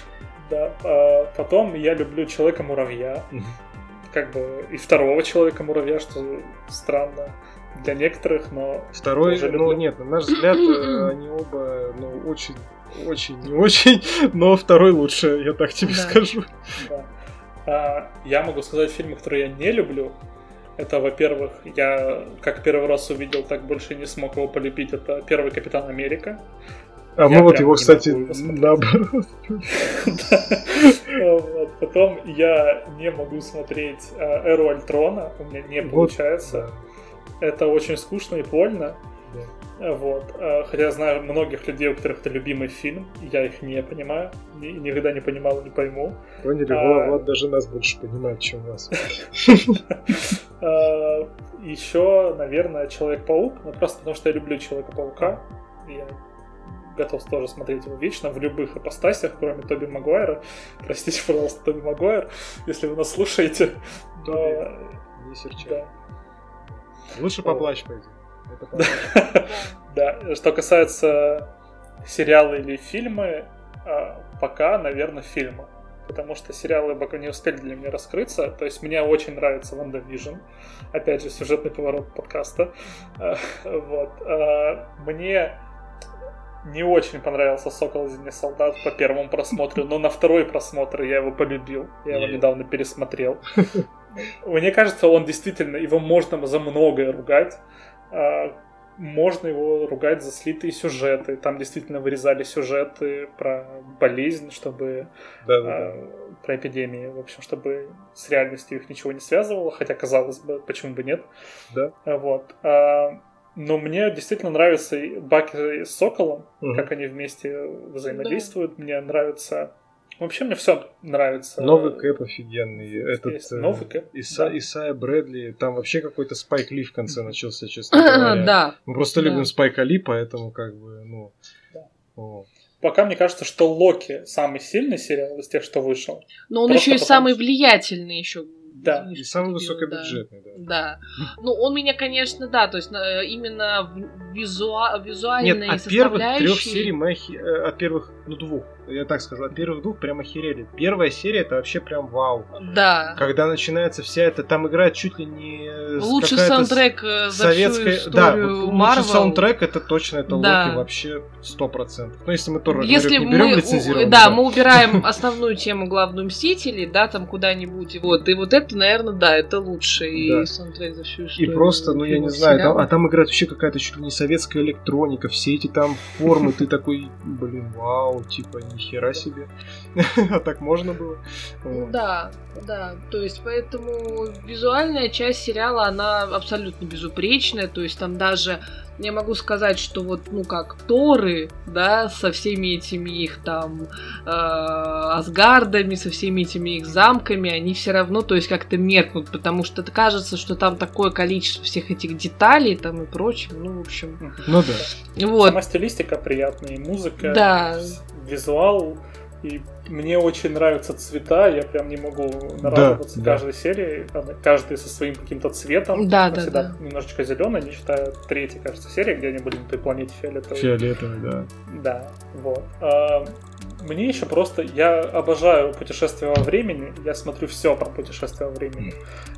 Да. Потом я люблю Человека-муравья. Как бы и второго Человека-муравья, что странно для некоторых, но... Второй, ну нет, на наш взгляд, они оба, ну, очень, очень, не очень, но второй лучше, я так тебе да. скажу. Да. А, я могу сказать фильмы, которые я не люблю. Это, во-первых, я как первый раз увидел, так больше не смог его полюбить. Это первый Капитан Америка. А я мы вот его, кстати, наоборот. Потом я не могу смотреть Эру Альтрона, у меня не получается. Это очень скучно и больно. Вот. Хотя я знаю многих людей, у которых это любимый фильм, я их не понимаю, никогда не понимал, не пойму. Поняли, а... Влад даже нас больше понимает, чем вас. Еще, наверное, Человек-паук, ну просто потому что я люблю Человека-паука, я готов тоже смотреть его вечно в любых ипостасях, кроме Тоби Магуайра. Простите, пожалуйста, Тоби Магуайр, если вы нас слушаете. Тоби, не серчай. Лучше поплачь пойди. Да, что касается сериала или фильмы, пока, наверное, фильмы. Потому что сериалы пока не успели для меня раскрыться. То есть мне очень нравится WandaVision. Опять же, сюжетный поворот подкаста. Вот. Мне не очень понравился «Сокол и Зимний солдат» по первому просмотру, но на второй просмотр я его полюбил. Я его недавно пересмотрел. Мне кажется, он действительно, его можно за многое ругать. Можно его ругать за слитые сюжеты. Там действительно вырезали сюжеты про болезнь, чтобы да, да, да. про эпидемии, в общем, чтобы с реальностью их ничего не связывало, хотя, казалось бы, почему бы нет. Да. Вот. Но мне действительно нравится Баки с Соколом, угу. как они вместе взаимодействуют. Да. Мне нравится... Вообще мне все нравится. Новый Кэп офигенный. Этот, Новый Кэп. Иса, да. Исайя Брэдли. Там вообще какой-то Спайк Ли в конце начался, честно говоря. Да. Мы просто да. любим Спайка Ли, поэтому как бы, ну... Да. О. Пока мне кажется, что Локи самый сильный сериал из тех, что вышел. Но он еще и самый что... влиятельный еще. Да. И самый высокобюджетный, да. да. Да. Ну, он меня, конечно, да, то есть именно визуа... визуальные Нет, от составляющие... первых трех серий мы охи... от первых, ну, двух, я так скажу, от первых двух прям охерели. Первая серия это вообще прям вау. Да. Когда начинается вся эта, там играет чуть ли не лучший саундтрек за советская... всю историю да, Marvel. Лучший саундтрек это точно, это да. Локи вообще сто процентов. Ну, если мы тоже если не берем мы, лицензированный. Да, да, мы убираем основную тему главную Мстителей, да, там куда-нибудь, вот, и вот это, наверное, да, это лучший да. саундтрек за всю историю. И просто, ну, я не знаю, там, а там играет вообще какая-то чуть ли не советская электроника, все эти там формы, ты такой, блин, вау, типа, Нихера себе. А так можно было? Вот. Да, да. То есть, поэтому визуальная часть сериала, она абсолютно безупречная. То есть, там даже, я могу сказать, что вот, ну как, Торы, да, со всеми этими их там э, Асгардами, со всеми этими их замками, они все равно, то есть, как-то меркнут, потому что кажется, что там такое количество всех этих деталей там и прочего, ну, в общем. Ну да. Вот. Сама стилистика приятная, и музыка, да. и визуал, и мне очень нравятся цвета, я прям не могу нарадоваться да, каждой да. серии, каждый со своим каким-то цветом. Да, да, всегда да. немножечко зеленый, не считая третьей, кажется, серии, где они были на той планете фиолетовой. Фиолетовый, да. Да, вот. А, мне еще просто, я обожаю путешествия во времени, я смотрю все про путешествия во времени,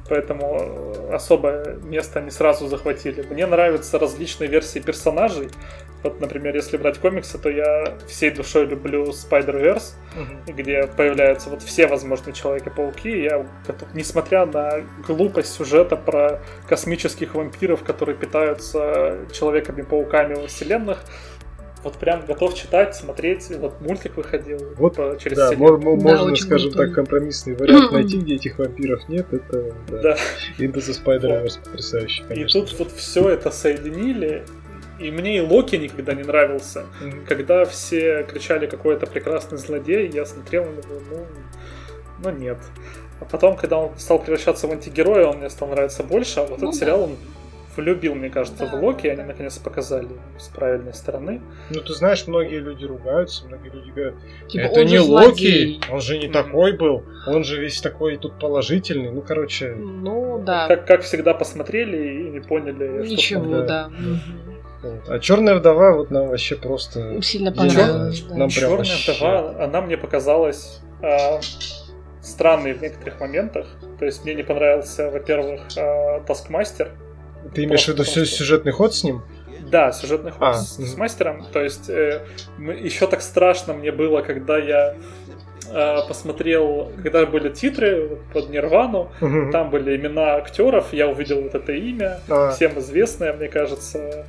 поэтому особое место они сразу захватили. Мне нравятся различные версии персонажей. Вот, например, если брать комиксы, то я всей душой люблю Spider-Verse, uh-huh. где появляются вот все возможные Человеки-пауки. Я готов, несмотря на глупость сюжета про космических вампиров, которые питаются Человеками-пауками во вселенных, вот прям готов читать, смотреть. Вот мультик выходил вот, по, через да, вселенную. Да, можно, скажем так, компромиссный вариант найти, где этих вампиров нет. Это да. Да. Into the Spider-Verse вот. Потрясающий, конечно. И тут вот все это соединили. И мне и Локи никогда не нравился. Mm-hmm. Когда все кричали «какой-то прекрасный злодей», я смотрел на него, ну, ну нет. А потом, когда он стал превращаться в антигероя, он мне стал нравиться больше. А вот ну, этот да. сериал, он влюбил, мне кажется, да. в Локи, и они наконец показали с правильной стороны. Ну, ты знаешь, многие люди ругаются, многие люди говорят, типа, это не Локи, он же не mm-hmm. такой был, он же весь такой тут положительный, ну, короче... Ну, да. Как, как всегда посмотрели и не поняли, Ничего, что... да. да. Вот. А Черная вдова вот нам вообще просто... Сильно понравилась. Да. Черная вообще... вдова, она мне показалась э, странной в некоторых моментах. То есть мне не понравился, во-первых, э, Таскмастер. Ты имеешь в виду просто... сюжетный ход с ним? Да, сюжетный ход а. с, с мастером. То есть э, еще так страшно мне было, когда я э, посмотрел, когда были титры под Нирвану, угу. там были имена актеров, я увидел вот это имя, а. всем известное, мне кажется.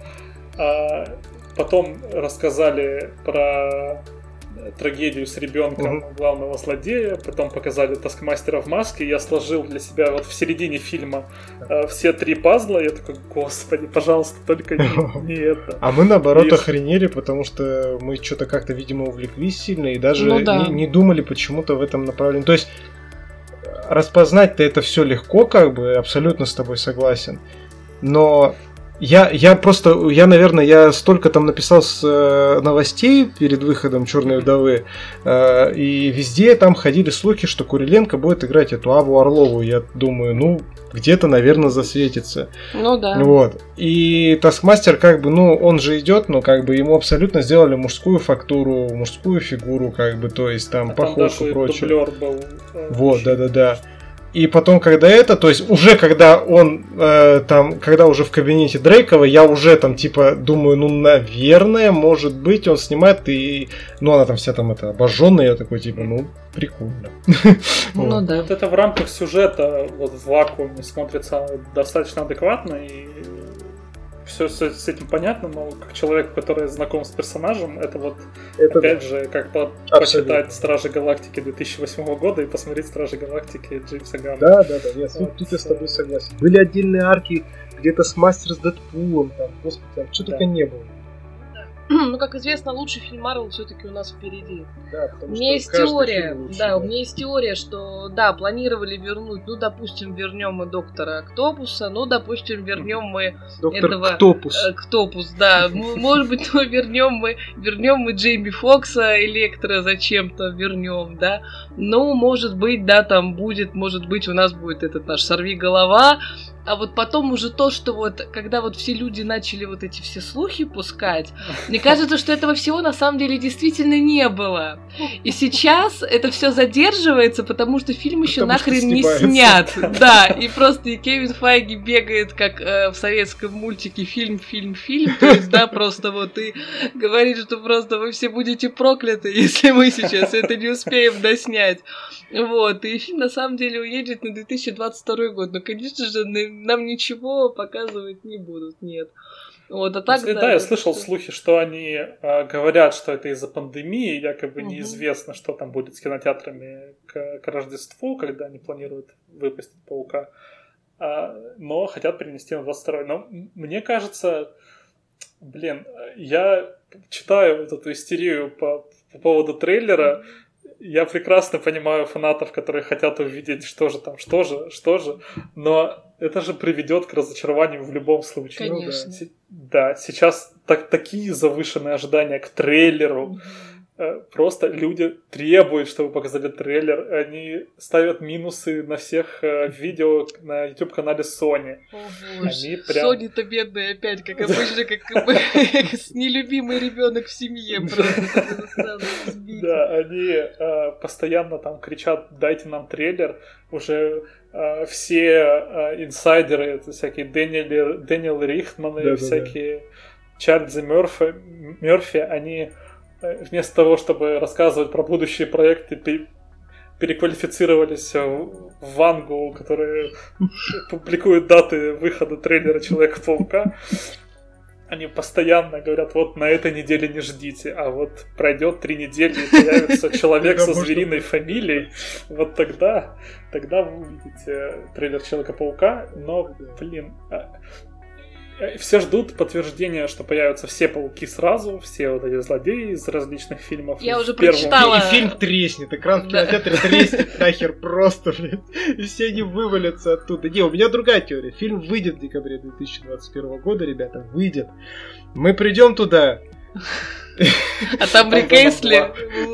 А потом рассказали про трагедию с ребенком uh-huh. главного злодея, потом показали Таскмастера в маске, я сложил для себя вот в середине фильма э, все три пазла, я такой, господи, пожалуйста, только не, не это. А мы наоборот и... охренели, потому что мы что-то как-то, видимо, увлеклись сильно и даже ну, да. не, не думали почему-то в этом направлении. То есть распознать-то это все легко, как бы, абсолютно с тобой согласен, но... Я, я просто, я, наверное, я столько там написал с э, новостей перед выходом «Черной вдовы», э, и везде там ходили слухи, что Куриленко будет играть эту Аву Орлову. Я думаю, ну, где-то, наверное, засветится. Ну да. Вот. И Таскмастер, как бы, ну, он же идет, но как бы ему абсолютно сделали мужскую фактуру, мужскую фигуру, как бы, то есть там а походку и прочее. Дублер был. Э, вот, да-да-да. И потом, когда это, то есть уже когда он э, там, когда уже в кабинете Дрейкова, я уже там типа думаю, ну, наверное, может быть, он снимает, и ну, она там вся там это обожженная, я такой типа, ну, прикольно. Ну да. Вот это в рамках сюжета, вот в вакууме смотрится достаточно адекватно, и все с этим понятно, но как человек, который знаком с персонажем, это вот, это опять да. же, как по- почитать «Стражи Галактики» две тысячи восьмого года и посмотреть «Стражи Галактики» Джеймса Ганна. Да, да, да, я вот, тут я с тобой согласен. Были отдельные арки, где-то с Мастер с Дэдпулом, там, господи, там что да. только не было. Ну, как известно, лучший фильм Марвел все-таки у нас впереди. Да, потому у меня есть теория, лучше, да, да, у меня есть теория, что да, планировали вернуть, ну, допустим, вернем мы Доктора Октопуса, ну, допустим, вернем мы Доктор этого Октопус. Э, Октопус, да, может быть, ну, вернем мы, вернем мы Джейми Фокса, Электро зачем-то вернем, да. Ну, может быть, да, там будет, может быть, у нас будет этот наш Сорвиголова. А вот потом уже то, что вот, когда вот все люди начали вот эти все слухи пускать, мне кажется, что этого всего на самом деле действительно не было. И сейчас это все задерживается, потому что фильм еще потому нахрен не снят. Да, и просто и Кевин Файги бегает, как э, в советском мультике фильм, фильм, фильм. То есть, да, просто вот и говорит, что просто вы все будете прокляты, если мы сейчас это не успеем доснять. Вот, и фильм на самом деле уедет на две тысячи двадцать второй год. Но, конечно же, нам ничего показывать не будут, нет. Вот, а так, да, да, да, я слышал что... слухи, что они а, говорят, что это из-за пандемии, якобы угу. неизвестно, что там будет с кинотеатрами к, к Рождеству, когда они планируют выпустить Паука, а, но хотят перенести на двадцать второй. Но мне кажется, блин, я читаю вот эту истерию по, по поводу трейлера, я прекрасно понимаю фанатов, которые хотят увидеть, что же там, что же, что же, но это же приведет к разочарованию в любом случае. Конечно. Да, сейчас так, такие завышенные ожидания к трейлеру. Mm-hmm. Просто люди требуют, чтобы показали трейлер. Они ставят минусы на всех видео на YouTube-канале Sony. О, Они прям... Sony-то бедная опять, как обычно, как нелюбимый ребенок в семье. Да, они постоянно там кричат: дайте нам трейлер. Уже Uh, все uh, инсайдеры, это всякие Дэниел, Дэниел Рихтманы, да, всякие да, да. Чарльзы Мёрфи, Мёрфи, они uh, вместо того, чтобы рассказывать про будущие проекты, пе- переквалифицировались в Вангу, которые публикуют даты выхода трейлера Человека-паука. Они постоянно говорят: вот на этой неделе не ждите, а вот пройдет три недели и появится человек со звериной фамилией, вот тогда, тогда вы увидите трейлер Человека-паука, но, блин, все ждут подтверждения, что появятся все пауки сразу, все вот эти злодеи из различных фильмов. Я уже прочитала. И фильм треснет, экран в кинотеатре треснет нахер просто, блин, и все они вывалятся оттуда. Не, у меня другая теория. Фильм выйдет в декабре две тысячи двадцать первого года, ребята, выйдет. Мы придем туда. А там Рик Эйсли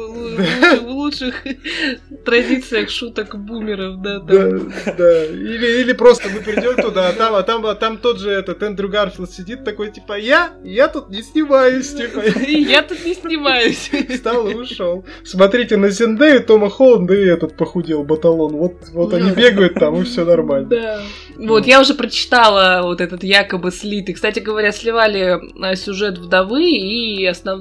в лучших традициях шуток бумеров, да. Да, да. Или, или просто мы придем туда, а там, а там, а там тот же этот Эндрю Гарфилд сидит такой, типа, я, я тут не снимаюсь, типа. Я тут не снимаюсь. Встал и ушел. Смотрите на Зендею, Тома Холланда и этот похудел Баталон. Вот, вот они бегают там, и все нормально. Да. Вот, я уже прочитала вот этот якобы слитый. Кстати говоря, сливали сюжет вдовы и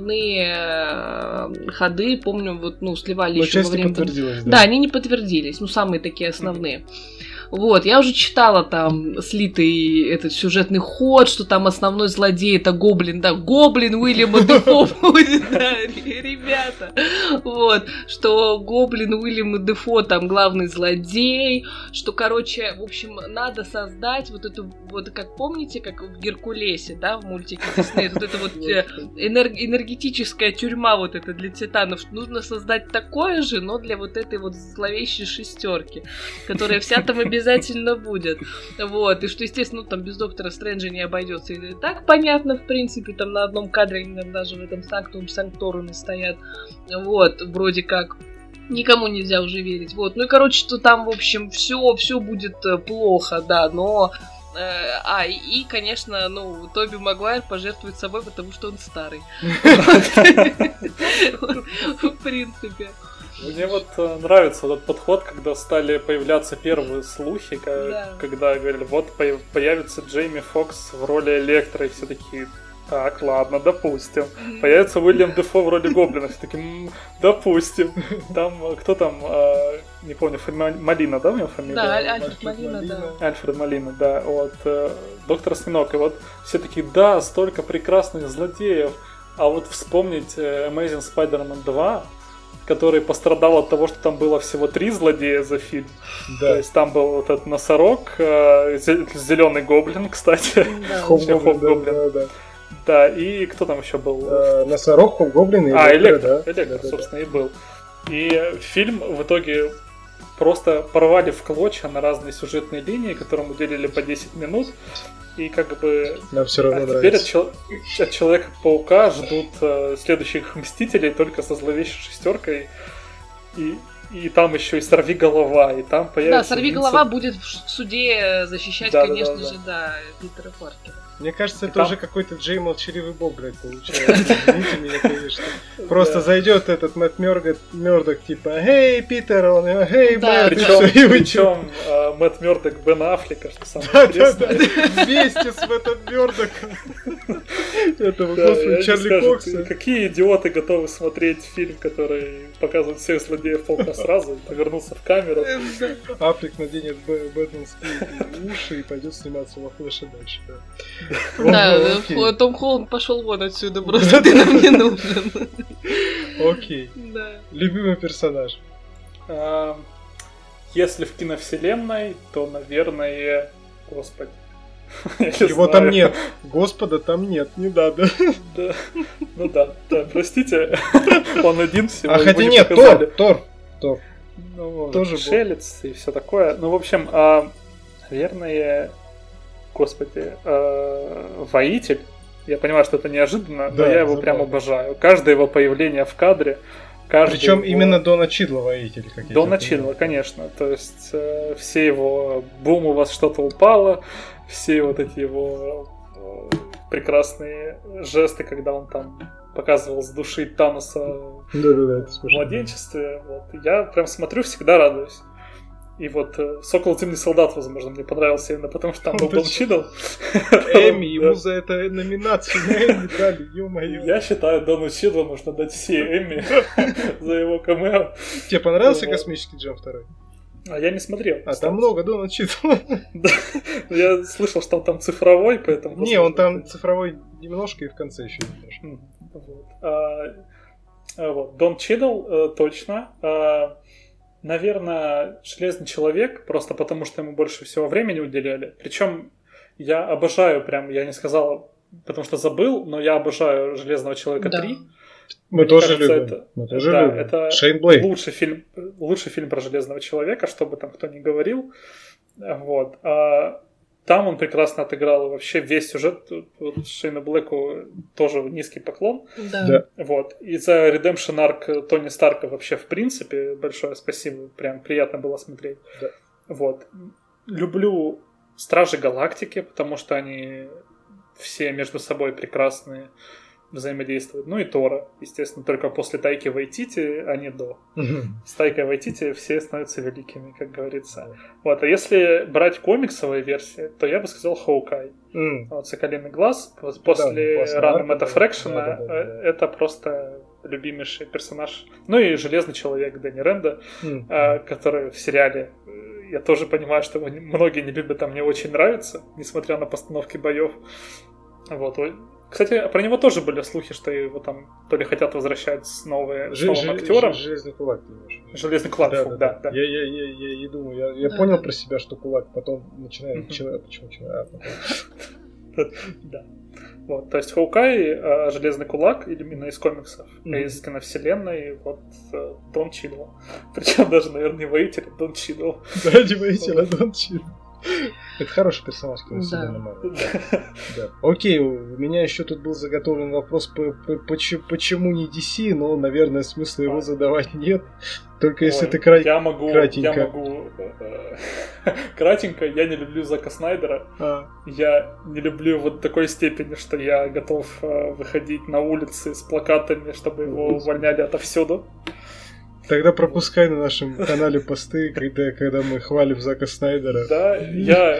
основные ходы, помню, вот, ну, сливали еще во время... подтвердилось, да? Да, они не подтвердились, ну, самые такие основные. Вот, я уже читала там слитый этот сюжетный ход, что там основной злодей это гоблин, да, гоблин Уильяма Дефо будет, да, ребята. Вот, что гоблин Уильяма Дефо там главный злодей, что, короче, в общем, надо создать вот эту, вот как помните, как в Геркулесе, да, в мультике Дисней, вот эта вот энерг- энергетическая тюрьма вот эта для титанов, нужно создать такое же, но для вот этой вот зловещей шестерки, которая вся там обязательно будет. Вот. И что, естественно, ну, там без Доктора Стрэнджа не обойдется. И так понятно, в принципе, там на одном кадре они там даже в этом Санктум Санкторуме стоят. Вот, вроде как. Никому нельзя уже верить. Вот. Ну и, короче, что там, в общем, все, все будет плохо, да, но... Э, а, и, и, конечно, ну, Тоби Магуайр пожертвует собой, потому что он старый. В принципе. Мне вот э, нравится этот подход, когда стали появляться первые слухи, как, да. когда говорили, вот появится Джейми Фокс в роли Электро, и все такие, так, ладно, допустим. Появится Уильям Дефо в роли Гоблина, все такие, м-м, допустим. Там, кто там, э, не помню, Малина, да, у него фамилия? Да, Аль- Альфред Малина, да. Альфред Малина, да, вот, э, Доктор Осьминог, и вот все такие, да, столько прекрасных злодеев, а вот вспомнить э, Amazing Spider-Man два, который пострадал от того, что там было всего три злодея за фильм. Да. То есть там был вот этот носорог, э, зеленый гоблин, кстати. Да. Хоум-гоблин, да, да. Да, и кто там еще был? А, носорог, Хоум-гоблин и А, Электро, да. Электро, да, собственно, да. и был. И фильм в итоге просто порвали в клочья на разные сюжетные линии, которым уделили по десять минут. И как бы... Нам все равно а нравится. теперь от, чел... от Человека-паука ждут э, следующих Мстителей только со зловещей шестеркой. И, и там еще и Сорвиголова, и там появится... Да, Сорвиголова Винсент... будет в суде защищать, да, конечно да, да, же, да, Питера Паркера. Мне кажется, и это там... уже какой-то Джей Молчаливый Бог, блядь, получается. Извините меня, конечно. Просто зайдет этот Мэтт Мёрдок, типа, «Эй, Питер», он его, «Эй, Мэтт», причем Мэтт Мёрдок Бен Аффлека, что самое интересное. Вместе с Мэттом Мёрдоком. Этого, господи, Чарли Кокса. Какие идиоты готовы смотреть фильм, который показывает всех злодеев полка сразу, и повернуться в камеру. Аффлек наденет бэтменские уши и пойдет сниматься во Флэше дальше, да. Да, Том Холланд пошел вон отсюда, просто ты нам не нужен. Окей. Любимый персонаж. Если в киновселенной, то, наверное, Господи. Его там нет. Господа там нет, не надо. Да. Ну да, да, простите. Он один всего. А хотя нет, Тор, Тор, Тор. Ну, тоже Шелец и все такое. Ну, в общем, а, наверное, господи, а, Воитель. Я понимаю, что это неожиданно, да, но я его забавно. Прям обожаю. Каждое его появление в кадре. Причем его... именно Дона Чидла Воитель. Как Дона Чидла, конечно. То есть э, все его бум, у вас что-то упало, все вот эти его э, прекрасные жесты, когда он там показывал задушить Таноса да, да, да, в младенчестве. Вот. Я прям смотрю, всегда радуюсь. И вот «Сокол и Зимний солдат», возможно, мне понравился именно потому, что там был Дон Чидл. Эмми, ему за это номинацию на Эмми дали, ё-моё. Я считаю, Дону Чидлу нужно дать все Эмми за его камео. Тебе понравился «Космический Джем» второй? А я не смотрел. А там много Дона Чидла. Я слышал, что он там цифровой, поэтому... Не, он там цифровой немножко и в конце еще немножко. Вот. Дон Чидл, точно. Наверное, Железный человек, просто потому что ему больше всего времени уделяли. Причем я обожаю, прям, я не сказал, потому что забыл, но я обожаю Железного человека да. три. Мы Мне тоже кажется, любим. Это, Мы тоже да, любим. Это Шейн Блейд. Лучший фильм, лучший фильм про Железного человека, что бы там кто ни говорил. Вот. А там он прекрасно отыграл вообще весь сюжет. Вот Шейну Блэку тоже низкий поклон. Да. да. Вот. И за Redemption Arc Тони Старка вообще в принципе большое спасибо. Прям приятно было смотреть. Да. Вот. Люблю Стражи Галактики, потому что они все между собой прекрасные, взаимодействуют. Ну и Тора, естественно, только после Тайки Вайтити, а не до. Mm-hmm. С Тайкой Вайтити все становятся великими, как говорится. Mm-hmm. Вот. А если брать комиксовые версии, то я бы сказал Хоукай. Mm-hmm. Вот «Соколиный глаз» после да, рана Мэтта Фрэкшена да, да, да, да. это просто любимейший персонаж. Ну и Железный человек Дэнни Рэнда, mm-hmm. который в сериале, я тоже понимаю, что многие не любят, а мне очень нравится, несмотря на постановки боев. Вот. Кстати, про него тоже были слухи, что его там то ли хотят возвращать с, новые, с новым актером. Железный кулак. Железный кулак, да, фу, да, да, да. да. Я, я, я, я, я думаю, я, я да, понял да. про себя, что кулак, потом начинаю... Mm-hmm. Человек, почему человек? Да. Вот, то есть Хоукай, Железный кулак, именно из комиксов, mm-hmm. из киновселенной, вот Дон Чидл. Причем даже, наверное, не Воитель, а Дон Чидл. Да, не Воитель, а Дон Чидл. Это хороший персонаж, да. да. Окей, у меня еще тут был заготовлен вопрос, почему не ди си, но, наверное, смысла его задавать нет. Только если ты кра... я могу, кратенько. Я могу... Кратенько, я не люблю Зака Снайдера. А. Я не люблю вот такой степени, что я готов выходить на улицы с плакатами, чтобы его увольняли отовсюду. Тогда пропускай на нашем канале посты, когда, когда мы хвалим Зака Снайдера. Да, я...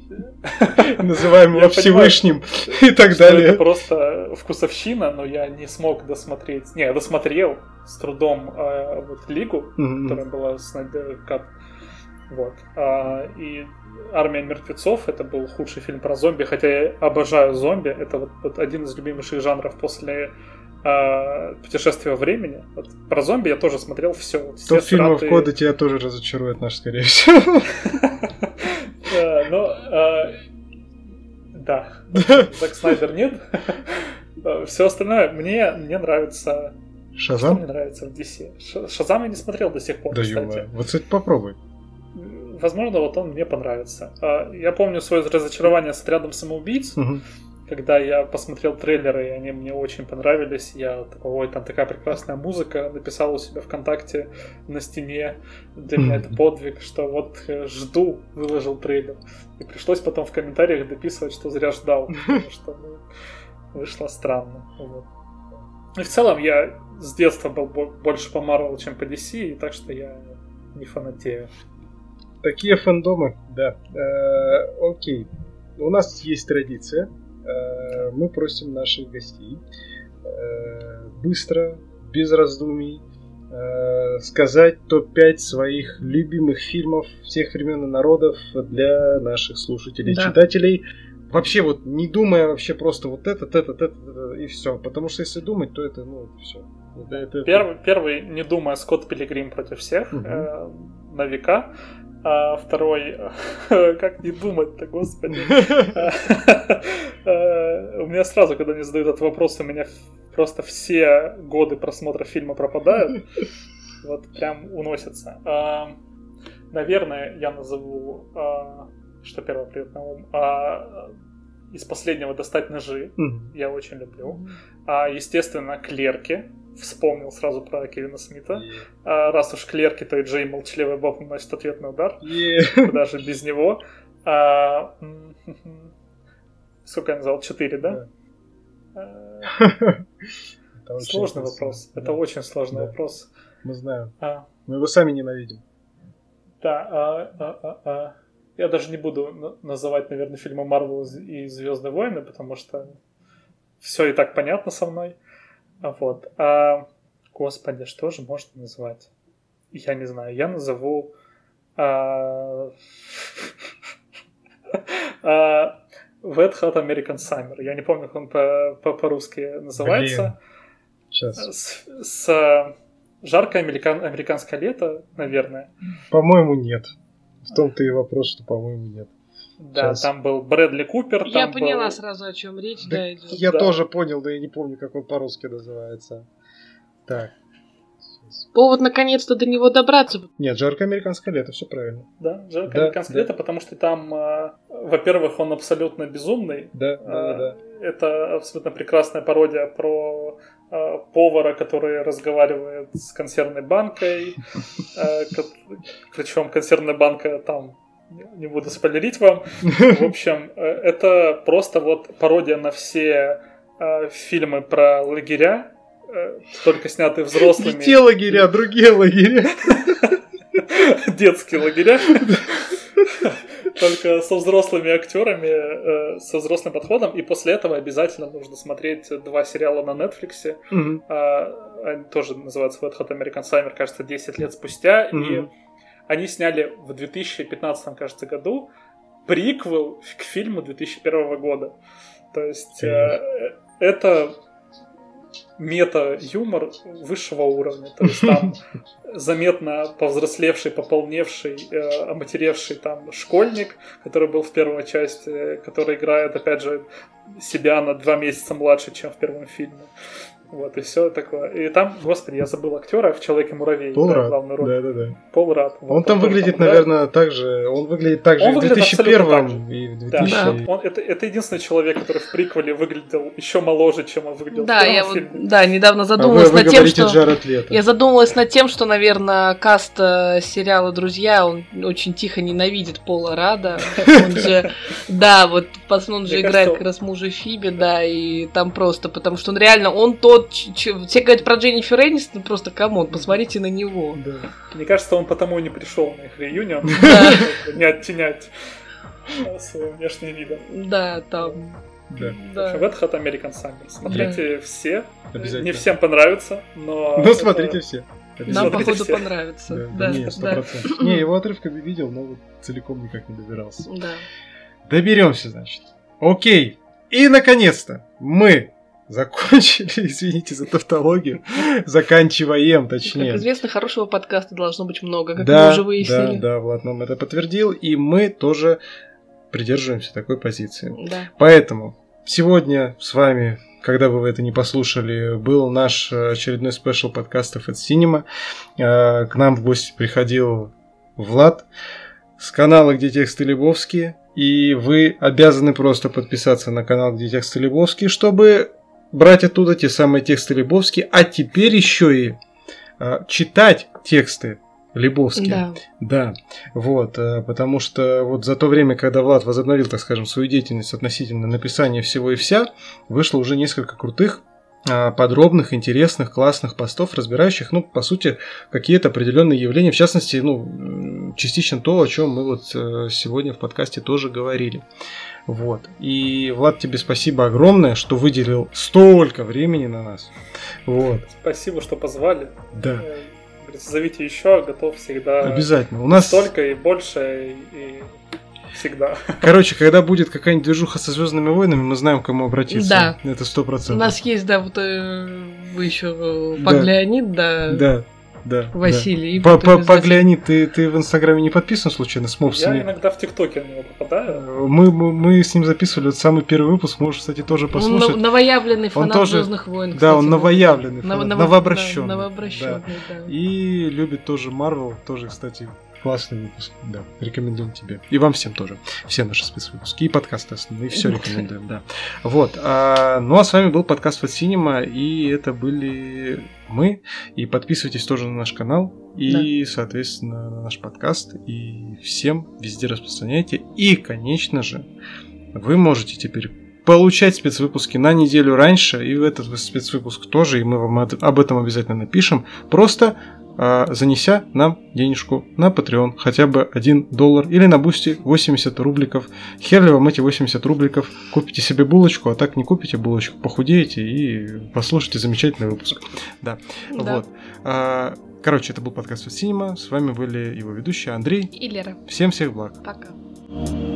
Называем его Всевышним и так далее. Это просто вкусовщина, но я не смог досмотреть. Не, я досмотрел с трудом вот Лигу, которая была Снайдер Кат. Вот. И «Армия мертвецов» — это был худший фильм про зомби, хотя я обожаю зомби. Это вот, вот один из любимейших жанров после а, «Путешествия во времени». Вот про зомби я тоже смотрел все. Вот, все Тот фильм в кода тебя тоже разочарует, наш, скорее всего. Ну, да. Зак Снайдер нет. Все остальное мне нравится. Шазам? Что мне нравится в ди си? Шазам я не смотрел до сих пор, да, кстати. Вот, кстати, попробуй. Возможно, вот он мне понравится. Я помню свое разочарование с «Отрядом самоубийц», угу. когда я посмотрел трейлеры, и они мне очень понравились. Я такой, ой, там такая прекрасная музыка. Написал у себя ВКонтакте на стене. Для меня это подвиг, что вот жду, выложил трейлер. И пришлось потом в комментариях дописывать, что зря ждал. Потому что ну, вышло странно. Вот. И в целом я с детства был больше по Marvel, чем по ди си, и так что я не фанатею. Такие фандомы, да. Э, окей. У нас есть традиция. Э, мы просим наших гостей э, быстро, без раздумий, э, сказать топ пять своих любимых фильмов всех времен и народов для наших слушателей и да. читателей. Вообще вот не думая вообще просто вот этот, этот, этот, этот и все. Потому что если думать, то это, ну, все. Это, это, первый, это... первый, не думая, Скотт Пилигрим против всех, угу. э, на века. А второй, как не думать-то, господи. У меня сразу, когда мне задают этот вопрос, у меня просто все годы просмотра фильма пропадают. Вот прям уносятся. Наверное, я назову, что первое придет на ум, из последнего «Достать ножи». Я очень люблю. Естественно, «Клерки». Вспомнил сразу про Кевина Смита. Yeah. А, раз уж клерки, то и Джей молчаливый Боб наносит ответный удар. Yeah. Даже без него. А, сколько я назвал? Четыре, да? Yeah. А, сложный вопрос. Да. Это очень сложный да. вопрос. Мы знаем. А, Мы его сами ненавидим. Да. А, а, а, а. Я даже не буду называть, наверное, фильмы Марвел и «Звездные войны», потому что все и так понятно со мной. Вот. А, господи, что же можно назвать? Я не знаю. Я назову а, а, Wet Hot American Summer. Я не помню, как он по- по- по-русски называется. Сейчас. С, с жаркое американ- американское лето, наверное. По-моему, нет. В том-то и вопрос, что, по-моему, нет. Да, Сейчас. Там был Брэдли Купер. Я там поняла был... сразу, о чем речь. Да, да, идет. Я да. тоже понял, да я не помню, как он по-русски называется. Так. Сейчас. Повод наконец-то до него добраться. Нет, жаркое американское лето, все правильно. Да, жаркое да, американское да. лето, потому что там, э, во-первых, он абсолютно безумный. Да, да, э, да. Это абсолютно прекрасная пародия про э, повара, который разговаривает с консервной банкой. Э, причем консервная банка там... Не буду спойлерить вам. В общем, это просто вот пародия на все э, фильмы про лагеря, э, только снятые взрослыми. Не те лагеря, другие лагеря. Детские лагеря. Только со взрослыми актерами, э, со взрослым подходом. И после этого обязательно нужно смотреть два сериала на Netflix. Угу. Э, они тоже называются Wet Hot American Summer, кажется, десять лет спустя. Угу. И они сняли в две тысячи пятнадцатом, кажется, году приквел к фильму две тысячи первого года. То есть э, это мета-юмор высшего уровня. То есть там заметно повзрослевший, пополневший, э, оматеревший там школьник, который был в первой части, который играет, опять же, себя на два месяца младше, чем в первом фильме. Вот, и все такое. И там, господи, я забыл актера в «Человеке-муравей». Пол Рад, главную роль. да, да, да. Пол Рад. Он, он там выглядит, там, наверное, да? так же. Он выглядит так же он и в две тысячи первом, и в двухтысячном. Да, он, это, это единственный человек, который в приквеле выглядел еще моложе, чем он выглядел да, в первом я фильме. Вот, да, недавно задумалась а вы, над вы тем, что... Джаред Лето. Я задумалась над тем, что, наверное, каст сериала «Друзья», он очень тихо ненавидит Пола Рада. Он же, да, вот он же играет как раз мужа Фиби, да, и там просто, потому что он реально, он тот... Все говорят про Дженнифер Энистон, просто камон, посмотрите на него. Да. Мне кажется, он потому и не пришел на их реюнион, не оттенять своим внешним видом. Да, там. Wet Hot American Summer. Смотрите все. Не всем понравится, но... Ну, смотрите все. Нам, походу, понравится. Да, не, сто процентов. Не, его отрывками видел, но вот целиком никак не добирался. Да. Доберемся, значит. Окей. И, наконец-то, мы... закончили, извините за тавтологию, заканчиваем, точнее. Как известно, хорошего подкаста должно быть много, как да, мы уже выяснили. Да, да, Влад нам это подтвердил, и мы тоже придерживаемся такой позиции. Да. Поэтому сегодня с вами, когда бы вы это не послушали, был наш очередной спешл подкаста Fat Cinema. К нам в гости приходил Влад с канала «Где тексты Лебовские», и вы обязаны просто подписаться на канал «Где тексты Лебовские», чтобы брать оттуда те самые тексты Лебовские, а теперь еще и а, читать тексты Лебовские. Да. Да. Вот, а, потому что вот за то время, когда Влад возобновил, так скажем, свою деятельность относительно написания всего и вся, вышло уже несколько крутых, а, подробных, интересных, классных постов, разбирающих, ну, по сути, какие-то определенные явления, в частности, ну, частично то, о чем мы вот сегодня в подкасте тоже говорили. Вот. И, Влад, тебе спасибо огромное, что выделил столько времени на нас. Вот. Спасибо, что позвали. Да. Зовите еще, готов всегда. Обязательно. У нас столько и больше. И... всегда. Короче, когда будет какая-нибудь движуха со Звездными войнами, мы знаем, к кому обратиться. Да. Это сто процентов. У нас есть, да, вот вы еще Паглеонид, да. Да. Да, Василий. Да. Паглеонид, ты, ты в Инстаграме не подписан случайно с мопсами? Я иногда в ТикТоке на него попадаю. Мы, мы, мы с ним записывали вот самый первый выпуск, можешь, кстати, тоже послушать. Он новоявленный фанат тоже, Звездных войн. Да, кстати, он новоявленный, нов, фанат, новообращенный. Да, новообращенный, да. да. И любит тоже Марвел, тоже, кстати, классный выпуск, да, рекомендуем тебе. И вам всем тоже. Все наши спецвыпуски и подкасты основные, все рекомендуем, да. Вот, а, ну а с вами был подкаст от Cinema, и это были мы. И подписывайтесь тоже на наш канал, и, да. соответственно, на наш подкаст, и всем везде распространяйте. И, конечно же, вы можете теперь получать спецвыпуски на неделю раньше, и в этот спецвыпуск тоже, и мы вам об этом обязательно напишем. Просто занеся нам денежку на Patreon, хотя бы один доллар, или на Бусти восемьдесят рубликов. Хер ли вам эти восемьдесят рубликов? Купите себе булочку, а так не купите булочку, похудеете и послушайте замечательный выпуск. Да, да. Вот. Короче, это был подкаст от Cinema. С вами были его ведущие Андрей и Лера. Всем всех благ. Пока.